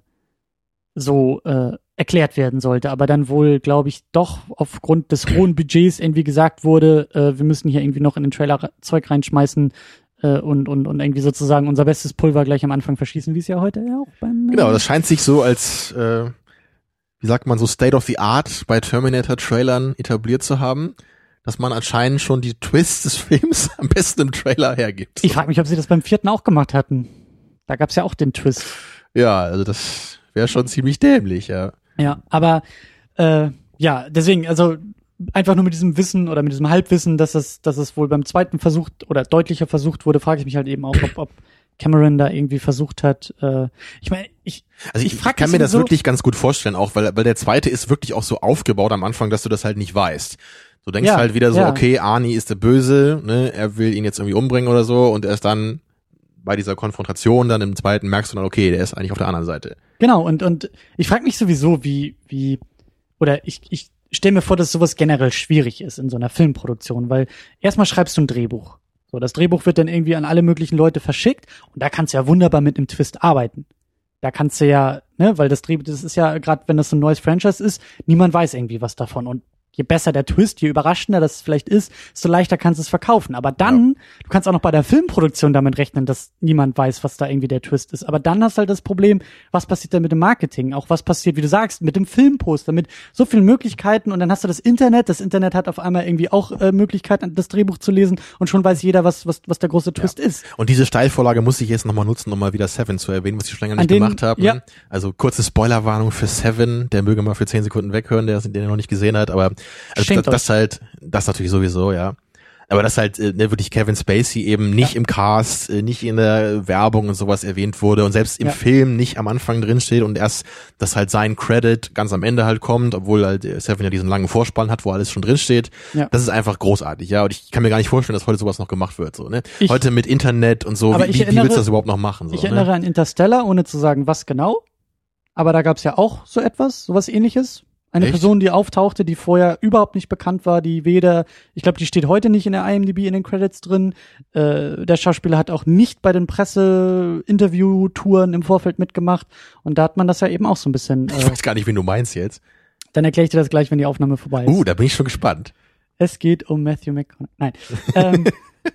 so äh, erklärt werden sollte. Aber dann wohl, glaube ich, doch aufgrund des hohen Budgets irgendwie gesagt wurde, äh, wir müssen hier irgendwie noch in den Trailer Zeug reinschmeißen äh, und, und, und irgendwie sozusagen unser bestes Pulver gleich am Anfang verschießen, wie es ja heute ja auch beim... Äh genau, das scheint sich so als... Äh wie sagt man so, State of the Art bei Terminator-Trailern etabliert zu haben, dass man anscheinend schon die Twists des Films am besten im Trailer hergibt. Ich frage mich, ob sie das beim vierten auch gemacht hatten. Da gab's ja auch den Twist. Ja, also das wäre schon ziemlich dämlich, ja. Ja, aber äh, ja, deswegen, also einfach nur mit diesem Wissen oder mit diesem Halbwissen, dass es, dass es wohl beim zweiten versucht oder deutlicher versucht wurde, frage ich mich halt eben auch, ob, ob Cameron da irgendwie versucht hat, äh, ich meine, ich also ich, ich, ich kann mir das wirklich ganz gut vorstellen, auch weil weil der zweite ist wirklich auch so aufgebaut am Anfang, dass du das halt nicht weißt. Du denkst ja, halt wieder so, ja. okay, Arnie ist der Böse, ne, er will ihn jetzt irgendwie umbringen oder so und erst dann bei dieser Konfrontation dann im zweiten merkst du dann, okay, der ist eigentlich auf der anderen Seite. Genau, und und ich frage mich sowieso, wie wie oder ich ich stelle mir vor, dass sowas generell schwierig ist in so einer Filmproduktion, weil erstmal schreibst du ein Drehbuch. So, das Drehbuch wird dann irgendwie an alle möglichen Leute verschickt und da kannst du ja wunderbar mit einem Twist arbeiten. Da kannst du ja, ne, weil das Drehbuch, das ist ja, gerade wenn das so ein neues Franchise ist, niemand weiß irgendwie was davon und je besser der Twist, je überraschender das vielleicht ist, desto leichter kannst du es verkaufen. Aber dann, ja. du kannst auch noch bei der Filmproduktion damit rechnen, dass niemand weiß, was da irgendwie der Twist ist. Aber dann hast du halt das Problem, was passiert denn mit dem Marketing? Auch was passiert, wie du sagst, mit dem Filmposter, mit so vielen Möglichkeiten. Und dann hast du das Internet. Das Internet hat auf einmal irgendwie auch äh, Möglichkeiten, das Drehbuch zu lesen. Und schon weiß jeder, was was was der große Twist ja. ist. Und diese Steilvorlage muss ich jetzt nochmal nutzen, um mal wieder Seven zu erwähnen, was ich schon länger nicht den, gemacht habe. Ja. Also kurze Spoilerwarnung für Seven. Der möge mal für zehn Sekunden weghören, der den er noch nicht gesehen hat. Aber also das, das halt, das natürlich sowieso, ja. Aber dass halt äh, wirklich Kevin Spacey eben nicht ja. im Cast, äh, nicht in der Werbung und sowas erwähnt wurde und selbst im ja. Film nicht am Anfang drin steht und erst, dass halt sein Credit ganz am Ende halt kommt, obwohl halt Seven ja diesen langen Vorspann hat, wo alles schon drin steht. Ja. Das ist einfach großartig, ja. Und ich kann mir gar nicht vorstellen, dass heute sowas noch gemacht wird, so, ne? Ich, heute mit Internet und so, wie, wie, erinnere, wie willst du das überhaupt noch machen? So, ich erinnere ne? an Interstellar, ohne zu sagen, was genau. Aber da gab's ja auch so etwas, sowas ähnliches. Eine Echt? Person, die auftauchte, die vorher überhaupt nicht bekannt war, die weder, ich glaube, die steht heute nicht in der I M D B in den Credits drin. Äh, der Schauspieler hat auch nicht bei den Presse-Interview-Touren im Vorfeld mitgemacht. Und da hat man das ja eben auch so ein bisschen. Äh, ich weiß gar nicht, wen du meinst jetzt. Dann erkläre ich dir das gleich, wenn die Aufnahme vorbei ist. Uh, da bin ich schon gespannt. Es geht um Matthew McConaughey. Nein. ähm,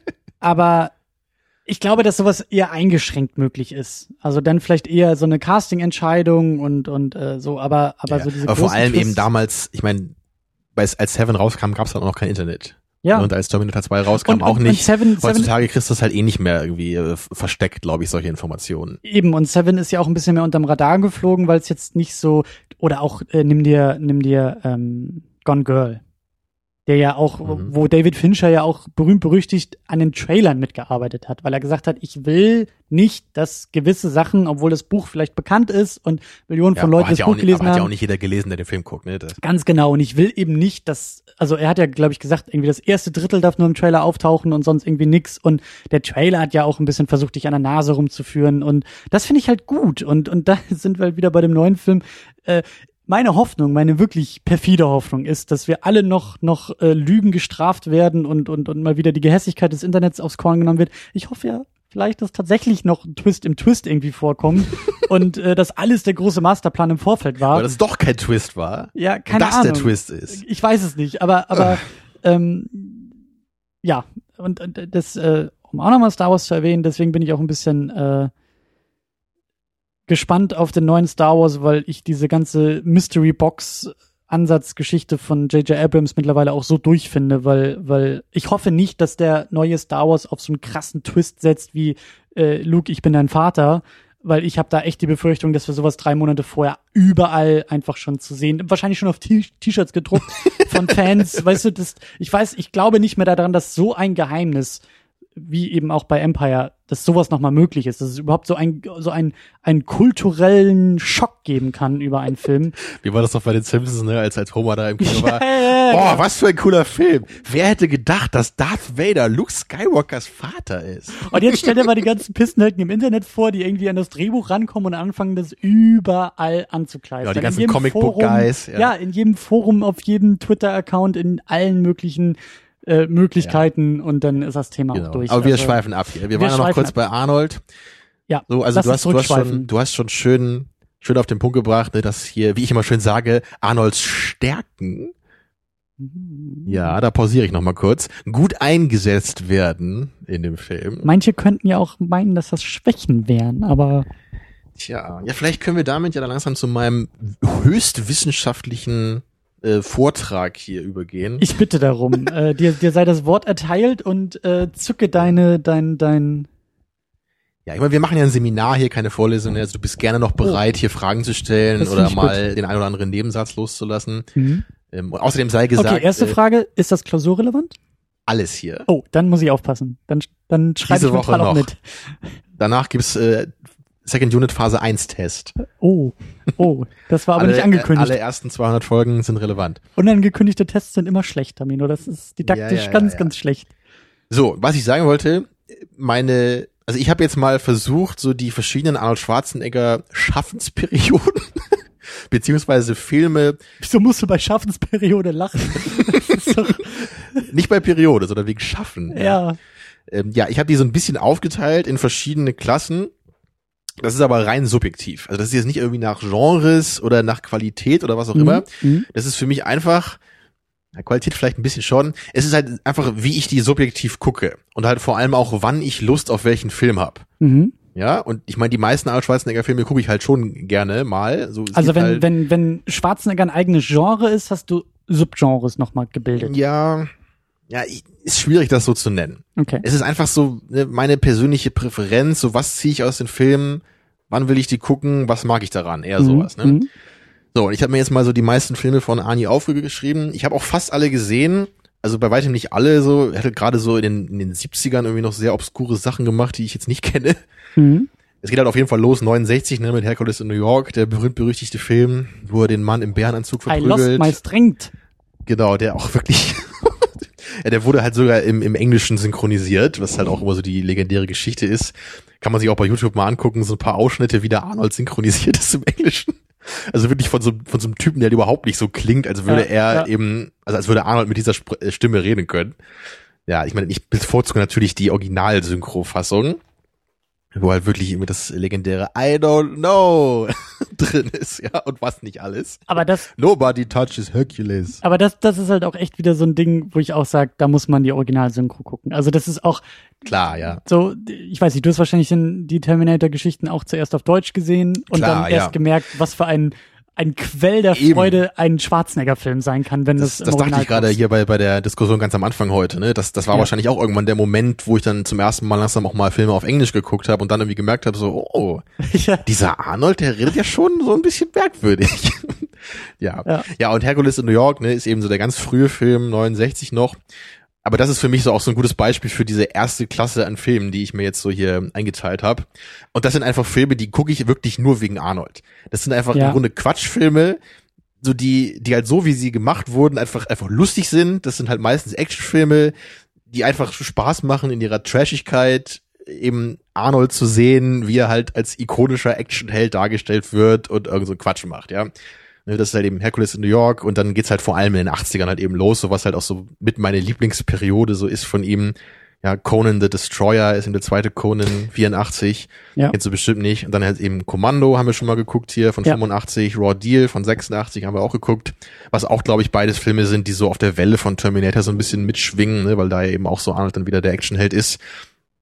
aber ich glaube, dass sowas eher eingeschränkt möglich ist. Also dann vielleicht eher so eine Casting-Entscheidung und und äh, so, aber aber ja, so diese aber vor allem Twists, eben damals, ich meine, als Seven rauskam, gab es dann auch noch kein Internet. Ja. Und als Terminator zwei rauskam, und, auch und, nicht. Und Seven, Heutzutage Seven, kriegst du das halt eh nicht mehr irgendwie äh, versteckt, glaube ich, solche Informationen. Eben, und Seven ist ja auch ein bisschen mehr unterm Radar geflogen, weil es jetzt nicht so, oder auch, äh, nimm dir, nimm dir ähm, Gone Girl. Der ja auch, mhm. wo David Fincher ja auch berühmt-berüchtigt an den Trailern mitgearbeitet hat, weil er gesagt hat, ich will nicht, dass gewisse Sachen, obwohl das Buch vielleicht bekannt ist und Millionen ja, von Leuten das ja Buch nicht, gelesen aber haben. hat ja auch nicht jeder gelesen, der den Film guckt, ne? Das. Ganz genau, und ich will eben nicht, dass, also er hat ja, glaube ich, gesagt, irgendwie das erste Drittel darf nur im Trailer auftauchen und sonst irgendwie nix, und der Trailer hat ja auch ein bisschen versucht, dich an der Nase rumzuführen, und das finde ich halt gut, und und da sind wir halt wieder bei dem neuen Film. äh, Meine Hoffnung, meine wirklich perfide Hoffnung ist, dass wir alle noch noch äh, Lügen gestraft werden und und und mal wieder die Gehässigkeit des Internets aufs Korn genommen wird. Ich hoffe ja, vielleicht, dass tatsächlich noch ein Twist im Twist irgendwie vorkommt und äh, dass alles der große Masterplan im Vorfeld war. Aber dass es doch kein Twist war. Ja, keine dass Ahnung. Dass der Twist ist. Ich weiß es nicht, aber aber ähm, ja, und, und das, äh, um auch nochmal Star Wars zu erwähnen. Deswegen bin ich auch ein bisschen äh, gespannt auf den neuen Star Wars, weil ich diese ganze Mystery Box Ansatzgeschichte von J J Abrams mittlerweile auch so durchfinde, weil weil ich hoffe nicht, dass der neue Star Wars auf so einen krassen Twist setzt wie äh, Luke, ich bin dein Vater, weil ich habe da echt die Befürchtung, dass wir sowas drei Monate vorher überall einfach schon zu sehen, wahrscheinlich schon auf T- T-Shirts gedruckt von Fans, weißt du, das, ich weiß, ich glaube nicht mehr daran, dass so ein Geheimnis, wie eben auch bei Empire, dass sowas nochmal möglich ist, dass es überhaupt so ein so ein einen kulturellen Schock geben kann über einen Film. Wie war das doch bei den Simpsons, ne, als als Homer da im Kino war? Yeah. Boah, was für ein cooler Film. Wer hätte gedacht, dass Darth Vader Luke Skywalkers Vater ist? Und jetzt stell dir mal die ganzen Pissenhelden im Internet vor, die irgendwie an das Drehbuch rankommen und anfangen, das überall anzukleistern. Ja, die ganzen Comic-Book-Guys. Ja. ja, in jedem Forum, auf jedem Twitter-Account, in allen möglichen Äh, Möglichkeiten ja. Und dann ist das Thema genau. auch durch. Aber wir also, schweifen ab hier. Wir, wir waren ja noch kurz ab. bei Arnold. Ja. So, also du hast, du hast schon, du hast schon schön, schön auf den Punkt gebracht, ne, dass hier, wie ich immer schön sage, Arnolds Stärken, mhm. ja, da pausiere ich noch mal kurz, gut eingesetzt werden in dem Film. Manche könnten ja auch meinen, dass das Schwächen wären, aber tja, ja, vielleicht können wir damit ja dann langsam zu meinem höchst wissenschaftlichen Äh, Vortrag hier übergehen. Ich bitte darum. äh, dir, dir sei das Wort erteilt und äh, zücke deine, dein, dein. Ja, ich meine, wir machen ja ein Seminar hier, keine Vorlesung. Also du bist gerne noch bereit, oh. hier Fragen zu stellen das oder mal gut. den einen oder anderen Nebensatz loszulassen. Mhm. Ähm, und außerdem sei gesagt. Okay, erste äh, Frage: Ist das klausurrelevant? Alles hier. Oh, dann muss ich aufpassen. Dann, dann schreibe ich mental auch mit. Danach gibt's äh, Second Unit Phase eins Test. Oh, oh, das war aber alle, nicht angekündigt. Alle ersten zweihundert Folgen sind relevant. Unangekündigte Tests sind immer schlecht, Tamino. Das ist didaktisch ja, ja, ganz, ja, ja. ganz schlecht. So, was ich sagen wollte, meine, also ich habe jetzt mal versucht, so die verschiedenen Arnold Schwarzenegger Schaffensperioden beziehungsweise Filme. Wieso musst du bei Schaffensperiode lachen? Das ist doch nicht bei Periode, sondern wegen Schaffen. Ja. Ja, ähm, ja ich habe die so ein bisschen aufgeteilt in verschiedene Klassen. Das ist aber rein subjektiv. Also das ist jetzt nicht irgendwie nach Genres oder nach Qualität oder was auch mhm. immer. Das ist für mich einfach, na, Qualität vielleicht ein bisschen schon. Es ist halt einfach, wie ich die subjektiv gucke. Und halt vor allem auch, wann ich Lust auf welchen Film habe. Mhm. Ja, und ich meine, die meisten Arnold Schwarzenegger-Filme gucke ich halt schon gerne mal. So, also wenn, halt wenn, wenn Schwarzenegger ein eigenes Genre ist, hast du Subgenres nochmal gebildet. Ja, ja, ich, ist schwierig, das so zu nennen. Okay. Es ist einfach so ne, meine persönliche Präferenz, so was ziehe ich aus den Filmen, wann will ich die gucken, was mag ich daran, eher mhm. sowas. Ne? Mhm. So, und ich habe mir jetzt mal so die meisten Filme von Arnie Aufrüge geschrieben. Ich habe auch fast alle gesehen, also bei weitem nicht alle so. Er hatte gerade so in den, in den siebzigern irgendwie noch sehr obskure Sachen gemacht, die ich jetzt nicht kenne. Mhm. Es geht halt auf jeden Fall los, neunundsechzig, ne, mit Hercules in New York, der berühmt-berüchtigte Film, wo er den Mann im Bärenanzug verprügelt. I lost my strength. Genau, der auch wirklich... Ja, der wurde halt sogar im, im Englischen synchronisiert, was halt auch immer so die legendäre Geschichte ist. Kann man sich auch bei YouTube mal angucken, so ein paar Ausschnitte, wie der Arnold synchronisiert ist im Englischen. Also wirklich von so, von so einem Typen, der überhaupt nicht so klingt, als würde ja, er ja. eben, also als würde Arnold mit dieser Sp- Stimme reden können. Ja, ich meine, ich bevorzuge natürlich die Original-Synchro-Fassung, wo halt wirklich immer das legendäre I don't know drin ist, ja, und was nicht alles. Aber das Nobody touches Hercules. Aber das das ist halt auch echt wieder so ein Ding, wo ich auch sage, da muss man die Original-Synchro gucken. Also das ist auch klar, ja. So, ich weiß nicht, du hast wahrscheinlich den, die Terminator-Geschichten auch zuerst auf Deutsch gesehen und klar, dann erst ja. gemerkt, was für ein ein Quell der Eben. Freude ein Schwarzenegger-Film sein kann, wenn das, das im Das Original dachte ich gerade hier bei bei der Diskussion ganz am Anfang heute, ne? Das das war ja. wahrscheinlich auch irgendwann der Moment, wo ich dann zum ersten Mal langsam auch mal Filme auf Englisch geguckt habe und dann irgendwie gemerkt habe, so, oh, ja. dieser Arnold, der redet ja schon so ein bisschen merkwürdig. ja. ja. Ja, und Hercules in New York, ne, ist eben so der ganz frühe Film, neunundsechzig noch. Aber das ist für mich so auch so ein gutes Beispiel für diese erste Klasse an Filmen, die ich mir jetzt so hier eingeteilt habe. Und das sind einfach Filme, die gucke ich wirklich nur wegen Arnold. Das sind einfach ja. im Grunde Quatschfilme, so die, die halt so, wie sie gemacht wurden, einfach, einfach lustig sind. Das sind halt meistens Actionfilme, die einfach Spaß machen in ihrer Trashigkeit, eben Arnold zu sehen, wie er halt als ikonischer Actionheld dargestellt wird und irgend so Quatsch macht, ja. Das ist halt eben Hercules in New York und dann geht's halt vor allem in den achtzigern halt eben los, so was halt auch so mit meine Lieblingsperiode so ist von ihm. Ja, Conan the Destroyer ist eben der zweite Conan, vierundachtzig. Ja. Kennst du bestimmt nicht. Und dann halt eben Kommando haben wir schon mal geguckt hier von ja. fünfundachtzig, Raw Deal von sechsundachtzig haben wir auch geguckt. Was auch, glaube ich, beides Filme sind, die so auf der Welle von Terminator so ein bisschen mitschwingen, ne, weil da ja eben auch so Arnold dann wieder der Actionheld ist.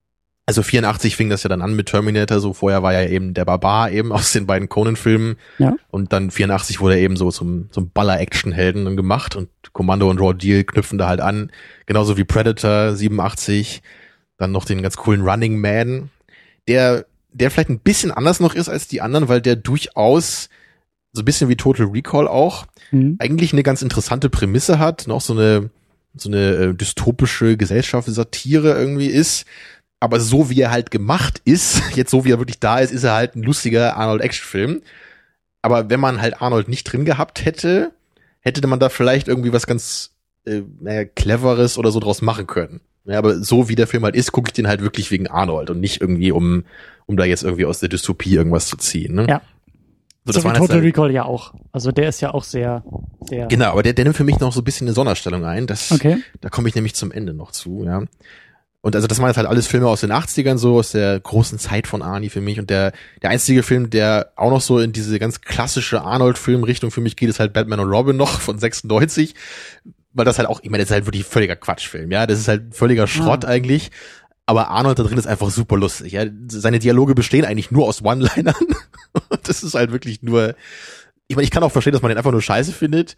Also vierundachtzig fing das ja dann an mit Terminator, so vorher war ja eben der Barbar eben aus den beiden Conan-Filmen. Ja. Und dann vierundachtzig wurde er eben so zum, zum Baller-Action-Helden dann gemacht und Commando und Raw Deal knüpfen da halt an. Genauso wie Predator siebenundachtzig. Dann noch den ganz coolen Running Man, der, der vielleicht ein bisschen anders noch ist als die anderen, weil der durchaus so ein bisschen wie Total Recall auch mhm. eigentlich eine ganz interessante Prämisse hat, noch so eine, so eine äh, dystopische Gesellschaftssatire irgendwie ist. Aber so wie er halt gemacht ist, jetzt so wie er wirklich da ist, ist er halt ein lustiger Arnold-Action-Film. Aber wenn man halt Arnold nicht drin gehabt hätte, hätte man da vielleicht irgendwie was ganz äh, naja, Cleveres oder so draus machen können. Ja, aber so wie der Film halt ist, gucke ich den halt wirklich wegen Arnold und nicht irgendwie, um um da jetzt irgendwie aus der Dystopie irgendwas zu ziehen. Ne? Ja. So, das so wie Total halt, Recall ja auch. Also der ist ja auch sehr, sehr... Genau, aber der, der nimmt für mich noch so ein bisschen eine Sonderstellung ein. Das, okay. Da komme ich nämlich zum Ende noch zu, ja. Und also das waren jetzt halt alles Filme aus den achtzigern, so aus der großen Zeit von Arnie für mich. Und der der einzige Film, der auch noch so in diese ganz klassische Arnold-Film-Richtung für mich geht, ist halt Batman und Robin noch von sechsundneunzig. Weil das halt auch, ich meine, das ist halt wirklich völliger Quatschfilm, ja. Das ist halt völliger Schrott ah. eigentlich. Aber Arnold da drin ist einfach super lustig, ja. Seine Dialoge bestehen eigentlich nur aus One-Linern. Das ist halt wirklich nur, ich meine, ich kann auch verstehen, dass man den einfach nur scheiße findet.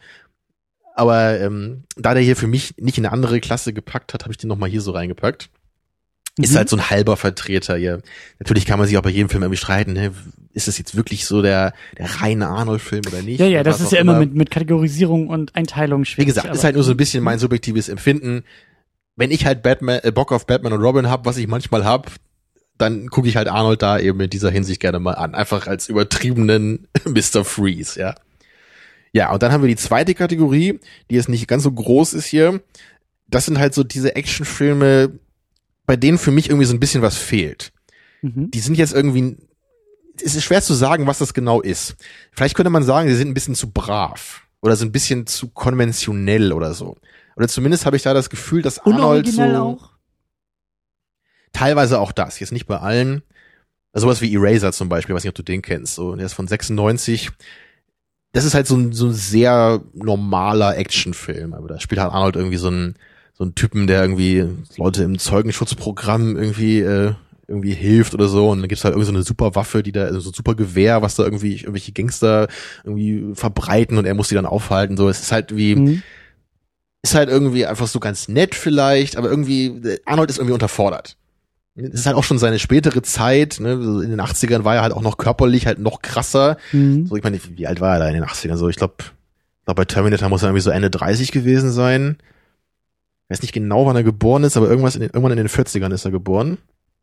Aber ähm, da der hier für mich nicht in eine andere Klasse gepackt hat, habe ich den nochmal hier so reingepackt. Mhm. Ist halt so ein halber Vertreter hier. Natürlich kann man sich auch bei jedem Film irgendwie streiten, ne? Ist das jetzt wirklich so der der reine Arnold-Film oder nicht? Ja, ja, das ist ja immer mit mit Kategorisierung und Einteilung schwierig. Wie gesagt, ist halt nur so ein bisschen mein subjektives Empfinden. Wenn ich halt Batman äh, Bock auf Batman und Robin hab, was ich manchmal hab, dann gucke ich halt Arnold da eben in dieser Hinsicht gerne mal an. Einfach als übertriebenen Mister Freeze, ja. Ja, und dann haben wir die zweite Kategorie, die jetzt nicht ganz so groß ist hier. Das sind halt so diese Actionfilme, bei denen für mich irgendwie so ein bisschen was fehlt. Mhm. Die sind jetzt irgendwie, es ist schwer zu sagen, was das genau ist. Vielleicht könnte man sagen, sie sind ein bisschen zu brav oder so ein bisschen zu konventionell oder so. Oder zumindest habe ich da das Gefühl, dass Arnold so auch? Teilweise auch das, jetzt nicht bei allen. Also sowas wie Eraser zum Beispiel, weiß nicht, ob du den kennst. So, der ist von sechsundneunzig. Das ist halt so ein, so ein sehr normaler Actionfilm. Aber da spielt halt Arnold irgendwie so einen, so einen Typen, der irgendwie Leute im Zeugenschutzprogramm irgendwie, äh, irgendwie hilft oder so. Und dann gibt's halt irgendwie so eine super Waffe, die da, also so ein super Gewehr, was da irgendwie irgendwelche Gangster irgendwie verbreiten und er muss die dann aufhalten. So, es ist halt wie, mhm. ist halt irgendwie einfach so ganz nett vielleicht, aber irgendwie, Arnold ist irgendwie unterfordert. Das ist halt auch schon seine spätere Zeit, ne? In den achtzigern war er halt auch noch körperlich halt noch krasser. Mhm. So, ich meine, wie alt war er da in den achtzigern? So, ich glaube, glaub, bei Terminator muss er irgendwie so Ende dreißig gewesen sein. Ich weiß nicht genau, wann er geboren ist, aber irgendwas in den, irgendwann in den vierzigern ist er geboren.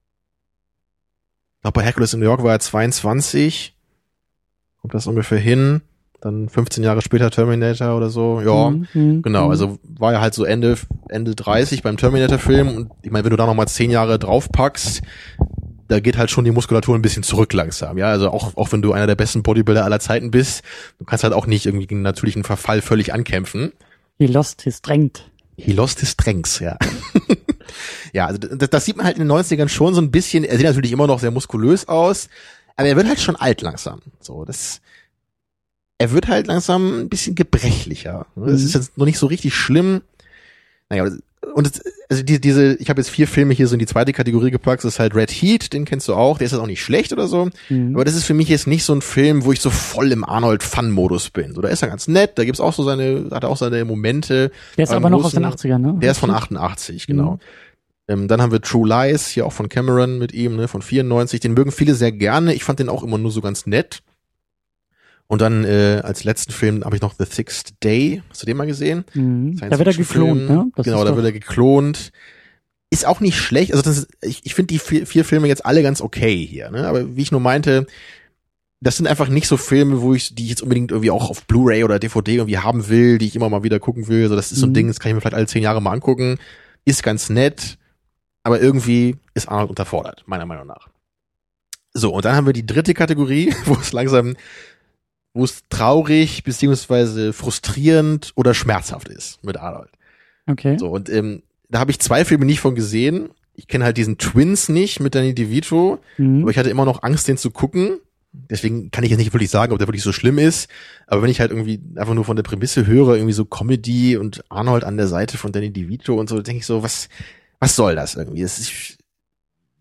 Ich glaube, bei Hercules in New York war er zweiundzwanzig. Kommt das ungefähr hin? Dann fünfzehn Jahre später Terminator oder so. Ja, mhm, genau. Also war er halt so Ende Ende dreißig beim Terminator-Film. Und ich meine, wenn du da nochmal zehn Jahre draufpackst, da geht halt schon die Muskulatur ein bisschen zurück langsam. Ja, also auch auch wenn du einer der besten Bodybuilder aller Zeiten bist, du kannst halt auch nicht irgendwie gegen natürlichen Verfall völlig ankämpfen. He lost his strength. He lost his strength, ja. Ja, also das, das sieht man halt in den neunzigern schon so ein bisschen. Er sieht natürlich immer noch sehr muskulös aus, aber er wird halt schon alt langsam. So, das Er wird halt langsam ein bisschen gebrechlicher. Das mhm. ist jetzt noch nicht so richtig schlimm. Naja, und es, also die, diese, ich habe jetzt vier Filme hier so in die zweite Kategorie gepackt. Das ist halt Red Heat, den kennst du auch. Der ist jetzt auch nicht schlecht oder so. Mhm. Aber das ist für mich jetzt nicht so ein Film, wo ich so voll im Arnold-Fun-Modus bin. So, da ist er ganz nett. Da gibt's auch so seine, hat er auch seine Momente. Der ist aber noch aus den achtzigern, ne? Der ist von achtundachtzig, genau. Mhm. Ähm, dann haben wir True Lies, hier auch von Cameron mit ihm, ne, von vierundneunzig. Den mögen viele sehr gerne. Ich fand den auch immer nur so ganz nett. Und dann äh, als letzten Film habe ich noch The Sixth Day. Hast du den mal gesehen? Mhm. Da wird er geklont, ne? Das genau, da wird er geklont. Ist auch nicht schlecht. Also das ist, ich, ich finde die vier, vier Filme jetzt alle ganz okay hier. Ne? Aber wie ich nur meinte, das sind einfach nicht so Filme, wo ich, die ich jetzt unbedingt irgendwie auch auf Blu-ray oder D V D irgendwie haben will, die ich immer mal wieder gucken will. Also das ist so ein mhm. Ding, das kann ich mir vielleicht alle zehn Jahre mal angucken. Ist ganz nett, aber irgendwie ist Arnold unterfordert, meiner Meinung nach. So, und dann haben wir die dritte Kategorie, wo es langsam wo es traurig beziehungsweise frustrierend oder schmerzhaft ist mit Arnold. Okay. So, und ähm, da habe ich zwei Filme nicht von gesehen. Ich kenne halt diesen Twins nicht mit Danny DeVito, mhm. aber ich hatte immer noch Angst, den zu gucken. Deswegen kann ich jetzt nicht wirklich sagen, ob der wirklich so schlimm ist. Aber wenn ich halt irgendwie einfach nur von der Prämisse höre, irgendwie so Comedy und Arnold an der Seite von Danny DeVito und so, denke ich so, was was soll das irgendwie? Das ist,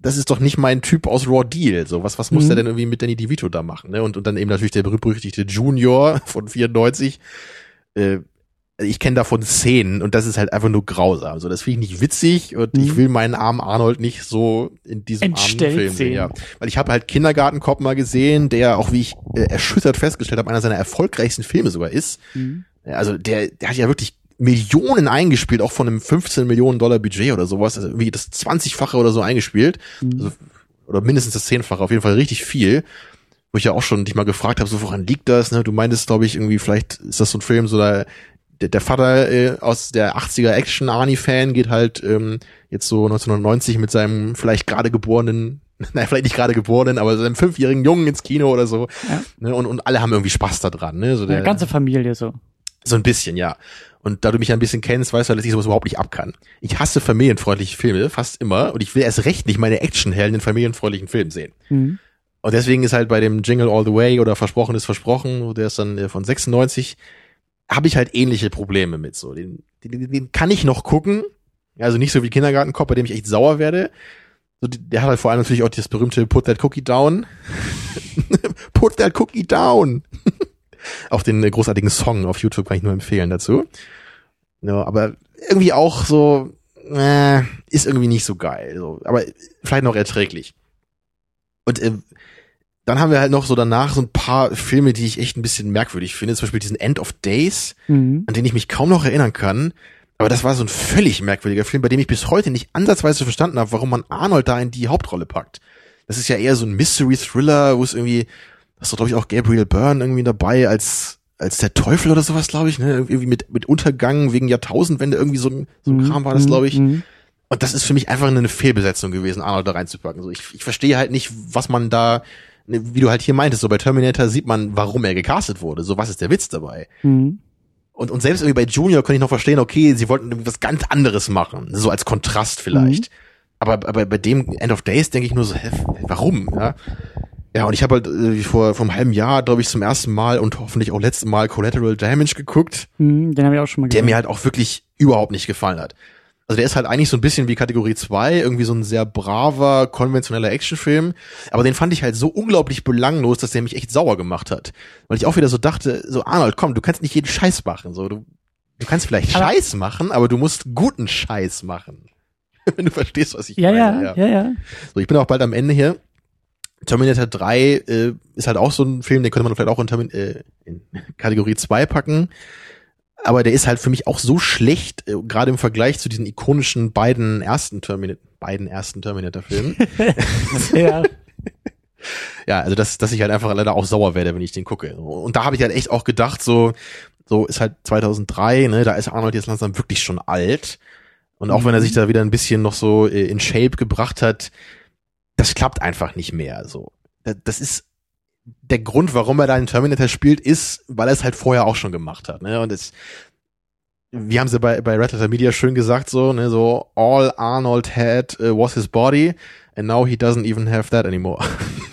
das ist doch nicht mein Typ aus Raw Deal. So, was, was muss mhm. der denn irgendwie mit Danny DeVito da machen, ne? Und, und dann eben natürlich der berühmt-berüchtigte Junior von vierundneunzig. Äh, ich kenne davon Szenen und das ist halt einfach nur grausam. So, das finde ich nicht witzig und mhm. ich will meinen armen Arnold nicht so in diesem armen Film sehen. Ja. Weil ich habe halt Kindergartenkopf mal gesehen, der auch, wie ich äh, erschüttert festgestellt habe, einer seiner erfolgreichsten Filme sogar ist. Mhm. Also der, der hat ja wirklich Millionen eingespielt, auch von einem fünfzehn Millionen Dollar Budget oder sowas, also irgendwie das zwanzigfache oder so eingespielt, mhm. also, oder mindestens das zehnfache, auf jeden Fall richtig viel, wo ich ja auch schon dich mal gefragt habe, so woran liegt das, ne? Du meintest, glaube ich, irgendwie, vielleicht ist das so ein Film, so da, der, der Vater äh, aus der achtziger Action-Arnie-Fan geht halt ähm, jetzt so neunzehnhundertneunzig mit seinem vielleicht gerade geborenen, nein, vielleicht nicht gerade geborenen, aber seinem fünfjährigen Jungen ins Kino oder so, ja. ne? und, und alle haben irgendwie Spaß da dran, ne? So der, ja, ganze Familie so. So ein bisschen, ja. Und da du mich ein bisschen kennst, weißt du, dass ich sowas überhaupt nicht ab kann. Ich hasse familienfreundliche Filme, fast immer. Und ich will erst recht nicht meine Actionhelden in familienfreundlichen Filmen sehen. Mhm. Und deswegen ist halt bei dem Jingle All the Way oder Versprochen ist Versprochen, der ist dann von sechsundneunzig, habe ich halt ähnliche Probleme mit so. Den, den, den kann ich noch gucken. Also nicht so wie Kindergartenkopf, bei dem ich echt sauer werde. So, der hat halt vor allem natürlich auch das berühmte Put That Cookie Down. Put That Cookie Down. Auch den großartigen Song auf YouTube kann ich nur empfehlen dazu. Ja, aber irgendwie auch so, äh, ist irgendwie nicht so geil. So, aber vielleicht noch erträglich. Und äh, dann haben wir halt noch so danach so ein paar Filme, die ich echt ein bisschen merkwürdig finde. Zum Beispiel diesen End of Days, mhm. an den ich mich kaum noch erinnern kann. Aber das war so ein völlig merkwürdiger Film, bei dem ich bis heute nicht ansatzweise verstanden habe, warum man Arnold da in die Hauptrolle packt. Das ist ja eher so ein Mystery-Thriller, wo es irgendwie, da ist doch, glaube ich, auch Gabriel Byrne irgendwie dabei als als der Teufel oder sowas, glaube ich, ne? Irgendwie mit mit Untergang wegen Jahrtausendwende, irgendwie so ein, so ein mhm. Kram war das, glaube ich. Mhm. Und das ist für mich einfach eine Fehlbesetzung gewesen, Arnold da reinzupacken. So, ich, ich verstehe halt nicht, was man da, wie du halt hier meintest, so bei Terminator sieht man, warum er gecastet wurde. So, was ist der Witz dabei? Mhm. Und, und selbst irgendwie bei Junior kann ich noch verstehen, okay, sie wollten irgendwie was ganz anderes machen. So als Kontrast vielleicht. Mhm. Aber, aber bei dem End of Days denke ich nur so, hä, warum? Ja. Ja, und ich habe halt äh, vor vom halben Jahr, glaube ich, zum ersten Mal und hoffentlich auch letzten Mal Collateral Damage geguckt. Mhm, den habe ich auch schon mal gesehen. Der mir halt auch wirklich überhaupt nicht gefallen hat. Also der ist halt eigentlich so ein bisschen wie Kategorie zwei, irgendwie so ein sehr braver, konventioneller Actionfilm. Aber den fand ich halt so unglaublich belanglos, dass der mich echt sauer gemacht hat. Weil ich auch wieder so dachte, so Arnold, komm, du kannst nicht jeden Scheiß machen. So, du, du kannst vielleicht aber Scheiß machen, aber du musst guten Scheiß machen. Wenn du verstehst, was ich ja, meine. Ja, ja, ja, ja. So, ich bin auch bald am Ende hier. Terminator drei äh, ist halt auch so ein Film, den könnte man vielleicht auch in, Termin- äh, in Kategorie zwei packen. Aber der ist halt für mich auch so schlecht, äh, gerade im Vergleich zu diesen ikonischen beiden ersten Terminator, beiden ersten Terminator-Filmen. Ja. Ja, also dass, dass ich halt einfach leider auch sauer werde, wenn ich den gucke. Und da habe ich halt echt auch gedacht, so, so ist halt zweitausenddrei, ne, da ist Arnold jetzt langsam wirklich schon alt. Und auch mhm. wenn er sich da wieder ein bisschen noch so äh, in Shape gebracht hat, das klappt einfach nicht mehr, so. Das ist der Grund, warum er da in Terminator spielt, ist, weil er es halt vorher auch schon gemacht hat, ne, und es, wie haben sie bei, bei Red Letter Media schön gesagt, so, ne, so, all Arnold had uh, was his body, and now he doesn't even have that anymore.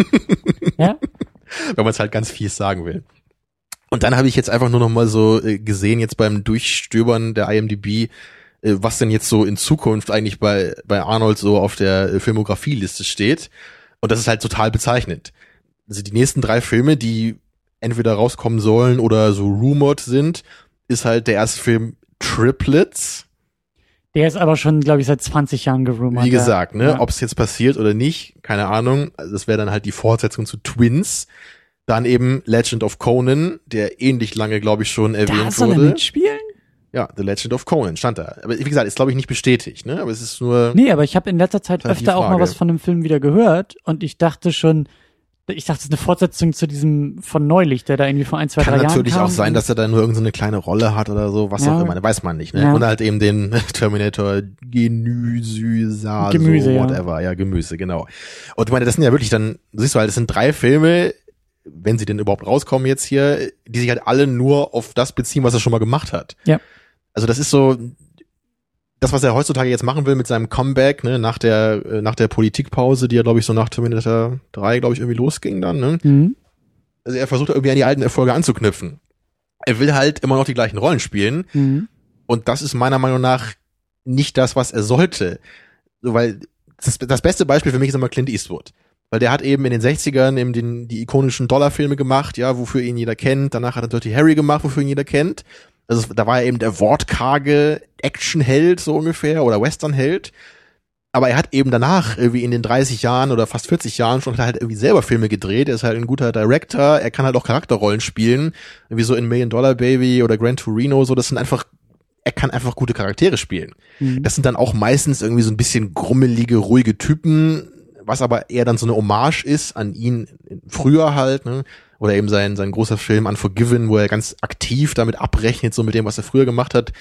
Ja? Wenn man es halt ganz fies sagen will. Und dann habe ich jetzt einfach nur noch mal so äh, gesehen, jetzt beim Durchstöbern der I M D B, was denn jetzt so in Zukunft eigentlich bei bei Arnold so auf der Filmografieliste steht. Und das ist halt total bezeichnend. Also die nächsten drei Filme, die entweder rauskommen sollen oder so rumored sind, ist halt der erste Film Triplets. Der ist aber schon, glaube ich, seit zwanzig Jahren gerumort. Wie gesagt, ne, ja. Ob es jetzt passiert oder nicht, keine Ahnung. Also das wäre dann halt die Fortsetzung zu Twins. Dann eben Legend of Conan, der ähnlich lange, glaube ich, schon erwähnt da soll wurde. Er mitspielen? Ja, The Legend of Conan stand da. Aber wie gesagt, ist glaube ich nicht bestätigt, ne? Aber es ist nur. Nee, aber ich habe in letzter Zeit öfter auch mal was von dem Film wieder gehört und ich dachte schon, ich dachte, es ist eine Fortsetzung zu diesem von neulich, der da irgendwie vor ein, zwei, Kann drei Jahren kam. Kann natürlich auch sein, dass er da nur irgendeine so kleine Rolle hat oder so, was ja. auch immer, weiß man nicht, ne? Ja. Und halt eben den Terminator Gemüse, Gemüse, so, whatever, ja. ja, Gemüse, genau. Und ich meine, das sind ja wirklich dann, siehst du halt, das sind drei Filme, wenn sie denn überhaupt rauskommen jetzt hier, die sich halt alle nur auf das beziehen, was er schon mal gemacht hat. Ja. Also das ist so das, was er heutzutage jetzt machen will mit seinem Comeback, ne, nach der äh, nach der Politikpause, die ja, glaube ich, so nach Terminator drei, glaube ich, irgendwie losging dann, ne? Mhm. Also er versucht irgendwie an die alten Erfolge anzuknüpfen. Er will halt immer noch die gleichen Rollen spielen. Mhm. Und das ist meiner Meinung nach nicht das, was er sollte. So, weil das, das beste Beispiel für mich ist immer Clint Eastwood. Weil der hat eben in den sechzigern eben den, die ikonischen Dollarfilme gemacht, ja, wofür ihn jeder kennt. Danach hat er Dirty Harry gemacht, wofür ihn jeder kennt. Also da war er eben der wortkarge Actionheld so ungefähr oder Westernheld. Aber er hat eben danach irgendwie in den dreißig Jahren oder fast vierzig Jahren schon halt irgendwie selber Filme gedreht. Er ist halt ein guter Director. Er kann halt auch Charakterrollen spielen. Irgendwie so in Million Dollar Baby oder Gran Torino. So, das sind einfach, er kann einfach gute Charaktere spielen. Mhm. Das sind dann auch meistens irgendwie so ein bisschen grummelige, ruhige Typen, was aber eher dann so eine Hommage ist an ihn früher halt, ne? Oder eben sein, sein großer Film Unforgiven, wo er ganz aktiv damit abrechnet, so mit dem, was er früher gemacht hat.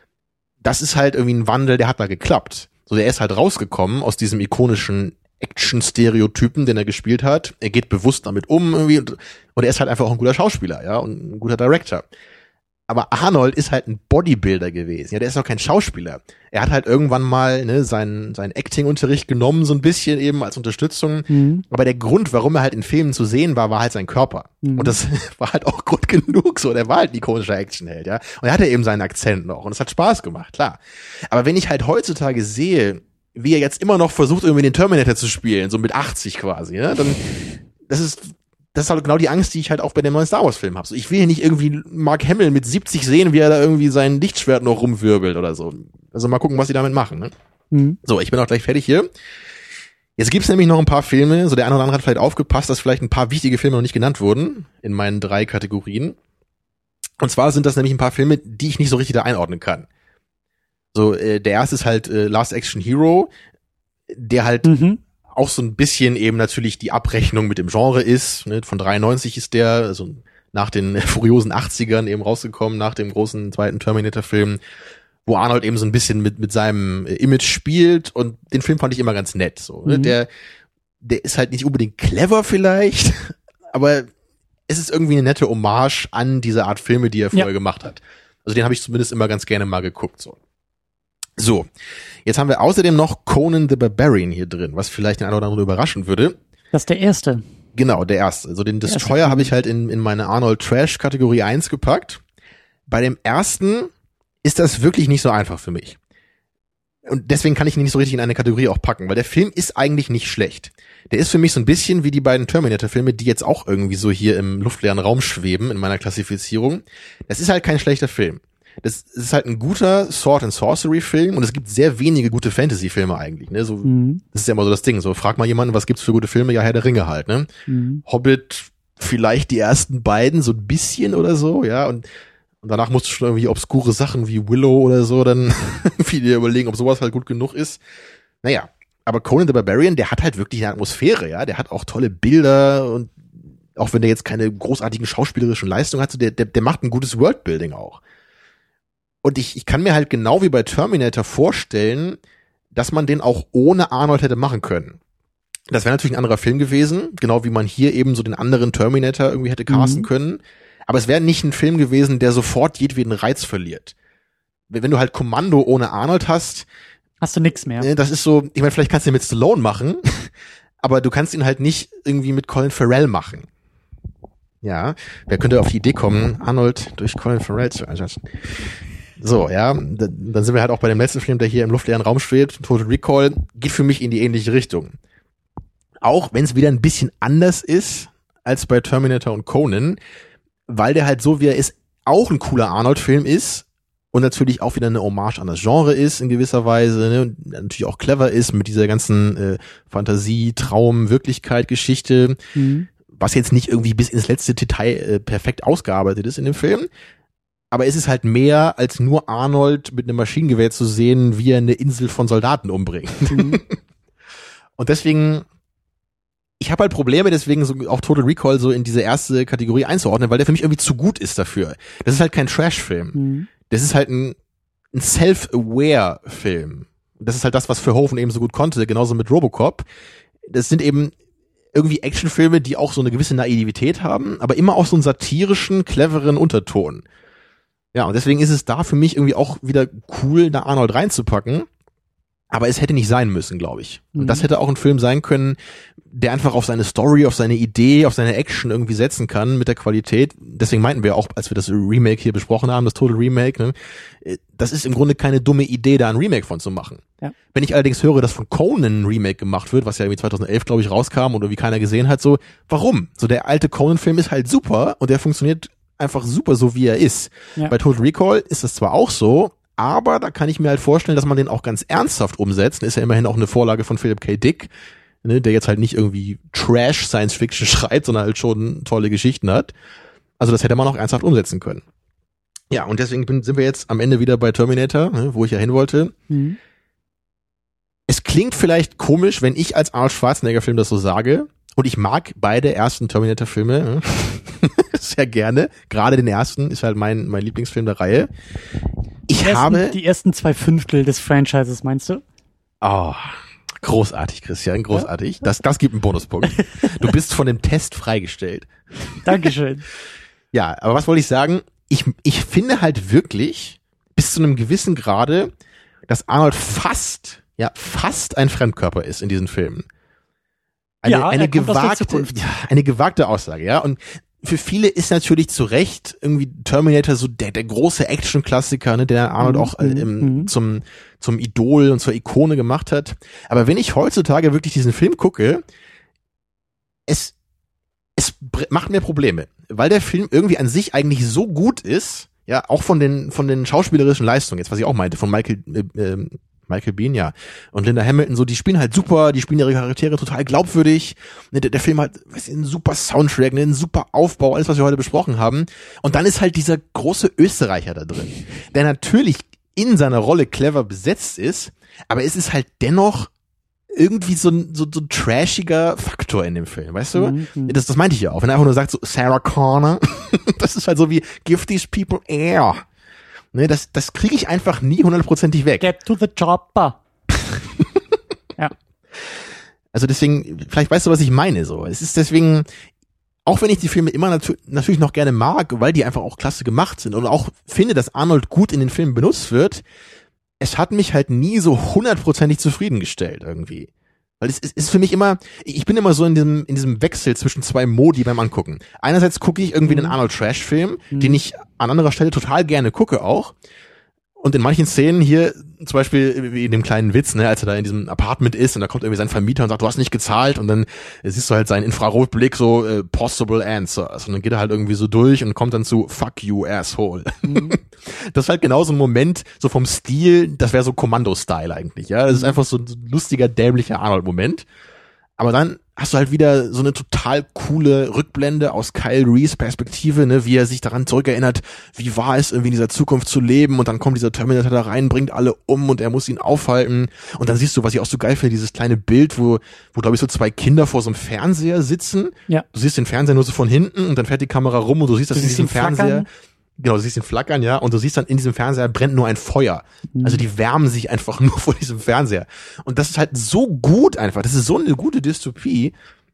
Das ist halt irgendwie ein Wandel, der hat da geklappt. So, der ist halt rausgekommen aus diesem ikonischen Action-Stereotypen, den er gespielt hat. Er geht bewusst damit um irgendwie und, und er ist halt einfach auch ein guter Schauspieler, ja, und ein guter Director. Aber Arnold ist halt ein Bodybuilder gewesen. Ja, der ist noch kein Schauspieler. Er hat halt irgendwann mal ne, seinen, seinen Acting-Unterricht genommen, so ein bisschen eben als Unterstützung. Mhm. Aber der Grund, warum er halt in Filmen zu sehen war, war halt sein Körper. Mhm. Und das war halt auch Grund genug so. Der war halt ein ikonischer Actionheld, ja. Und er hatte eben seinen Akzent noch. Und es hat Spaß gemacht, klar. Aber wenn ich halt heutzutage sehe, wie er jetzt immer noch versucht, irgendwie den Terminator zu spielen, so mit achtzig quasi, ne, dann, das ist, das ist halt genau die Angst, die ich halt auch bei dem neuen Star Wars Film habe. So, ich will hier nicht irgendwie Mark Hamill mit siebzig sehen, wie er da irgendwie sein Lichtschwert noch rumwirbelt oder so. Also mal gucken, was sie damit machen. Ne? Mhm. So, ich bin auch gleich fertig hier. Jetzt gibt's nämlich noch ein paar Filme. So, der eine oder andere hat vielleicht aufgepasst, dass vielleicht ein paar wichtige Filme noch nicht genannt wurden in meinen drei Kategorien. Und zwar sind das nämlich ein paar Filme, die ich nicht so richtig da einordnen kann. So, äh, der erste ist halt äh, Last Action Hero, der halt mhm. auch so ein bisschen eben natürlich die Abrechnung mit dem Genre ist. Ne? Von dreiundneunzig ist der, also nach den furiosen achtzigern eben rausgekommen, nach dem großen zweiten Terminator-Film, wo Arnold eben so ein bisschen mit mit seinem Image spielt. Und den Film fand ich immer ganz nett. So, ne? mhm. Der der ist halt nicht unbedingt clever vielleicht, aber es ist irgendwie eine nette Hommage an diese Art Filme, die er vorher ja. gemacht hat. Also den habe ich zumindest immer ganz gerne mal geguckt. So. So, jetzt haben wir außerdem noch Conan the Barbarian hier drin, was vielleicht den einen oder anderen überraschen würde. Das ist der erste. Genau, der erste. Also den Destroyer habe ich halt in, in meine Arnold Trash Kategorie eins gepackt. Bei dem ersten ist das wirklich nicht so einfach für mich. Und deswegen kann ich ihn nicht so richtig in eine Kategorie auch packen, weil der Film ist eigentlich nicht schlecht. Der ist für mich so ein bisschen wie die beiden Terminator-Filme, die jetzt auch irgendwie so hier im luftleeren Raum schweben in meiner Klassifizierung. Das ist halt kein schlechter Film. Das ist halt ein guter Sword and Sorcery Film und es gibt sehr wenige gute Fantasy Filme eigentlich, ne? So, mhm. das ist ja immer so das Ding. So, frag mal jemanden, was gibt's für gute Filme? Ja, Herr der Ringe halt, ne? Mhm. Hobbit, vielleicht die ersten beiden, so ein bisschen oder so, ja, und, und danach musst du schon irgendwie obskure Sachen wie Willow oder so dann viel dir überlegen, ob sowas halt gut genug ist. Naja, aber Conan the Barbarian, der hat halt wirklich eine Atmosphäre, ja, der hat auch tolle Bilder und auch wenn der jetzt keine großartigen schauspielerischen Leistungen hat, so der, der, der macht ein gutes Worldbuilding auch. Und ich, ich kann mir halt genau wie bei Terminator vorstellen, dass man den auch ohne Arnold hätte machen können. Das wäre natürlich ein anderer Film gewesen, genau wie man hier eben so den anderen Terminator irgendwie hätte casten mhm. können. Aber es wäre nicht ein Film gewesen, der sofort jedweden Reiz verliert. Wenn du halt Kommando ohne Arnold hast, hast du nix mehr. Das ist so, ich meine, vielleicht kannst du ihn mit Stallone machen, aber du kannst ihn halt nicht irgendwie mit Colin Farrell machen. Ja, wer könnte auf die Idee kommen, Arnold durch Colin Farrell zu ersetzen? So, ja, dann sind wir halt auch bei dem letzten Film, der hier im luftleeren Raum schwebt, Total Recall, geht für mich in die ähnliche Richtung. Auch wenn es wieder ein bisschen anders ist als bei Terminator und Conan, weil der halt so, wie er ist, auch ein cooler Arnold-Film ist und natürlich auch wieder eine Hommage an das Genre ist in gewisser Weise, ne, und natürlich auch clever ist mit dieser ganzen äh, Fantasie, Traum, Wirklichkeit, Geschichte, mhm. was jetzt nicht irgendwie bis ins letzte Detail äh, perfekt ausgearbeitet ist in dem Film. Aber es ist halt mehr als nur Arnold mit einem Maschinengewehr zu sehen, wie er eine Insel von Soldaten umbringt. Mhm. Und deswegen, ich habe halt Probleme, deswegen so auch Total Recall so in diese erste Kategorie einzuordnen, weil der für mich irgendwie zu gut ist dafür. Das ist halt kein Trash-Film. Mhm. Das ist halt ein, ein Self-Aware-Film. Das ist halt das, was Verhoeven eben so gut konnte, genauso mit Robocop. Das sind eben irgendwie Actionfilme, die auch so eine gewisse Naivität haben, aber immer auch so einen satirischen, cleveren Unterton. Ja, und deswegen ist es da für mich irgendwie auch wieder cool, da Arnold reinzupacken. Aber es hätte nicht sein müssen, glaube ich. Und Mhm. das hätte auch ein Film sein können, der einfach auf seine Story, auf seine Idee, auf seine Action irgendwie setzen kann mit der Qualität. Deswegen meinten wir auch, als wir das Remake hier besprochen haben, das Total Remake, ne, das ist im Grunde keine dumme Idee, da ein Remake von zu machen. Ja. Wenn ich allerdings höre, dass von Conan ein Remake gemacht wird, was ja irgendwie zweitausendelf, glaube ich, rauskam oder wie keiner gesehen hat, so, warum? So, der alte Conan-Film ist halt super und der funktioniert einfach super so, wie er ist. Ja. Bei Total Recall ist das zwar auch so, aber da kann ich mir halt vorstellen, dass man den auch ganz ernsthaft umsetzt. Ist ja immerhin auch eine Vorlage von Philip K. Dick, ne, der jetzt halt nicht irgendwie Trash Science Fiction schreibt, sondern halt schon tolle Geschichten hat. Also das hätte man auch ernsthaft umsetzen können. Ja, und deswegen bin, sind wir jetzt am Ende wieder bei Terminator, ne, wo ich ja hin wollte. Mhm. Es klingt vielleicht komisch, wenn ich als Arnold Schwarzenegger-Film das so sage. Und ich mag beide ersten Terminator-Filme ne? sehr gerne. Gerade den ersten ist halt mein mein Lieblingsfilm der Reihe. Ich die ersten, habe die ersten zwei Fünftel des Franchises, meinst du? Oh, großartig, Christian, großartig. Das, das gibt einen Bonuspunkt. Du bist von dem Test freigestellt. Dankeschön. Ja, aber was wollte ich sagen? Ich, ich finde halt wirklich, bis zu einem gewissen Grade, dass Arnold fast, ja, fast ein Fremdkörper ist in diesen Filmen. Eine, ja, eine er kommt aus der gewagte, Zukunft. ja, eine gewagte Aussage, ja. Und für viele ist natürlich zu Recht irgendwie Terminator so der, der große Action-Klassiker, ne, der Arnold Mhm, auch äh, im, mhm. zum, zum Idol und zur Ikone gemacht hat. Aber wenn ich heutzutage wirklich diesen Film gucke, es, es br- macht mir Probleme, weil der Film irgendwie an sich eigentlich so gut ist, ja, auch von den, von den schauspielerischen Leistungen, jetzt was ich auch meinte, von Michael, äh, äh, Michael Biehn, ja, und Linda Hamilton, so, die spielen halt super, die spielen ihre Charaktere total glaubwürdig, ne, der, der Film hat, weiß ich, einen super Soundtrack, ne, einen super Aufbau, alles, was wir heute besprochen haben, und dann ist halt dieser große Österreicher da drin, der natürlich in seiner Rolle clever besetzt ist, aber es ist halt dennoch irgendwie so ein, so, so ein trashiger Faktor in dem Film, weißt du? Mhm. Das, das meinte ich ja auch, wenn er einfach nur sagt, so, Sarah Connor, das ist halt so wie, give these people air. Ne, das, das kriege ich einfach nie hundertprozentig weg. Get to the chopper. Ja. Also deswegen, vielleicht weißt du, was ich meine, so. Es ist deswegen, auch wenn ich die Filme immer natu- natürlich noch gerne mag, weil die einfach auch klasse gemacht sind und auch finde, dass Arnold gut in den Filmen benutzt wird, es hat mich halt nie so hundertprozentig zufriedengestellt irgendwie. Weil es, es ist für mich immer, ich bin immer so in diesem, in diesem Wechsel zwischen zwei Modi beim Angucken. Einerseits gucke ich irgendwie Mhm. einen Arnold-Trash-Film, Mhm. den ich an anderer Stelle total gerne gucke auch. Und in manchen Szenen hier, zum Beispiel wie in dem kleinen Witz, ne, als er da in diesem Apartment ist und da kommt irgendwie sein Vermieter und sagt, du hast nicht gezahlt, und dann siehst du halt seinen Infrarotblick so, äh, possible answers, und dann geht er halt irgendwie so durch und kommt dann zu fuck you, asshole. Mhm. Das ist halt genau so ein Moment, so vom Stil, das wäre so Kommando-Style eigentlich, ja. Das ist einfach so ein lustiger, dämlicher Arnold-Moment. Aber dann hast du halt wieder so eine total coole Rückblende aus Kyle Reese Perspektive, ne, wie er sich daran zurückerinnert, wie war es irgendwie in dieser Zukunft zu leben, und dann kommt dieser Terminator da rein, bringt alle um und er muss ihn aufhalten, und dann siehst du, was ich auch so geil finde, dieses kleine Bild, wo, wo glaube ich so zwei Kinder vor so einem Fernseher sitzen. Ja. Du siehst den Fernseher nur so von hinten und dann fährt die Kamera rum und du siehst das Du in siehst diesem ihn flackern. Fernseher. Genau, du siehst ihn flackern, ja, und du siehst dann in diesem Fernseher brennt nur ein Feuer. Mhm. Also die wärmen sich einfach nur vor diesem Fernseher. Und das ist halt so gut einfach. Das ist so eine gute Dystopie.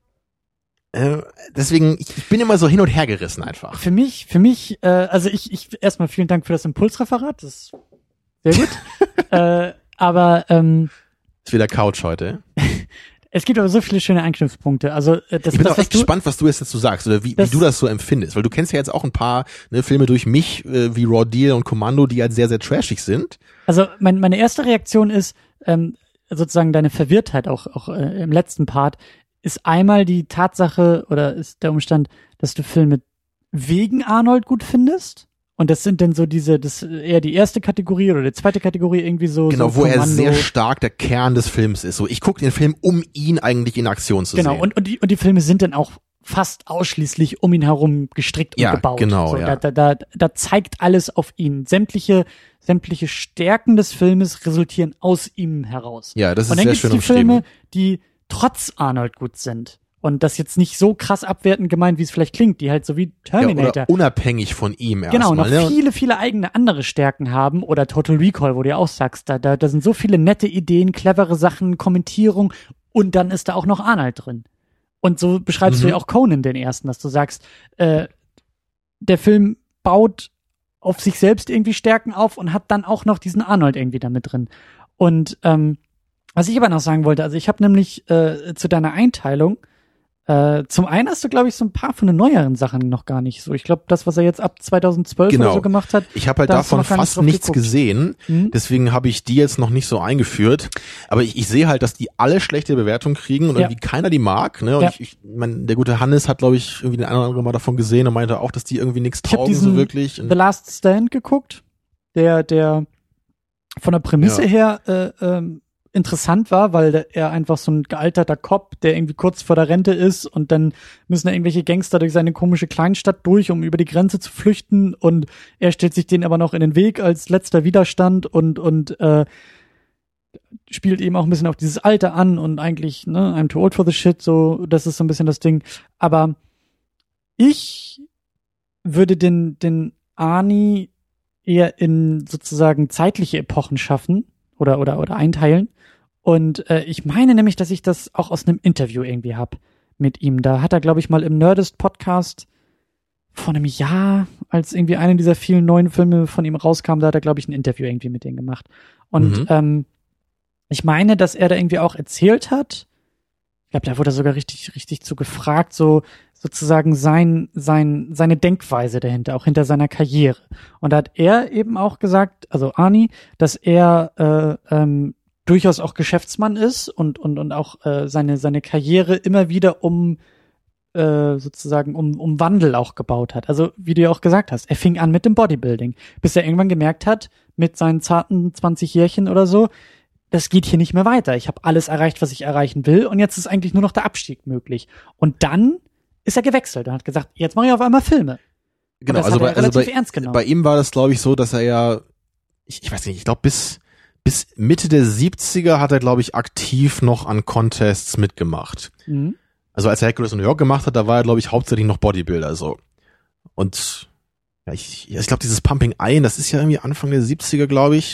Äh, deswegen, ich, ich bin immer so hin und her gerissen einfach. Für mich, für mich, äh, also ich, ich erstmal vielen Dank für das Impulsreferat, das ist sehr gut. äh, aber ähm, Ist wieder Couch heute. es gibt aber so viele schöne Anknüpfpunkte. Also äh, das, Ich bin das auch was echt du, gespannt, was du jetzt dazu sagst oder wie, wie Das- du das so empfindest. Weil du kennst ja jetzt auch ein paar ne, Filme durch mich, äh, wie Raw Deal und Kommando, die halt sehr, sehr trashig sind. Also mein, meine erste Reaktion ist ähm, sozusagen deine Verwirrtheit auch auch äh, im letzten Part ist einmal die Tatsache oder ist der Umstand, dass du Filme wegen Arnold gut findest. Und das sind dann so diese, das ist eher die erste Kategorie oder die zweite Kategorie irgendwie so. Genau, so wo er Kommando. sehr stark der Kern des Films ist. So, ich gucke den Film, um ihn eigentlich in Aktion zu Genau, sehen. und, und, die, und die Filme sind dann auch fast ausschließlich um ihn herum gestrickt und Ja, gebaut. genau, so, ja. da, da, da, da zeigt alles auf ihn. Sämtliche, sämtliche Stärken des Filmes resultieren aus ihm heraus. Ja, das ist Und dann sehr gibt's schön die umschrieben. Filme, die trotz Arnold gut sind. Und das jetzt nicht so krass abwertend gemeint, wie es vielleicht klingt, die halt so wie Ja, Terminator. oder unabhängig von ihm Genau, erstmal. noch Ne? viele, viele eigene andere Stärken haben. Oder Total Recall, wo du ja auch sagst, da, da, da sind so viele nette Ideen, clevere Sachen, Kommentierung und dann ist da auch noch Arnold drin. Und so beschreibst Mhm. du ja auch Conan, den ersten, dass du sagst, äh, der Film baut auf sich selbst irgendwie Stärken auf und hat dann auch noch diesen Arnold irgendwie da mit drin. Und ähm, Was ich aber noch sagen wollte, also ich habe nämlich äh, zu deiner Einteilung, äh, zum einen hast du, glaube ich, so ein paar von den neueren Sachen noch gar nicht so. Ich glaube, das, was er jetzt ab zweitausendzwölf genau. oder so gemacht hat. Ich habe halt davon fast nicht nichts geguckt. gesehen, mhm. deswegen habe ich die jetzt noch nicht so eingeführt. Aber ich, ich sehe halt, dass die alle schlechte Bewertungen kriegen und ja. irgendwie keiner die mag. Ne? Und ja. ich, ich mein, der gute Hannes hat, glaube ich, irgendwie den einen oder anderen Mal davon gesehen und meinte auch, dass die irgendwie nichts taugen so wirklich. The Last Stand geguckt, der, der von der Prämisse ja. her äh, ähm, interessant war, weil er einfach so ein gealterter Cop, der irgendwie kurz vor der Rente ist und dann müssen da irgendwelche Gangster durch seine komische Kleinstadt durch, um über die Grenze zu flüchten und er stellt sich denen aber noch in den Weg als letzter Widerstand und und äh, spielt eben auch ein bisschen auf dieses Alter an und eigentlich, ne, I'm too old for the shit, so, das ist so ein bisschen das Ding. Aber ich würde den den Arnie eher in sozusagen zeitliche Epochen schaffen oder oder oder einteilen. Und äh, ich meine nämlich, dass ich das auch aus einem Interview irgendwie hab mit ihm. Da hat er, glaube ich, mal im Nerdist-Podcast vor einem Jahr, als irgendwie einer dieser vielen neuen Filme von ihm rauskam, da hat er, glaube ich, ein Interview irgendwie mit denen gemacht. Und mhm. ähm, ich meine, dass er da irgendwie auch erzählt hat, ich glaube, da wurde er sogar richtig, richtig zu gefragt, so sozusagen sein, sein, seine Denkweise dahinter, auch hinter seiner Karriere. Und da hat er eben auch gesagt, also Arnie, dass er äh, ähm, durchaus auch Geschäftsmann ist und und und auch äh, seine seine Karriere immer wieder um äh, sozusagen um um Wandel auch gebaut hat. Also wie du ja auch gesagt hast, er fing an mit dem Bodybuilding, bis er irgendwann gemerkt hat, mit seinen zarten zwanzig Jährchen oder so, das geht hier nicht mehr weiter. Ich habe alles erreicht, was ich erreichen will und jetzt ist eigentlich nur noch der Abstieg möglich. Und dann ist er gewechselt und hat gesagt, jetzt mache ich auf einmal Filme. Genau, das also, hat er bei, relativ also bei, ernst genommen. Bei ihm war das, glaube ich, so, dass er ja, ich, ich weiß nicht, ich glaube bis bis Mitte der siebziger hat er, glaube ich, aktiv noch an Contests mitgemacht. Mhm. Also als er Hercules in New York gemacht hat, da war er, glaube ich, hauptsächlich noch Bodybuilder so. Und ja, ich, ich glaube, dieses Pumping Iron, das ist ja irgendwie Anfang der siebziger, glaube ich.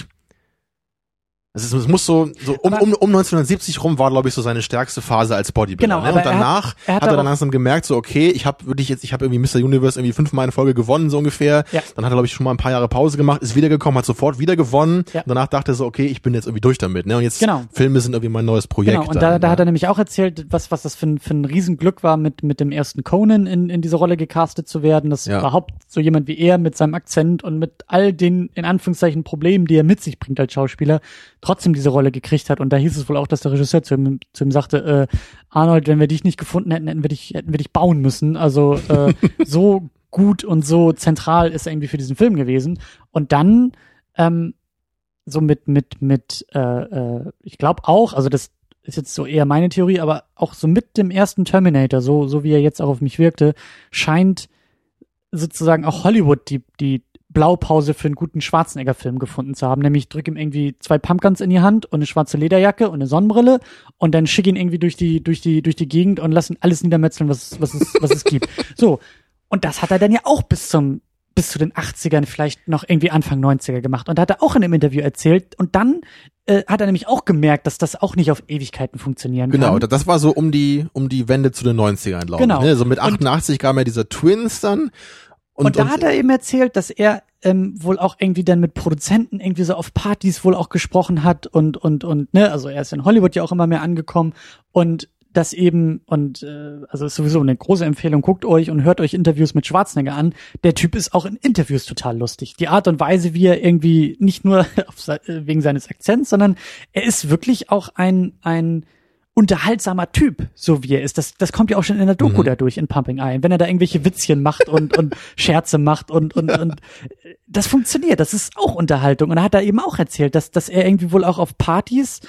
Es, es muss so, so um, um, um neunzehnhundertsiebzig rum war, glaube ich, so seine stärkste Phase als Bodybuilder. Genau, ne? Und danach er hat, er hat, hat er dann langsam gemerkt, so okay, ich habe wirklich jetzt, ich habe irgendwie Mister Universe irgendwie fünfmal in Folge gewonnen, so ungefähr. Ja. Dann hat er, glaube ich, schon mal ein paar Jahre Pause gemacht, ist wiedergekommen, hat sofort wieder gewonnen. Ja. Und danach dachte er so, okay, ich bin jetzt irgendwie durch damit. Ne? Und jetzt genau. Filme sind irgendwie mein neues Projekt. Genau, und da, dann, da ja. hat er nämlich auch erzählt, was was das für ein, für ein Riesenglück war, mit mit dem ersten Conan in in diese Rolle gecastet zu werden, dass ja. überhaupt so jemand wie er mit seinem Akzent und mit all den, in Anführungszeichen, Problemen, die er mit sich bringt als Schauspieler, trotzdem diese Rolle gekriegt hat. Und da hieß es wohl auch, dass der Regisseur zu ihm, zu ihm sagte, äh, Arnold, wenn wir dich nicht gefunden hätten, hätten wir dich, hätten wir dich bauen müssen. Also äh, so gut und so zentral ist er irgendwie für diesen Film gewesen. Und dann ähm, so mit, mit, mit, äh, äh, ich glaube auch, also das ist jetzt so eher meine Theorie, aber auch so mit dem ersten Terminator, so, so wie er jetzt auch auf mich wirkte, scheint sozusagen auch Hollywood die, die Blaupause für einen guten Schwarzenegger-Film gefunden zu haben, nämlich drück ihm irgendwie zwei Pumpguns in die Hand und eine schwarze Lederjacke und eine Sonnenbrille und dann schick ihn irgendwie durch die durch die durch die Gegend und lass ihn alles niedermetzeln, was was es was es gibt. So, und das hat er dann ja auch bis zum bis zu den achtzigern, vielleicht noch irgendwie Anfang neunziger gemacht. Und da hat er auch in einem Interview erzählt. Und dann äh, hat er nämlich auch gemerkt, dass das auch nicht auf Ewigkeiten funktionieren genau, kann. Genau, das war so um die um die Wende zu den neunzigern, glaube genau. ich. Ne? So mit achtundachtzig kam ja dieser Twins dann. Und, und da und, hat er eben erzählt, dass er ähm, wohl auch irgendwie dann mit Produzenten irgendwie so auf Partys wohl auch gesprochen hat und und und ne, also er ist in Hollywood ja auch immer mehr angekommen und das eben und äh, also ist sowieso eine große Empfehlung, guckt euch und hört euch Interviews mit Schwarzenegger an. Der Typ ist auch in Interviews total lustig. Die Art und Weise, wie er irgendwie nicht nur auf, wegen seines Akzents, sondern er ist wirklich auch ein ein unterhaltsamer Typ, so wie er ist. Das, das kommt ja auch schon in der Doku mhm. dadurch in Pumping Iron, wenn er da irgendwelche Witzchen macht und, und Scherze macht und, und, und das funktioniert. Das ist auch Unterhaltung. Und da hat er eben auch erzählt, dass, dass er irgendwie wohl auch auf Partys,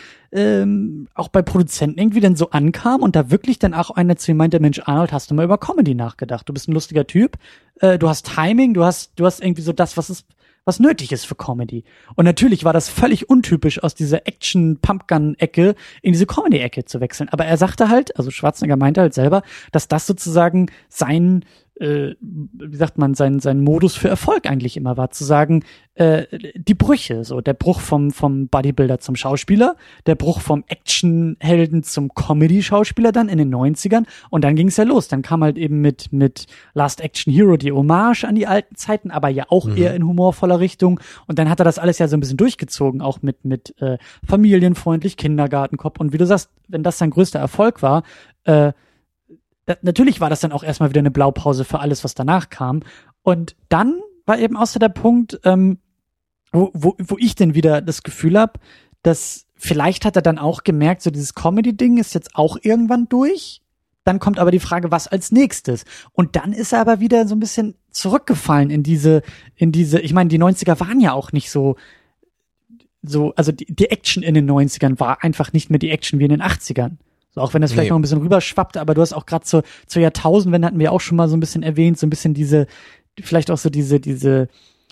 ähm, auch bei Produzenten irgendwie dann so ankam und da wirklich dann auch einer zu ihm meinte, Mensch, Arnold, hast du mal über Comedy nachgedacht? Du bist ein lustiger Typ, äh, du hast Timing, du hast, du hast irgendwie so das, was es was nötig ist für Comedy. Und natürlich war das völlig untypisch, aus dieser Action-Pumpgun-Ecke in diese Comedy-Ecke zu wechseln. Aber er sagte halt, also Schwarzenegger meinte halt selber, dass das sozusagen sein äh, wie sagt man, sein sein Modus für Erfolg eigentlich immer war, zu sagen, äh, die Brüche, so der Bruch vom vom Bodybuilder zum Schauspieler, der Bruch vom Actionhelden zum Comedy-Schauspieler dann in den neunzigern und dann ging es ja los. Dann kam halt eben mit mit Last Action Hero die Hommage an die alten Zeiten, aber ja auch mhm. eher in humorvoller Richtung und dann hat er das alles ja so ein bisschen durchgezogen, auch mit mit äh, familienfreundlich, Kindergartenkopf und wie du sagst, wenn das sein größter Erfolg war, äh, Da, natürlich war das dann auch erstmal wieder eine Blaupause für alles, was danach kam. Und dann war eben außer der Punkt, ähm, wo, wo, wo ich denn wieder das Gefühl habe, dass vielleicht hat er dann auch gemerkt, so dieses Comedy-Ding ist jetzt auch irgendwann durch. Dann kommt aber die Frage, was als nächstes? Und dann ist er aber wieder so ein bisschen zurückgefallen in diese, in diese, ich meine, die neunziger waren ja auch nicht so, so, also die, die Action in den neunzigern war einfach nicht mehr die Action wie in den achtzigern. So, auch wenn das vielleicht nee. noch ein bisschen rüberschwappte, aber du hast auch gerade zur, zur Jahrtausendwende hatten wir auch schon mal so ein bisschen erwähnt, so ein bisschen diese, vielleicht auch so diese, diese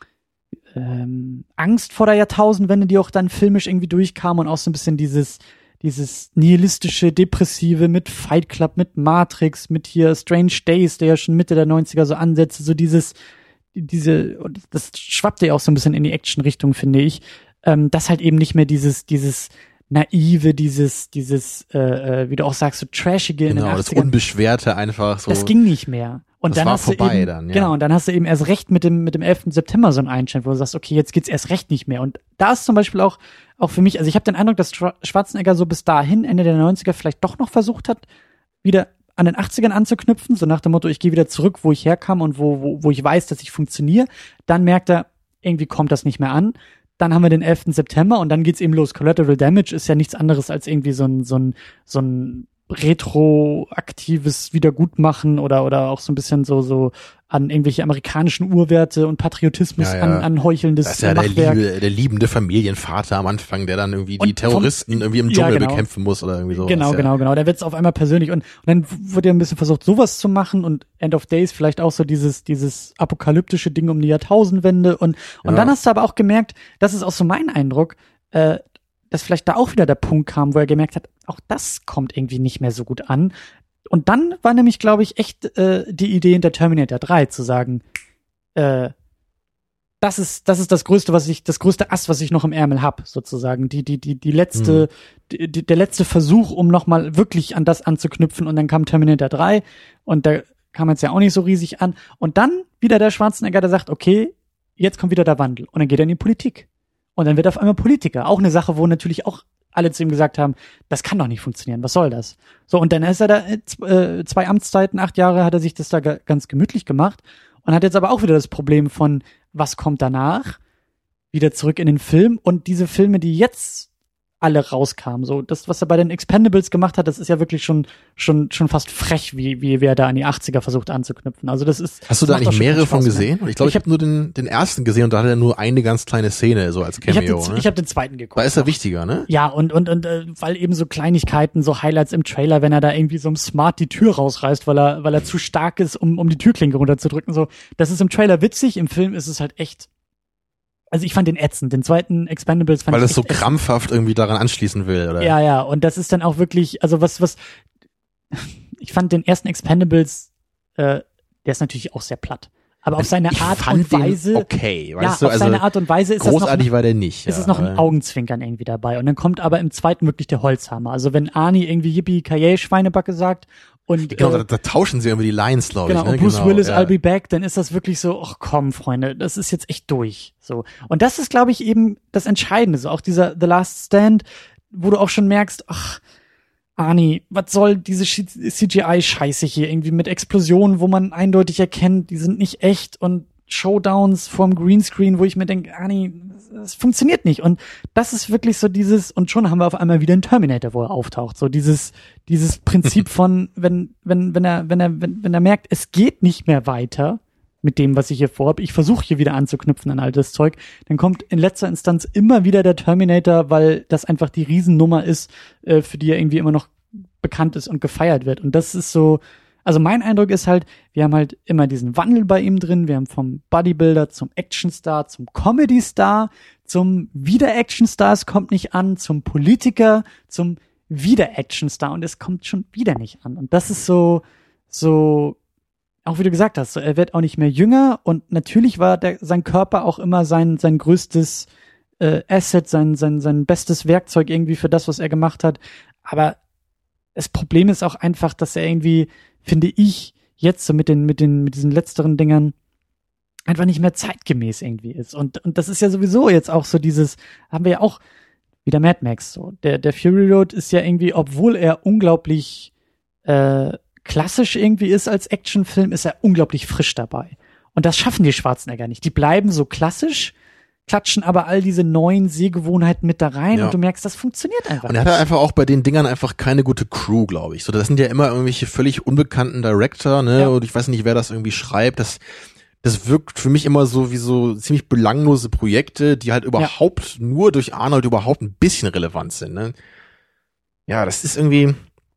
ähm, Angst vor der Jahrtausendwende, die auch dann filmisch irgendwie durchkam und auch so ein bisschen dieses, dieses nihilistische, depressive mit Fight Club, mit Matrix, mit hier Strange Days, der ja schon Mitte der neunziger so ansetzte, so dieses, diese, das schwappte ja auch so ein bisschen in die Action-Richtung, finde ich, ähm, dass halt eben nicht mehr dieses, dieses naive, dieses, dieses, äh, wie du auch sagst, so trashige in den achtzigern. Genau, das Unbeschwerte einfach so. Das ging nicht mehr. Und das dann war hast vorbei du eben, dann, ja. Genau, und dann hast du eben erst recht mit dem, mit dem elften September so einen Einstand, wo du sagst, okay, jetzt geht's erst recht nicht mehr. Und da ist zum Beispiel auch, auch für mich, also ich habe den Eindruck, dass Schwarzenegger so bis dahin, Ende der neunziger, vielleicht doch noch versucht hat, wieder an den achtzigern anzuknüpfen, so nach dem Motto, ich gehe wieder zurück, wo ich herkam und wo, wo, wo ich weiß, dass ich funktioniere. Dann merkt er, irgendwie kommt das nicht mehr an. Dann haben wir den elften September und dann geht's eben los. Collateral Damage ist ja nichts anderes als irgendwie so ein, so ein, so ein retroaktives Wiedergutmachen oder, oder auch so ein bisschen so, so an irgendwelche amerikanischen Urwerte und Patriotismus ja, ja. An, anheuchelndes Das ist ja der, liebe, der liebende Familienvater am Anfang, der dann irgendwie die und Terroristen vom, irgendwie im Dschungel ja, genau. bekämpfen muss oder irgendwie so. Genau, genau, genau. Da wird's auf einmal persönlich und, und dann wird ja ein bisschen versucht, sowas zu machen und End of Days vielleicht auch so dieses, dieses apokalyptische Ding um die Jahrtausendwende und, und ja. dann hast du aber auch gemerkt, das ist auch so mein Eindruck, äh, dass vielleicht da auch wieder der Punkt kam, wo er gemerkt hat, auch das kommt irgendwie nicht mehr so gut an. Und dann war nämlich, glaube ich, echt äh, die Idee hinter Terminator drei zu sagen, äh, das ist das ist das größte, was ich das größte Ass, was ich noch im Ärmel hab, sozusagen die die die die letzte mhm. die, der letzte Versuch, um noch mal wirklich an das anzuknüpfen. Und dann kam Terminator drei und da kam jetzt ja auch nicht so riesig an. Und dann wieder der Schwarzenegger, der sagt, okay, jetzt kommt wieder der Wandel. Und dann geht er in die Politik. Und dann wird er auf einmal Politiker. Auch eine Sache, wo natürlich auch alle zu ihm gesagt haben, das kann doch nicht funktionieren, was soll das? So, und dann ist er da, äh, zwei Amtszeiten, acht Jahre hat er sich das da g- ganz gemütlich gemacht und hat jetzt aber auch wieder das Problem von, was kommt danach? Wieder zurück in den Film und diese Filme, die jetzt alle rauskamen, so, das, was er bei den Expendables gemacht hat, das ist ja wirklich schon, schon, schon fast frech, wie, wie wer da an die achtziger versucht anzuknüpfen. Also das ist. Hast du da eigentlich mehrere von gesehen? Ich glaube, ich, ich habe nur den, den ersten gesehen und da hat er nur eine ganz kleine Szene, so als Cameo. Ich habe den, ne? ich hab den zweiten geguckt. Da ist er wichtiger, ne? Ja, und, und, und, äh, weil eben so Kleinigkeiten, so Highlights im Trailer, wenn er da irgendwie so smart die Tür rausreißt, weil er, weil er zu stark ist, um, um die Türklinke runterzudrücken, so. Das ist im Trailer witzig, im Film ist es halt echt. Also ich fand den ätzend, den zweiten Expendables fand Weil ich das so ätzend. krampfhaft irgendwie daran anschließen will, oder? Ja, ja, und das ist dann auch wirklich, also was, was, ich fand den ersten Expendables, äh, der ist natürlich auch sehr platt. Aber auf seine ich Art fand und Weise, den okay, weißt ja, du, auf also seine Art und Weise ist großartig das noch, war der nicht. ist ja, es noch ein Augenzwinkern irgendwie dabei. Und dann kommt aber im zweiten wirklich der Holzhammer. Also wenn Arnie irgendwie Yippie Kaye Schweinebacke sagt und genau, äh, da, da tauschen sie irgendwie die Lines, glaube genau, ich. Ne? Und Bruce genau, Willis, ja. I'll be back, dann ist das wirklich so, ach komm, Freunde, das ist jetzt echt durch. So. Und das ist, glaube ich, eben das Entscheidende. So auch dieser The Last Stand, wo du auch schon merkst, ach, Arnie, was soll diese C G I-Scheiße hier irgendwie mit Explosionen, wo man eindeutig erkennt, die sind nicht echt und Showdowns vorm Greenscreen, wo ich mir denke, Arnie, das funktioniert nicht. Und das ist wirklich so dieses, und schon haben wir auf einmal wieder einen Terminator, wo er auftaucht. So dieses, dieses Prinzip von, wenn, wenn, wenn er, wenn er, wenn, wenn er merkt, es geht nicht mehr weiter mit dem, was ich hier vorhabe, ich versuche hier wieder anzuknüpfen an altes Zeug, dann kommt in letzter Instanz immer wieder der Terminator, weil das einfach die Riesennummer ist, äh, für die er irgendwie immer noch bekannt ist und gefeiert wird. Und das ist so, also mein Eindruck ist halt, wir haben halt immer diesen Wandel bei ihm drin. Wir haben vom Bodybuilder zum Actionstar, zum Comedy-Star, zum Wieder-Actionstar, es kommt nicht an, zum Politiker, zum Wieder-Actionstar und es kommt schon wieder nicht an. Und das ist so, so, auch wie du gesagt hast, so, er wird auch nicht mehr jünger und natürlich war der, sein Körper auch immer sein, sein größtes äh, Asset, sein, sein, sein bestes Werkzeug irgendwie für das, was er gemacht hat. Aber das Problem ist auch einfach, dass er irgendwie, finde ich, jetzt so mit den, mit den, mit diesen letzteren Dingern einfach nicht mehr zeitgemäß irgendwie ist. Und, und das ist ja sowieso jetzt auch so dieses, haben wir ja auch wieder Mad Max so. Der, der Fury Road ist ja irgendwie, obwohl er unglaublich äh, klassisch irgendwie ist als Actionfilm, ist er unglaublich frisch dabei. Und das schaffen die Schwarzenegger nicht. Die bleiben so klassisch, klatschen aber all diese neuen Sehgewohnheiten mit da rein, ja. Und du merkst, das funktioniert einfach nicht. Und er hat einfach auch bei den Dingern einfach keine gute Crew, glaube ich. So, das sind ja immer irgendwelche völlig unbekannten Director, ne? Ja. Und ich weiß nicht, wer das irgendwie schreibt. Das, das wirkt für mich immer so wie so ziemlich belanglose Projekte, die halt überhaupt ja. nur durch Arnold überhaupt ein bisschen relevant sind, ne? Ja, das ist irgendwie...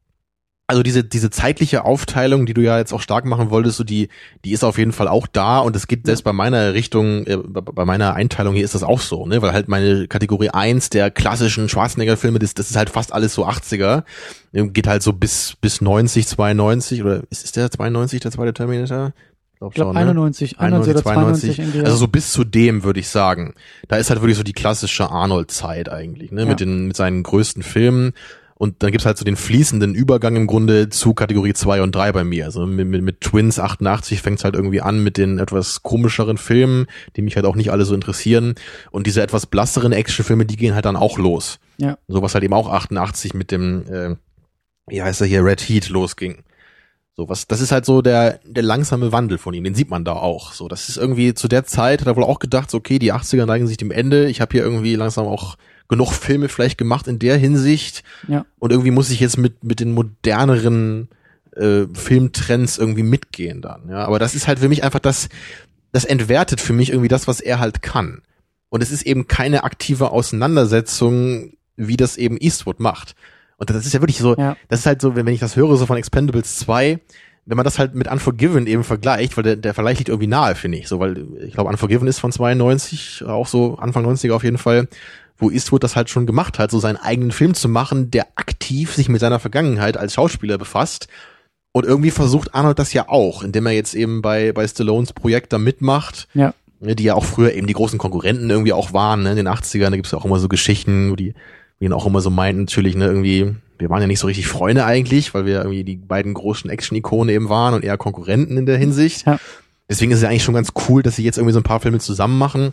Also diese diese zeitliche Aufteilung, die du ja jetzt auch stark machen wolltest, so die die ist auf jeden Fall auch da und es geht selbst bei meiner Richtung, äh, bei meiner Einteilung hier ist das auch so, ne, weil halt meine Kategorie eins der klassischen Schwarzenegger-Filme, das, das ist halt fast alles so achtziger, geht halt so bis bis neunzig, zweiundneunzig oder ist, ist der zweiundneunzig der zweite Terminator? Ich glaube glaub, einundneunzig, einundneunzig oder zweiundneunzig. zweiundneunzig also so bis zu dem würde ich sagen. Da ist halt wirklich so die klassische Arnold-Zeit eigentlich, ne, ja. mit den mit seinen größten Filmen. Und dann gibt's halt so den fließenden Übergang im Grunde zu Kategorie zwei und drei bei mir. Also mit, mit, mit Twins achtundachtzig fängt's halt irgendwie an mit den etwas komischeren Filmen, die mich halt auch nicht alle so interessieren. Und diese etwas blasseren Actionfilme, die gehen halt dann auch los. Ja. Sowas halt eben auch achtundachtzig mit dem, äh, wie heißt er hier, Red Heat losging. So was, das ist halt so der, der langsame Wandel von ihm, den sieht man da auch. So, das ist irgendwie zu der Zeit, hat er wohl auch gedacht, so, okay, die achtziger neigen sich dem Ende. Ich habe hier irgendwie langsam auch genug Filme vielleicht gemacht in der Hinsicht. Ja. Und irgendwie muss ich jetzt mit mit den moderneren äh, Filmtrends irgendwie mitgehen dann. Ja, aber das ist halt für mich einfach das, das entwertet für mich irgendwie das, was er halt kann. Und es ist eben keine aktive Auseinandersetzung, wie das eben Eastwood macht. Und das ist ja wirklich so, ja. das ist halt so, wenn, wenn ich das höre, so von Expendables zwei, wenn man das halt mit Unforgiven eben vergleicht, weil der, der Vergleich liegt irgendwie nahe, finde ich. So, weil ich glaube, Unforgiven ist von zweiundneunzig, auch so Anfang neunziger auf jeden Fall, wo Eastwood das halt schon gemacht hat, so seinen eigenen Film zu machen, der aktiv sich mit seiner Vergangenheit als Schauspieler befasst. Und irgendwie versucht Arnold das ja auch, indem er jetzt eben bei bei Stallones Projekt da mitmacht, ja. die ja auch früher eben die großen Konkurrenten irgendwie auch waren, ne, in den achtzigern, da gibt's ja auch immer so Geschichten, wo die, die ihn auch immer so meinten, natürlich, ne, irgendwie, wir waren ja nicht so richtig Freunde eigentlich, weil wir irgendwie die beiden großen Action-Ikonen eben waren und eher Konkurrenten in der Hinsicht. Ja. Deswegen ist es ja eigentlich schon ganz cool, dass sie jetzt irgendwie so ein paar Filme zusammen machen.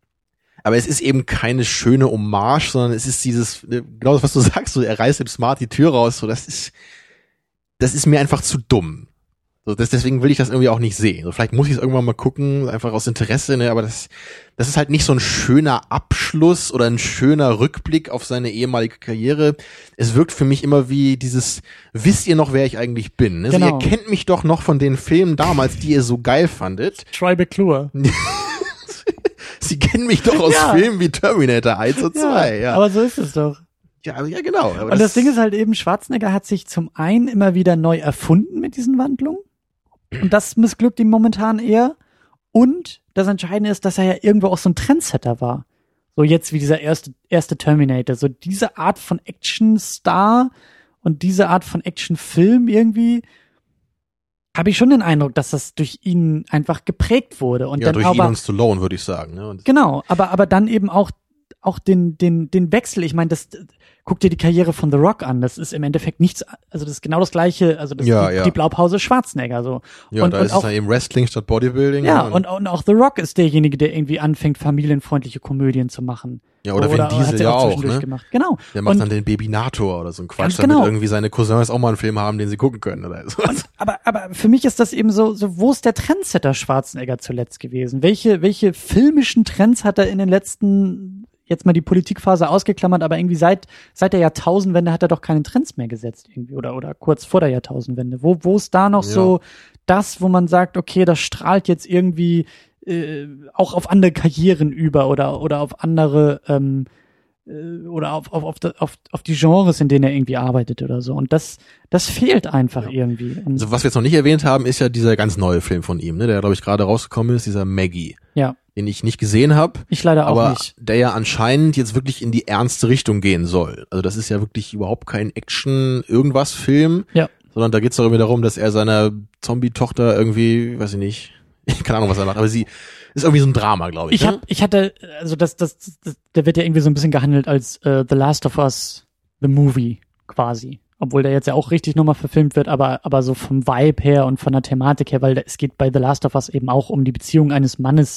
Aber es ist eben keine schöne Hommage, sondern es ist dieses, genau das, was du sagst, so, er reißt dem Smart die Tür raus, so, das ist, das ist mir einfach zu dumm. So, das, deswegen will ich das irgendwie auch nicht sehen. So, vielleicht muss ich es irgendwann mal gucken, einfach aus Interesse, ne, aber das, das ist halt nicht so ein schöner Abschluss oder ein schöner Rückblick auf seine ehemalige Karriere. Es wirkt für mich immer wie dieses, wisst ihr noch, wer ich eigentlich bin? Ne? Genau. So, ihr kennt mich doch noch von den Filmen damals, die ihr so geil fandet. Troy McClure. Sie kennen mich doch aus ja. Filmen wie Terminator eins und zwei. Ja, ja. Aber so ist es doch. Ja, ja genau. Aber und das, das Ding ist halt eben, Schwarzenegger hat sich zum einen immer wieder neu erfunden mit diesen Wandlungen. Und das missglückt ihm momentan eher. Und das Entscheidende ist, dass er ja irgendwo auch so ein Trendsetter war. So jetzt wie dieser erste, erste Terminator. So diese Art von Action-Star und diese Art von Action-Film irgendwie, habe ich schon den Eindruck, dass das durch ihn einfach geprägt wurde. Und ja, dann durch aber, ihn und Stallone, würde ich sagen. Ne? Und genau, aber aber dann eben auch auch den den den Wechsel. Ich meine, das guck dir die Karriere von The Rock an. Das ist im Endeffekt nichts, also das ist genau das Gleiche, also das ja, ist die, ja. die Blaupause Schwarzenegger so. Ja, und, da und ist auch, es dann eben Wrestling statt Bodybuilding. Ja, und, und auch The Rock ist derjenige, der irgendwie anfängt, familienfreundliche Komödien zu machen. Ja, oder, oder Vin Diesel ja auch, ne? Gemacht. Genau. Der macht und, dann den Babynator oder so ein Quatsch, genau. damit irgendwie seine Cousins auch mal einen Film haben, den sie gucken können oder so. Und, aber, aber für mich ist das eben so, so, wo ist der Trendsetter Schwarzenegger zuletzt gewesen? Welche, welche filmischen Trends hat er in den letzten, jetzt mal die Politikphase ausgeklammert, aber irgendwie seit, seit der Jahrtausendwende hat er doch keine Trends mehr gesetzt irgendwie oder, oder kurz vor der Jahrtausendwende. Wo, wo ist da noch ja. so das, wo man sagt, okay, das strahlt jetzt irgendwie äh, auch auf andere Karrieren über oder, oder auf andere, ähm, oder auf, auf, auf, auf, auf die Genres, in denen er irgendwie arbeitet oder so. Und das, das fehlt einfach ja. irgendwie. Und also was wir jetzt noch nicht erwähnt haben, ist ja dieser ganz neue Film von ihm, ne, der glaube ich gerade rausgekommen ist, dieser Maggie. Ja. Den ich nicht gesehen habe. Ich leider auch aber nicht. Der ja anscheinend jetzt wirklich in die ernste Richtung gehen soll. Also das ist ja wirklich überhaupt kein Action-Irgendwas-Film. Ja. sondern da geht's doch irgendwie darum, dass er seiner Zombie-Tochter irgendwie, weiß ich nicht, keine Ahnung, was er macht, aber sie ist irgendwie so ein Drama, glaube ich. Ich hab, ne? ich hatte, also das, das, das, der wird ja irgendwie so ein bisschen gehandelt als äh, The Last of Us, the Movie quasi. Obwohl der jetzt ja auch richtig nochmal verfilmt wird, aber aber so vom Vibe her und von der Thematik her, weil es geht bei The Last of Us eben auch um die Beziehung eines Mannes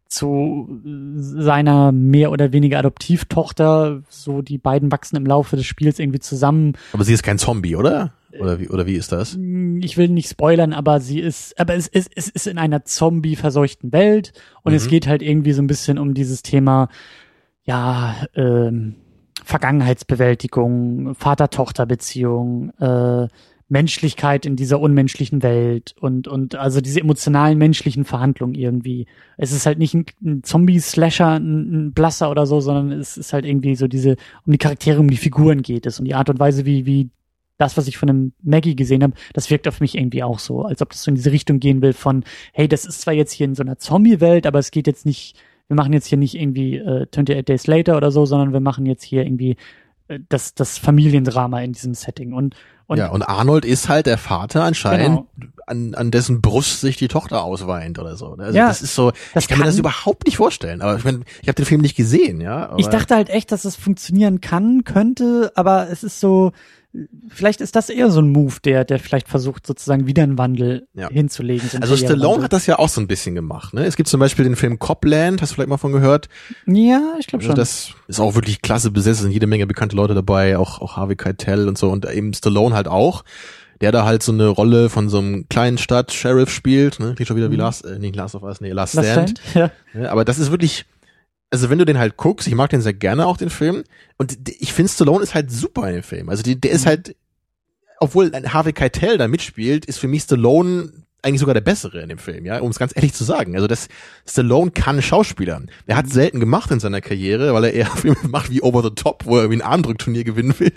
zu seiner mehr oder weniger Adoptivtochter. So die beiden wachsen im Laufe des Spiels irgendwie zusammen. Aber sie ist kein Zombie, oder? Oder wie, oder wie ist das? Ich will nicht spoilern, aber sie ist, aber es ist, es ist in einer Zombie-verseuchten Welt und mhm. es geht halt irgendwie so ein bisschen um dieses Thema, ja, ähm, Vergangenheitsbewältigung, Vater-Tochter-Beziehung, äh, Menschlichkeit in dieser unmenschlichen Welt und und also diese emotionalen menschlichen Verhandlungen irgendwie. Es ist halt nicht ein, ein Zombie-Slasher, ein, ein Blasser oder so, sondern es ist halt irgendwie so diese, um die Charaktere, um die Figuren geht es, um die Art und Weise, wie wie das, was ich von dem Maggie gesehen habe, das wirkt auf mich irgendwie auch so, als ob das so in diese Richtung gehen will von, hey, das ist zwar jetzt hier in so einer Zombie-Welt, aber es geht jetzt nicht, wir machen jetzt hier nicht irgendwie äh, twenty-eight Days Later oder so, sondern wir machen jetzt hier irgendwie äh, das das Familiendrama in diesem Setting. Und, und ja, und Arnold ist halt der Vater anscheinend, genau. an, an dessen Brust sich die Tochter ausweint oder so. Also ja, das ist so, das ich kann, kann mir das überhaupt nicht vorstellen. Aber ich meine, ich habe den Film nicht gesehen, ja. Aber ich dachte halt echt, dass es funktionieren kann, könnte, aber es ist so, vielleicht ist das eher so ein Move, der der vielleicht versucht, sozusagen wieder einen Wandel ja. hinzulegen. So also Stallone hat das ja auch so ein bisschen gemacht. Ne? Es gibt zum Beispiel den Film Copland, hast du vielleicht mal von gehört? Ja, ich glaube also schon. Das ist auch wirklich klasse besetzt, sind jede Menge bekannte Leute dabei, auch auch Harvey Keitel und so und eben Stallone halt auch, der da halt so eine Rolle von so einem kleinen Stadt-Sheriff spielt. Ne? Klingt schon wieder wie Last, äh, nicht Last of Us, nee, Last, Last Stand. Stand. Ja. Ja, aber das ist wirklich... Also wenn du den halt guckst, ich mag den sehr gerne auch, den Film, und ich finde Stallone ist halt super in dem Film. Also die, der ist halt, obwohl Harvey Keitel da mitspielt, ist für mich Stallone eigentlich sogar der Bessere in dem Film, ja, um es ganz ehrlich zu sagen. Also das Stallone kann Schauspieler. Er hat selten gemacht in seiner Karriere, weil er eher Filme macht wie Over the Top, wo er irgendwie ein Armdrückturnier gewinnen will.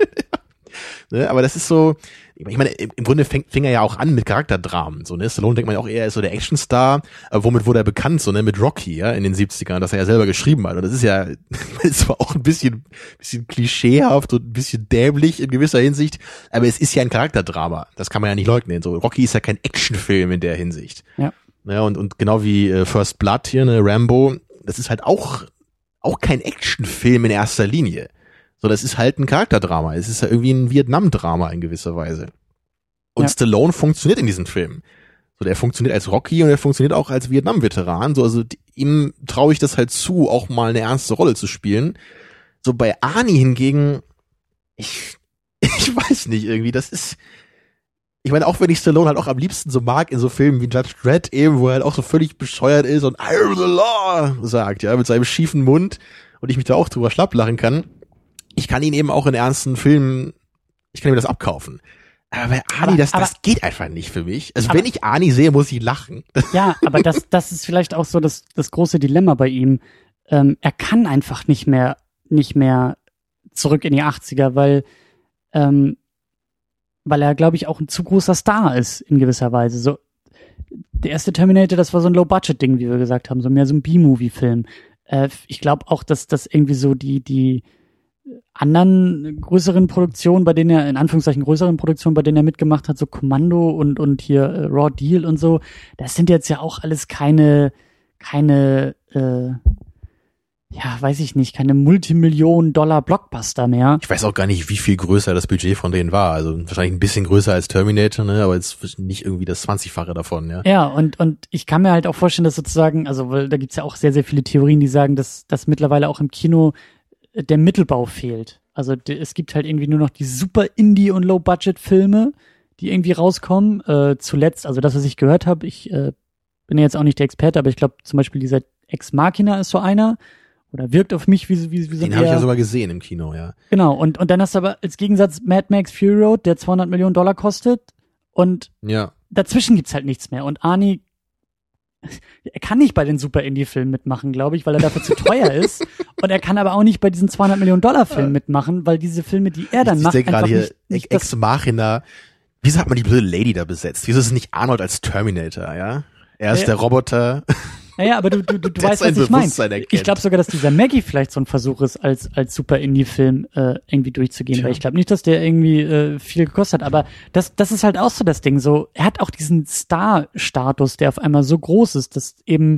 Ne, aber das ist so, ich meine, im, im Grunde fängt, fing er ja auch an mit Charakterdramen, so, ne, Stallone denkt man ja auch eher, er ist so der Actionstar, aber womit wurde er bekannt, so, ne, mit Rocky, ja, in den siebzigern, das er ja selber geschrieben hat, und das ist ja, ist zwar auch ein bisschen, bisschen klischeehaft und ein bisschen dämlich in gewisser Hinsicht, aber es ist ja ein Charakterdrama, das kann man ja nicht leugnen, so, Rocky ist ja kein Actionfilm in der Hinsicht. Ja. Ja, und, und genau wie äh, First Blood hier, ne, Rambo, das ist halt auch, auch kein Actionfilm in erster Linie. So, das ist halt ein Charakterdrama. Es ist ja irgendwie ein Vietnam-Drama in gewisser Weise. Und ja. Stallone funktioniert in diesen Filmen. So, der funktioniert als Rocky und er funktioniert auch als Vietnam-Veteran. So, also ihm traue ich das halt zu, auch mal eine ernste Rolle zu spielen. So, bei Arnie hingegen, ich, ich weiß nicht irgendwie, das ist, ich meine, auch wenn ich Stallone halt auch am liebsten so mag in so Filmen wie Judge Dredd eben, wo er halt auch so völlig bescheuert ist und I am the law sagt, ja, mit seinem schiefen Mund und ich mich da auch drüber schlapp lachen kann. Ich kann ihn eben auch in ernsten Filmen, ich kann ihm das abkaufen. Aber bei Arnie, das, aber, das geht einfach nicht für mich. Also aber, wenn ich Arnie sehe, muss ich lachen. Ja, aber das, das ist vielleicht auch so das, das große Dilemma bei ihm. Ähm, er kann einfach nicht mehr, nicht mehr zurück in die achtziger, weil, ähm, weil er, glaube ich, auch ein zu großer Star ist in gewisser Weise. So, der erste Terminator, das war so ein Low-Budget-Ding, wie wir gesagt haben, so mehr so ein B-Movie-Film. Äh, ich glaube auch, dass das irgendwie so die, die anderen größeren Produktionen, bei denen er, in Anführungszeichen größeren Produktionen, bei denen er mitgemacht hat, so Kommando und und hier äh, Raw Deal und so, das sind jetzt ja auch alles keine, keine, äh, ja, weiß ich nicht, keine Multimillionen-Dollar-Blockbuster mehr. Ich weiß auch gar nicht, wie viel größer das Budget von denen war. Also wahrscheinlich ein bisschen größer als Terminator, ne, aber jetzt nicht irgendwie das zwanzigfache davon, ja. Ja, und und ich kann mir halt auch vorstellen, dass sozusagen, also weil da gibt's ja auch sehr, sehr viele Theorien, die sagen, dass dass mittlerweile auch im Kino der Mittelbau fehlt. Also es gibt halt irgendwie nur noch die super Indie- und Low-Budget-Filme, die irgendwie rauskommen. Äh, zuletzt, also das, was ich gehört habe, ich äh, bin ja jetzt auch nicht der Experte, aber ich glaube zum Beispiel dieser Ex Machina ist so einer, oder wirkt auf mich wie, wie, wie so ein Den habe ich ja sogar gesehen im Kino, ja. Genau, und und dann hast du aber als Gegensatz Mad Max Fury Road, der zweihundert Millionen Dollar kostet, und ja. dazwischen gibt's halt nichts mehr. Und Arnie, er kann nicht bei den Super-Indie-Filmen mitmachen, glaube ich, weil er dafür zu teuer ist. Und er kann aber auch nicht bei diesen zweihundert Millionen Dollar Filmen mitmachen, weil diese Filme, die er dann ich macht, einfach gerade hier nicht, nicht Ex Machina. Wieso hat man die blöde Lady da besetzt? Wieso ist es nicht Arnold als Terminator, ja? Er ist ja. der Roboter. Naja, aber du, du, du, du weißt, was ich meine. Ich glaube sogar, dass dieser Maggie vielleicht so ein Versuch ist, als als super Indie-Film äh, irgendwie durchzugehen. Tja. Weil ich glaube nicht, dass der irgendwie äh, viel gekostet hat. Aber das das ist halt auch so das Ding. So, er hat auch diesen Star-Status, der auf einmal so groß ist, dass eben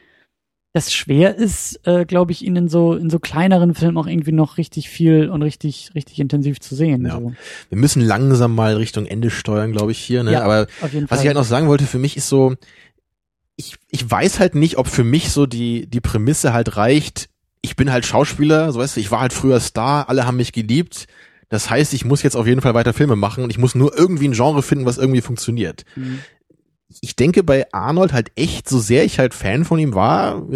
das schwer ist, äh, glaube ich, ihn in so in so kleineren Filmen auch irgendwie noch richtig viel und richtig richtig intensiv zu sehen. Ja. So. Wir müssen langsam mal Richtung Ende steuern, glaube ich, hier. Ne? Ja, aber auf jeden was Fall. ich halt noch sagen wollte, für mich ist so, ich ich weiß halt nicht, ob für mich so die die Prämisse halt reicht. Ich bin halt Schauspieler, so weißt du, ich war halt früher Star, alle haben mich geliebt. Das heißt, ich muss jetzt auf jeden Fall weiter Filme machen und ich muss nur irgendwie ein Genre finden, was irgendwie funktioniert. Mhm. Ich denke bei Arnold halt echt, so sehr ich halt Fan von ihm war,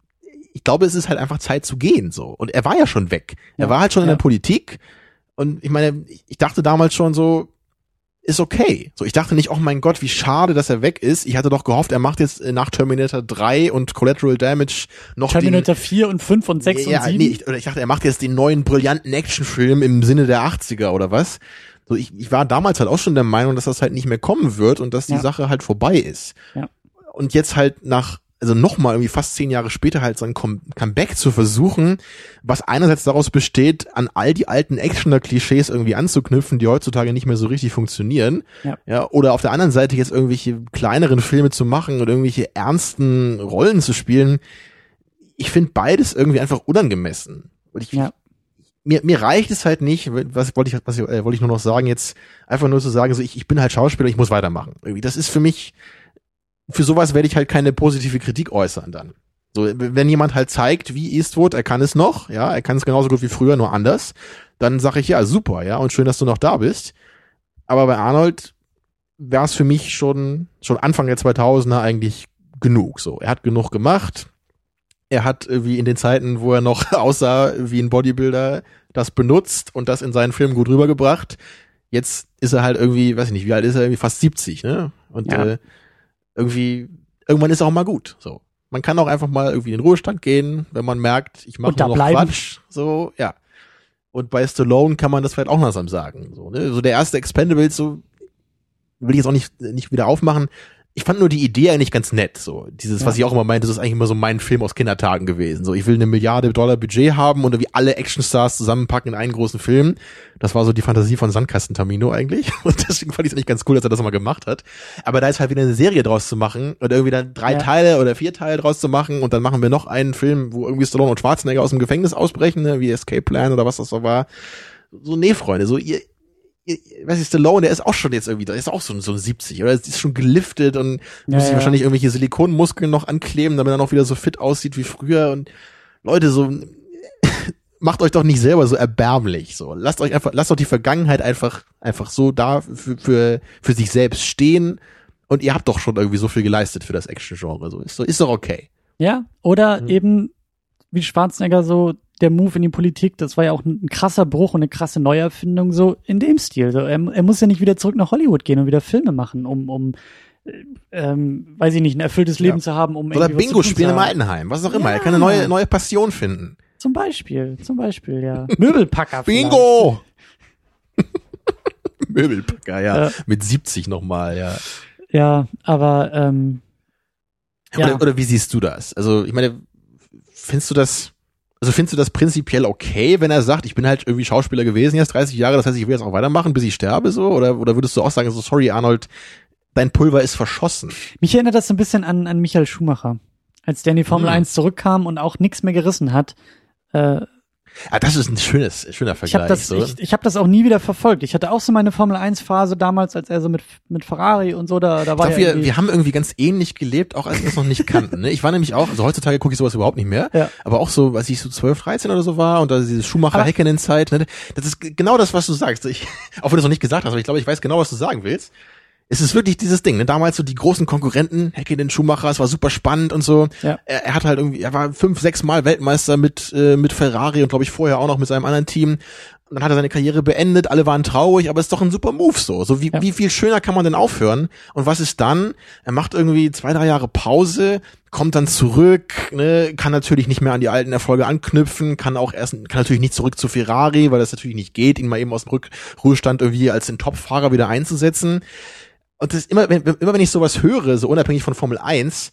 ich glaube, es ist halt einfach Zeit zu gehen, so. Und er war ja schon weg. Ja, er war halt schon ja. in der Politik. Und ich meine, ich dachte damals schon so, ist okay. So, ich dachte nicht, oh mein Gott, wie schade, dass er weg ist. Ich hatte doch gehofft, er macht jetzt nach Terminator drei und Collateral Damage noch Terminator den, vier und fünf und sechs ja, und sieben. Nee, ich, oder ich dachte, er macht jetzt den neuen brillanten Actionfilm im Sinne der achtziger oder was. So, ich, ich war damals halt auch schon der Meinung, dass das halt nicht mehr kommen wird und dass die ja. Sache halt vorbei ist. Ja. Und jetzt halt nach, also nochmal irgendwie fast zehn Jahre später halt so ein Comeback zu versuchen, was einerseits daraus besteht, an all die alten Actioner-Klischees irgendwie anzuknüpfen, die heutzutage nicht mehr so richtig funktionieren. Ja. Ja, oder auf der anderen Seite jetzt irgendwelche kleineren Filme zu machen oder irgendwelche ernsten Rollen zu spielen. Ich finde beides irgendwie einfach unangemessen. Und ich, ja. Mir, mir reicht es halt nicht, was wollte ich, was äh, wollte ich nur noch sagen jetzt, einfach nur zu sagen, so ich, ich bin halt Schauspieler, ich muss weitermachen. Irgendwie, das ist für mich, für sowas werde ich halt keine positive Kritik äußern dann. So, wenn jemand halt zeigt, wie Eastwood, er kann es noch, ja, er kann es genauso gut wie früher, nur anders, dann sage ich ja, super, ja, und schön, dass du noch da bist. Aber bei Arnold wäre es für mich schon, schon Anfang der zweitausender eigentlich genug, so. Er hat genug gemacht. Er hat wie in den Zeiten, wo er noch aussah wie ein Bodybuilder, das benutzt und das in seinen Filmen gut rübergebracht. Jetzt ist er halt irgendwie, weiß ich nicht, wie alt ist er, irgendwie fast siebzig, ne? Und ja. äh, irgendwie, irgendwann ist er auch mal gut, so. Man kann auch einfach mal irgendwie in den Ruhestand gehen, wenn man merkt, ich mache nur noch bleiben. Quatsch, so, ja. Und bei Stallone kann man das vielleicht auch langsam sagen, so, ne? So der erste Expendables, so, will ich jetzt auch nicht, nicht wieder aufmachen. Ich fand nur die Idee eigentlich ganz nett, so. Dieses, ja. was ich auch immer meinte, das ist eigentlich immer so mein Film aus Kindertagen gewesen. So, ich will eine Milliarde Dollar Budget haben und irgendwie alle Actionstars zusammenpacken in einen großen Film. Das war so die Fantasie von Sandkasten Tamino eigentlich. Und deswegen fand ich es eigentlich ganz cool, dass er das mal gemacht hat. Aber da ist halt wieder eine Serie draus zu machen oder irgendwie dann drei ja. Teile oder vier Teile draus zu machen und dann machen wir noch einen Film, wo irgendwie Stallone und Schwarzenegger aus dem Gefängnis ausbrechen, ne, wie Escape Plan oder was das so war. So, nee, Freunde, so, ihr, weiß ich, Stallone, der ist auch schon jetzt irgendwie, der ist auch so, so ein siebzig, oder? Ist schon geliftet und ja, muss sich ja. wahrscheinlich irgendwelche Silikonmuskeln noch ankleben, damit er noch wieder so fit aussieht wie früher und Leute, so, macht euch doch nicht selber so erbärmlich, so. Lasst euch einfach, lasst doch die Vergangenheit einfach, einfach so da für, für, für sich selbst stehen und ihr habt doch schon irgendwie so viel geleistet für das Action-Genre, so. Ist so, ist doch okay. Ja, oder mhm. eben, wie Schwarzenegger so, der Move in die Politik, das war ja auch ein, ein krasser Bruch und eine krasse Neuerfindung, so in dem Stil. So, er, er muss ja nicht wieder zurück nach Hollywood gehen und wieder Filme machen, um, um ähm, weiß ich nicht, ein erfülltes Leben ja. zu haben, um oder Bingo spielen im Altenheim, was auch immer. Ja. Er kann eine neue, neue Passion finden. Zum Beispiel, zum Beispiel, ja. Möbelpacker. Bingo! Möbelpacker, ja. Äh, Mit siebzig nochmal, ja. Ja, aber ähm, oder, ja. oder wie siehst du das? Also, ich meine, findest du das Also findest du das prinzipiell okay, wenn er sagt, ich bin halt irgendwie Schauspieler gewesen jetzt dreißig Jahre, das heißt, ich will jetzt auch weitermachen, bis ich sterbe, so? Oder, oder würdest du auch sagen, so, sorry Arnold, dein Pulver ist verschossen? Mich erinnert das so ein bisschen an, an Michael Schumacher. Als der in die Formel hm. eins zurückkam und auch nichts mehr gerissen hat. Äh, ah, das ist ein schönes, schöner Vergleich. Ich habe das, so. ich, ich hab das auch nie wieder verfolgt. Ich hatte auch so meine Formel eins Phase damals, als er so mit mit Ferrari und so, da, da war ich glaub, wir, wir haben irgendwie ganz ähnlich gelebt, auch als wir es noch nicht kannten. Ne? Ich war nämlich auch, also heutzutage gucke ich sowas überhaupt nicht mehr, ja. aber auch so, als ich so zwölf, dreizehn oder so war und da diese Schumacher-Häkkinen-Zeit, ne? Das ist genau das, was du sagst. Ich, auch wenn du es noch nicht gesagt hast, aber ich glaube, ich weiß genau, was du sagen willst. Es ist wirklich dieses Ding, ne? Damals so die großen Konkurrenten, Häkkinen, Schumacher, es war super spannend und so. Ja. Er, er hat halt irgendwie, er war fünf, sechs Mal Weltmeister mit äh, mit Ferrari und glaube ich vorher auch noch mit seinem anderen Team. Und dann hat er seine Karriere beendet, alle waren traurig, aber es ist doch ein super Move so. So wie ja. wie viel schöner kann man denn aufhören? Und was ist dann? Er macht irgendwie zwei, drei Jahre Pause, kommt dann zurück, ne, kann natürlich nicht mehr an die alten Erfolge anknüpfen, kann auch erst, kann natürlich nicht zurück zu Ferrari, weil das natürlich nicht geht, ihn mal eben aus dem Rück- Ruhestand irgendwie als den Top-Fahrer wieder einzusetzen. Und das ist immer, wenn, immer wenn ich sowas höre, so unabhängig von Formel eins,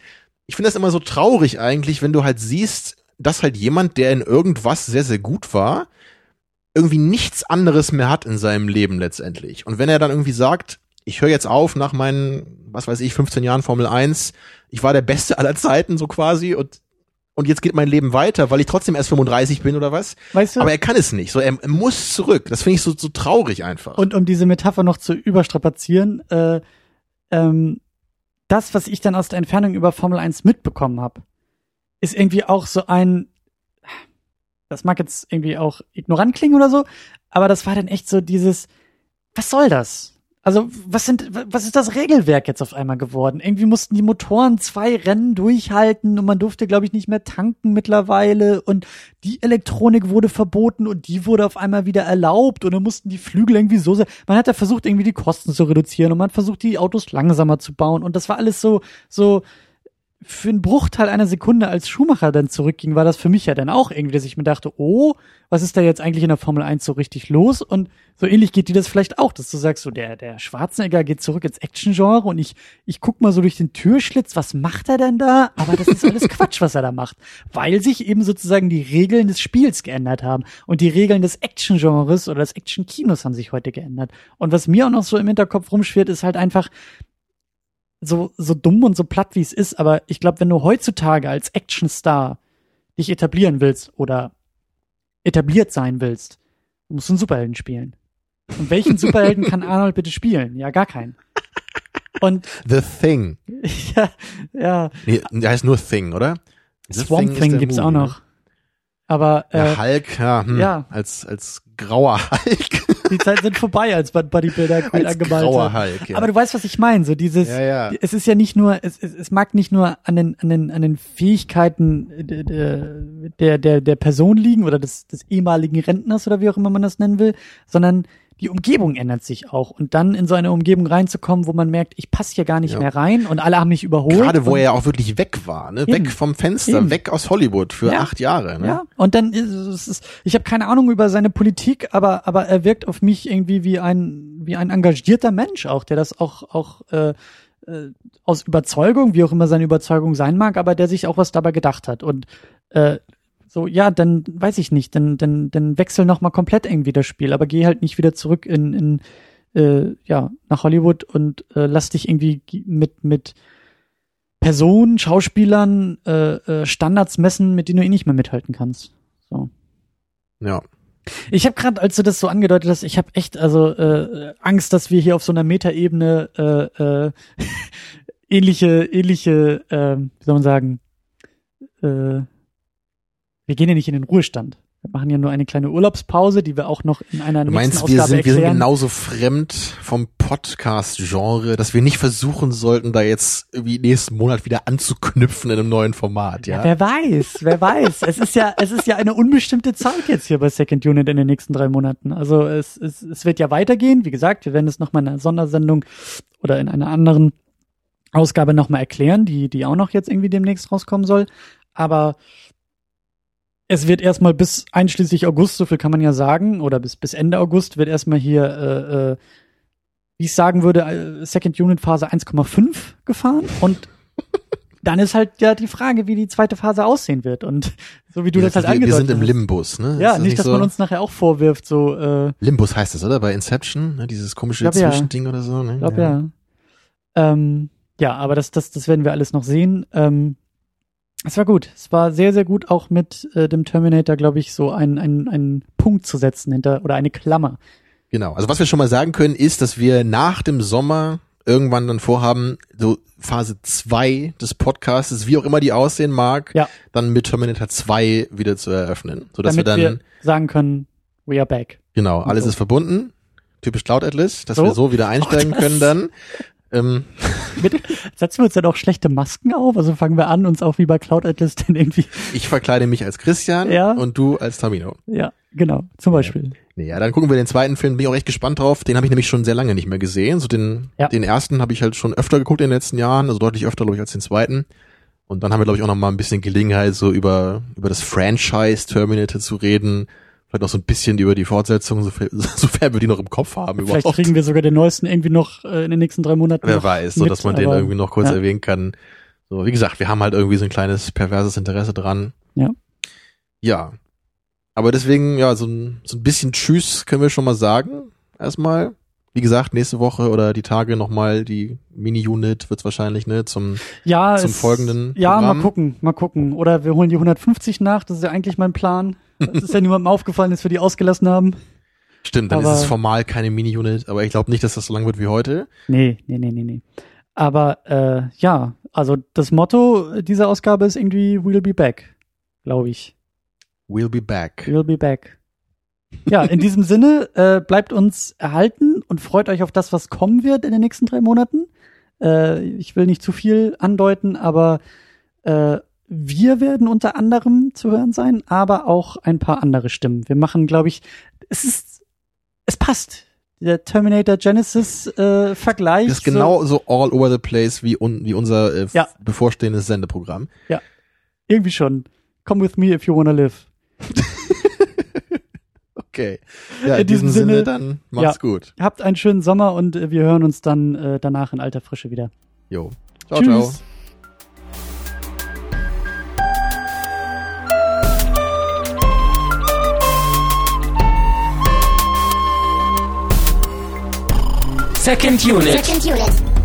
ich finde das immer so traurig eigentlich, wenn du halt siehst, dass halt jemand, der in irgendwas sehr, sehr gut war, irgendwie nichts anderes mehr hat in seinem Leben letztendlich. Und wenn er dann irgendwie sagt, ich höre jetzt auf nach meinen, was weiß ich, fünfzehn Jahren Formel eins, ich war der Beste aller Zeiten so quasi und und jetzt geht mein Leben weiter, weil ich trotzdem erst fünfunddreißig bin oder was. Weißt du? Aber er kann es nicht. So, er, er muss zurück. Das finde ich so, so traurig einfach. Und um diese Metapher noch zu überstrapazieren, äh, ähm, das, was ich dann aus der Entfernung über Formel eins mitbekommen habe, ist irgendwie auch so ein, das mag jetzt irgendwie auch ignorant klingen oder so, aber das war dann echt so dieses, was soll das? Also, was sind, was ist das Regelwerk jetzt auf einmal geworden? Irgendwie mussten die Motoren zwei Rennen durchhalten und man durfte, glaube ich, nicht mehr tanken mittlerweile und die Elektronik wurde verboten und die wurde auf einmal wieder erlaubt und dann mussten die Flügel irgendwie so sehr, man hat ja versucht, irgendwie die Kosten zu reduzieren und man hat versucht, die Autos langsamer zu bauen und das war alles so, so, für einen Bruchteil einer Sekunde, als Schumacher dann zurückging, war das für mich ja dann auch irgendwie, dass ich mir dachte, oh, was ist da jetzt eigentlich in der Formel eins so richtig los? Und so ähnlich geht dir das vielleicht auch, dass du sagst, so der der Schwarzenegger geht zurück ins Action-Genre und ich ich guck mal so durch den Türschlitz, was macht er denn da? Aber das ist alles Quatsch, was er da macht, weil sich eben sozusagen die Regeln des Spiels geändert haben und die Regeln des Action-Genres oder des Action-Kinos haben sich heute geändert. Und was mir auch noch so im Hinterkopf rumschwirrt, ist halt einfach so so dumm und so platt, wie es ist, aber ich glaube, wenn du heutzutage als Actionstar dich etablieren willst oder etabliert sein willst, musst du einen Superhelden spielen. Und welchen Superhelden kann Arnold bitte spielen? Ja, gar keinen. Und The Thing. Ja, ja. Nee, der heißt nur Thing, oder? The Swamp Thing, Thing gibt's Movie, auch noch. Aber äh, ja, Hulk, ja, hm, ja, als als grauer Hulk. Die Zeiten sind vorbei, als man Bodybuilder cool angemalt grauer hat. Hulk, ja. Aber du weißt, was ich meine, so dieses, ja, ja. es ist ja nicht nur, es, es, es mag nicht nur an den, an den, an den Fähigkeiten der, der, der Person liegen oder des, des ehemaligen Rentners oder wie auch immer man das nennen will, sondern die Umgebung ändert sich auch. Und dann in so eine Umgebung reinzukommen, wo man merkt, ich passe hier gar nicht ja. mehr rein und alle haben mich überholt. Gerade wo er ja auch wirklich weg war, ne? Eben. Weg vom Fenster, eben. Weg aus Hollywood für ja. acht Jahre. Ne? Ja, und dann ist es, ich habe keine Ahnung über seine Politik, aber aber er wirkt auf mich irgendwie wie ein wie ein engagierter Mensch auch, der das auch auch äh, äh, aus Überzeugung, wie auch immer seine Überzeugung sein mag, aber der sich auch was dabei gedacht hat. Und äh, so, ja, dann weiß ich nicht, dann dann dann wechsel noch mal komplett irgendwie das Spiel, aber geh halt nicht wieder zurück in in äh, ja nach Hollywood und äh, lass dich irgendwie mit mit Personen, Schauspielern äh, äh, Standards messen, mit denen du eh nicht mehr mithalten kannst. So. Ja. Ich habe gerade, als du das so angedeutet hast, ich habe echt also äh, Angst, dass wir hier auf so einer Metaebene äh, äh, ähnliche ähnliche, äh, wie soll man sagen, äh, wir gehen ja nicht in den Ruhestand. Wir machen ja nur eine kleine Urlaubspause, die wir auch noch in einer du nächsten meinst, Ausgabe wir sind, erklären. Wir sind genauso fremd vom Podcast-Genre, dass wir nicht versuchen sollten, da jetzt irgendwie nächsten Monat wieder anzuknüpfen in einem neuen Format, ja? Ja, wer weiß, wer weiß. Es ist ja, es ist ja eine unbestimmte Zeit jetzt hier bei Second Unit in den nächsten drei Monaten. Also es, es, es wird ja weitergehen. Wie gesagt, wir werden es nochmal in einer Sondersendung oder in einer anderen Ausgabe nochmal erklären, die, die auch noch jetzt irgendwie demnächst rauskommen soll. Aber es wird erstmal bis einschließlich August, so viel kann man ja sagen, oder bis bis Ende August wird erstmal hier, äh, äh, wie ich sagen würde, äh, Second Unit Phase eins Komma fünf gefahren und dann ist halt ja die Frage, wie die zweite Phase aussehen wird und so wie du ja, das halt wir, angedeutet hast. Wir sind im Limbus, ne? Ja, das nicht, nicht, dass so man uns nachher auch vorwirft, so äh, Limbus heißt das, oder? Bei Inception, ne? Dieses komische Zwischending ja. oder so, ne? Ich glaube ja. Ja. Ähm, ja, aber das das das werden wir alles noch sehen. Ähm, Es war gut. Es war sehr, sehr gut, auch mit äh, dem Terminator, glaube ich, so einen, einen, einen Punkt zu setzen hinter oder eine Klammer. Genau. Also was wir schon mal sagen können, ist, dass wir nach dem Sommer irgendwann dann vorhaben, so Phase zwei des Podcasts, wie auch immer die aussehen mag, ja. dann mit Terminator zwei wieder zu eröffnen. Sodass Damit wir dann wir sagen können, we are back. Genau, alles so. Ist verbunden. Typisch Cloud Atlas, dass so? wir so wieder einsteigen oh, können dann. Ähm. Mit, setzen wir uns dann auch schlechte Masken auf? Also fangen wir an, uns auch wie bei Cloud Atlas dann irgendwie... Ich verkleide mich als Christian ja. und du als Tamino. Ja, genau, zum Beispiel. Nee, ja, dann gucken wir den zweiten Film, bin ich auch echt gespannt drauf. Den habe ich nämlich schon sehr lange nicht mehr gesehen. So den ja. den ersten habe ich halt schon öfter geguckt in den letzten Jahren, also deutlich öfter, glaube ich, als den zweiten. Und dann haben wir, glaube ich, auch noch mal ein bisschen Gelegenheit, so über über das Franchise Terminator zu reden. Vielleicht auch so ein bisschen über die Fortsetzung, sofern, sofern wir die noch im Kopf haben. Vielleicht überhaupt. kriegen wir sogar den neuesten irgendwie noch äh, in den nächsten drei Monaten. Wer weiß, so mit, dass man den irgendwie noch kurz ja. erwähnen kann. So, wie gesagt, wir haben halt irgendwie so ein kleines perverses Interesse dran. Ja. Ja. Aber deswegen, ja, so ein, so ein bisschen Tschüss können wir schon mal sagen. Erstmal. Wie gesagt, nächste Woche oder die Tage nochmal die Mini-Unit wird's wahrscheinlich, ne, zum, ja, zum es, folgenden Ja, Programm. mal gucken, mal gucken. Oder wir holen die hundertfünfzig nach, das ist ja eigentlich mein Plan. Es ist ja niemandem aufgefallen, dass wir die ausgelassen haben. Stimmt, dann aber, ist es formal keine Mini-Unit, aber ich glaube nicht, dass das so lang wird wie heute. Nee, nee, nee, nee, nee. Aber äh, ja, also das Motto dieser Ausgabe ist irgendwie We'll be back, glaube ich. We'll be back. We'll be back. Ja, in diesem Sinne, äh, bleibt uns erhalten und freut euch auf das, was kommen wird in den nächsten drei Monaten. Äh, ich will nicht zu viel andeuten, aber äh, wir werden unter anderem zu hören sein, aber auch ein paar andere Stimmen. Wir machen, glaube ich, es ist, es passt. Der Terminator Genesis äh, Vergleich. Das ist genau so all over the place wie, un, wie unser äh, ja. bevorstehendes Sendeprogramm. Ja, irgendwie schon. Come with me if you wanna live. Okay. Ja, in, in diesem, diesem Sinne, Sinne, dann macht's ja, gut. Habt einen schönen Sommer und äh, wir hören uns dann äh, danach in alter Frische wieder. Jo. Ciao, Tschüss. Ciao. Second Unit. Second Unit.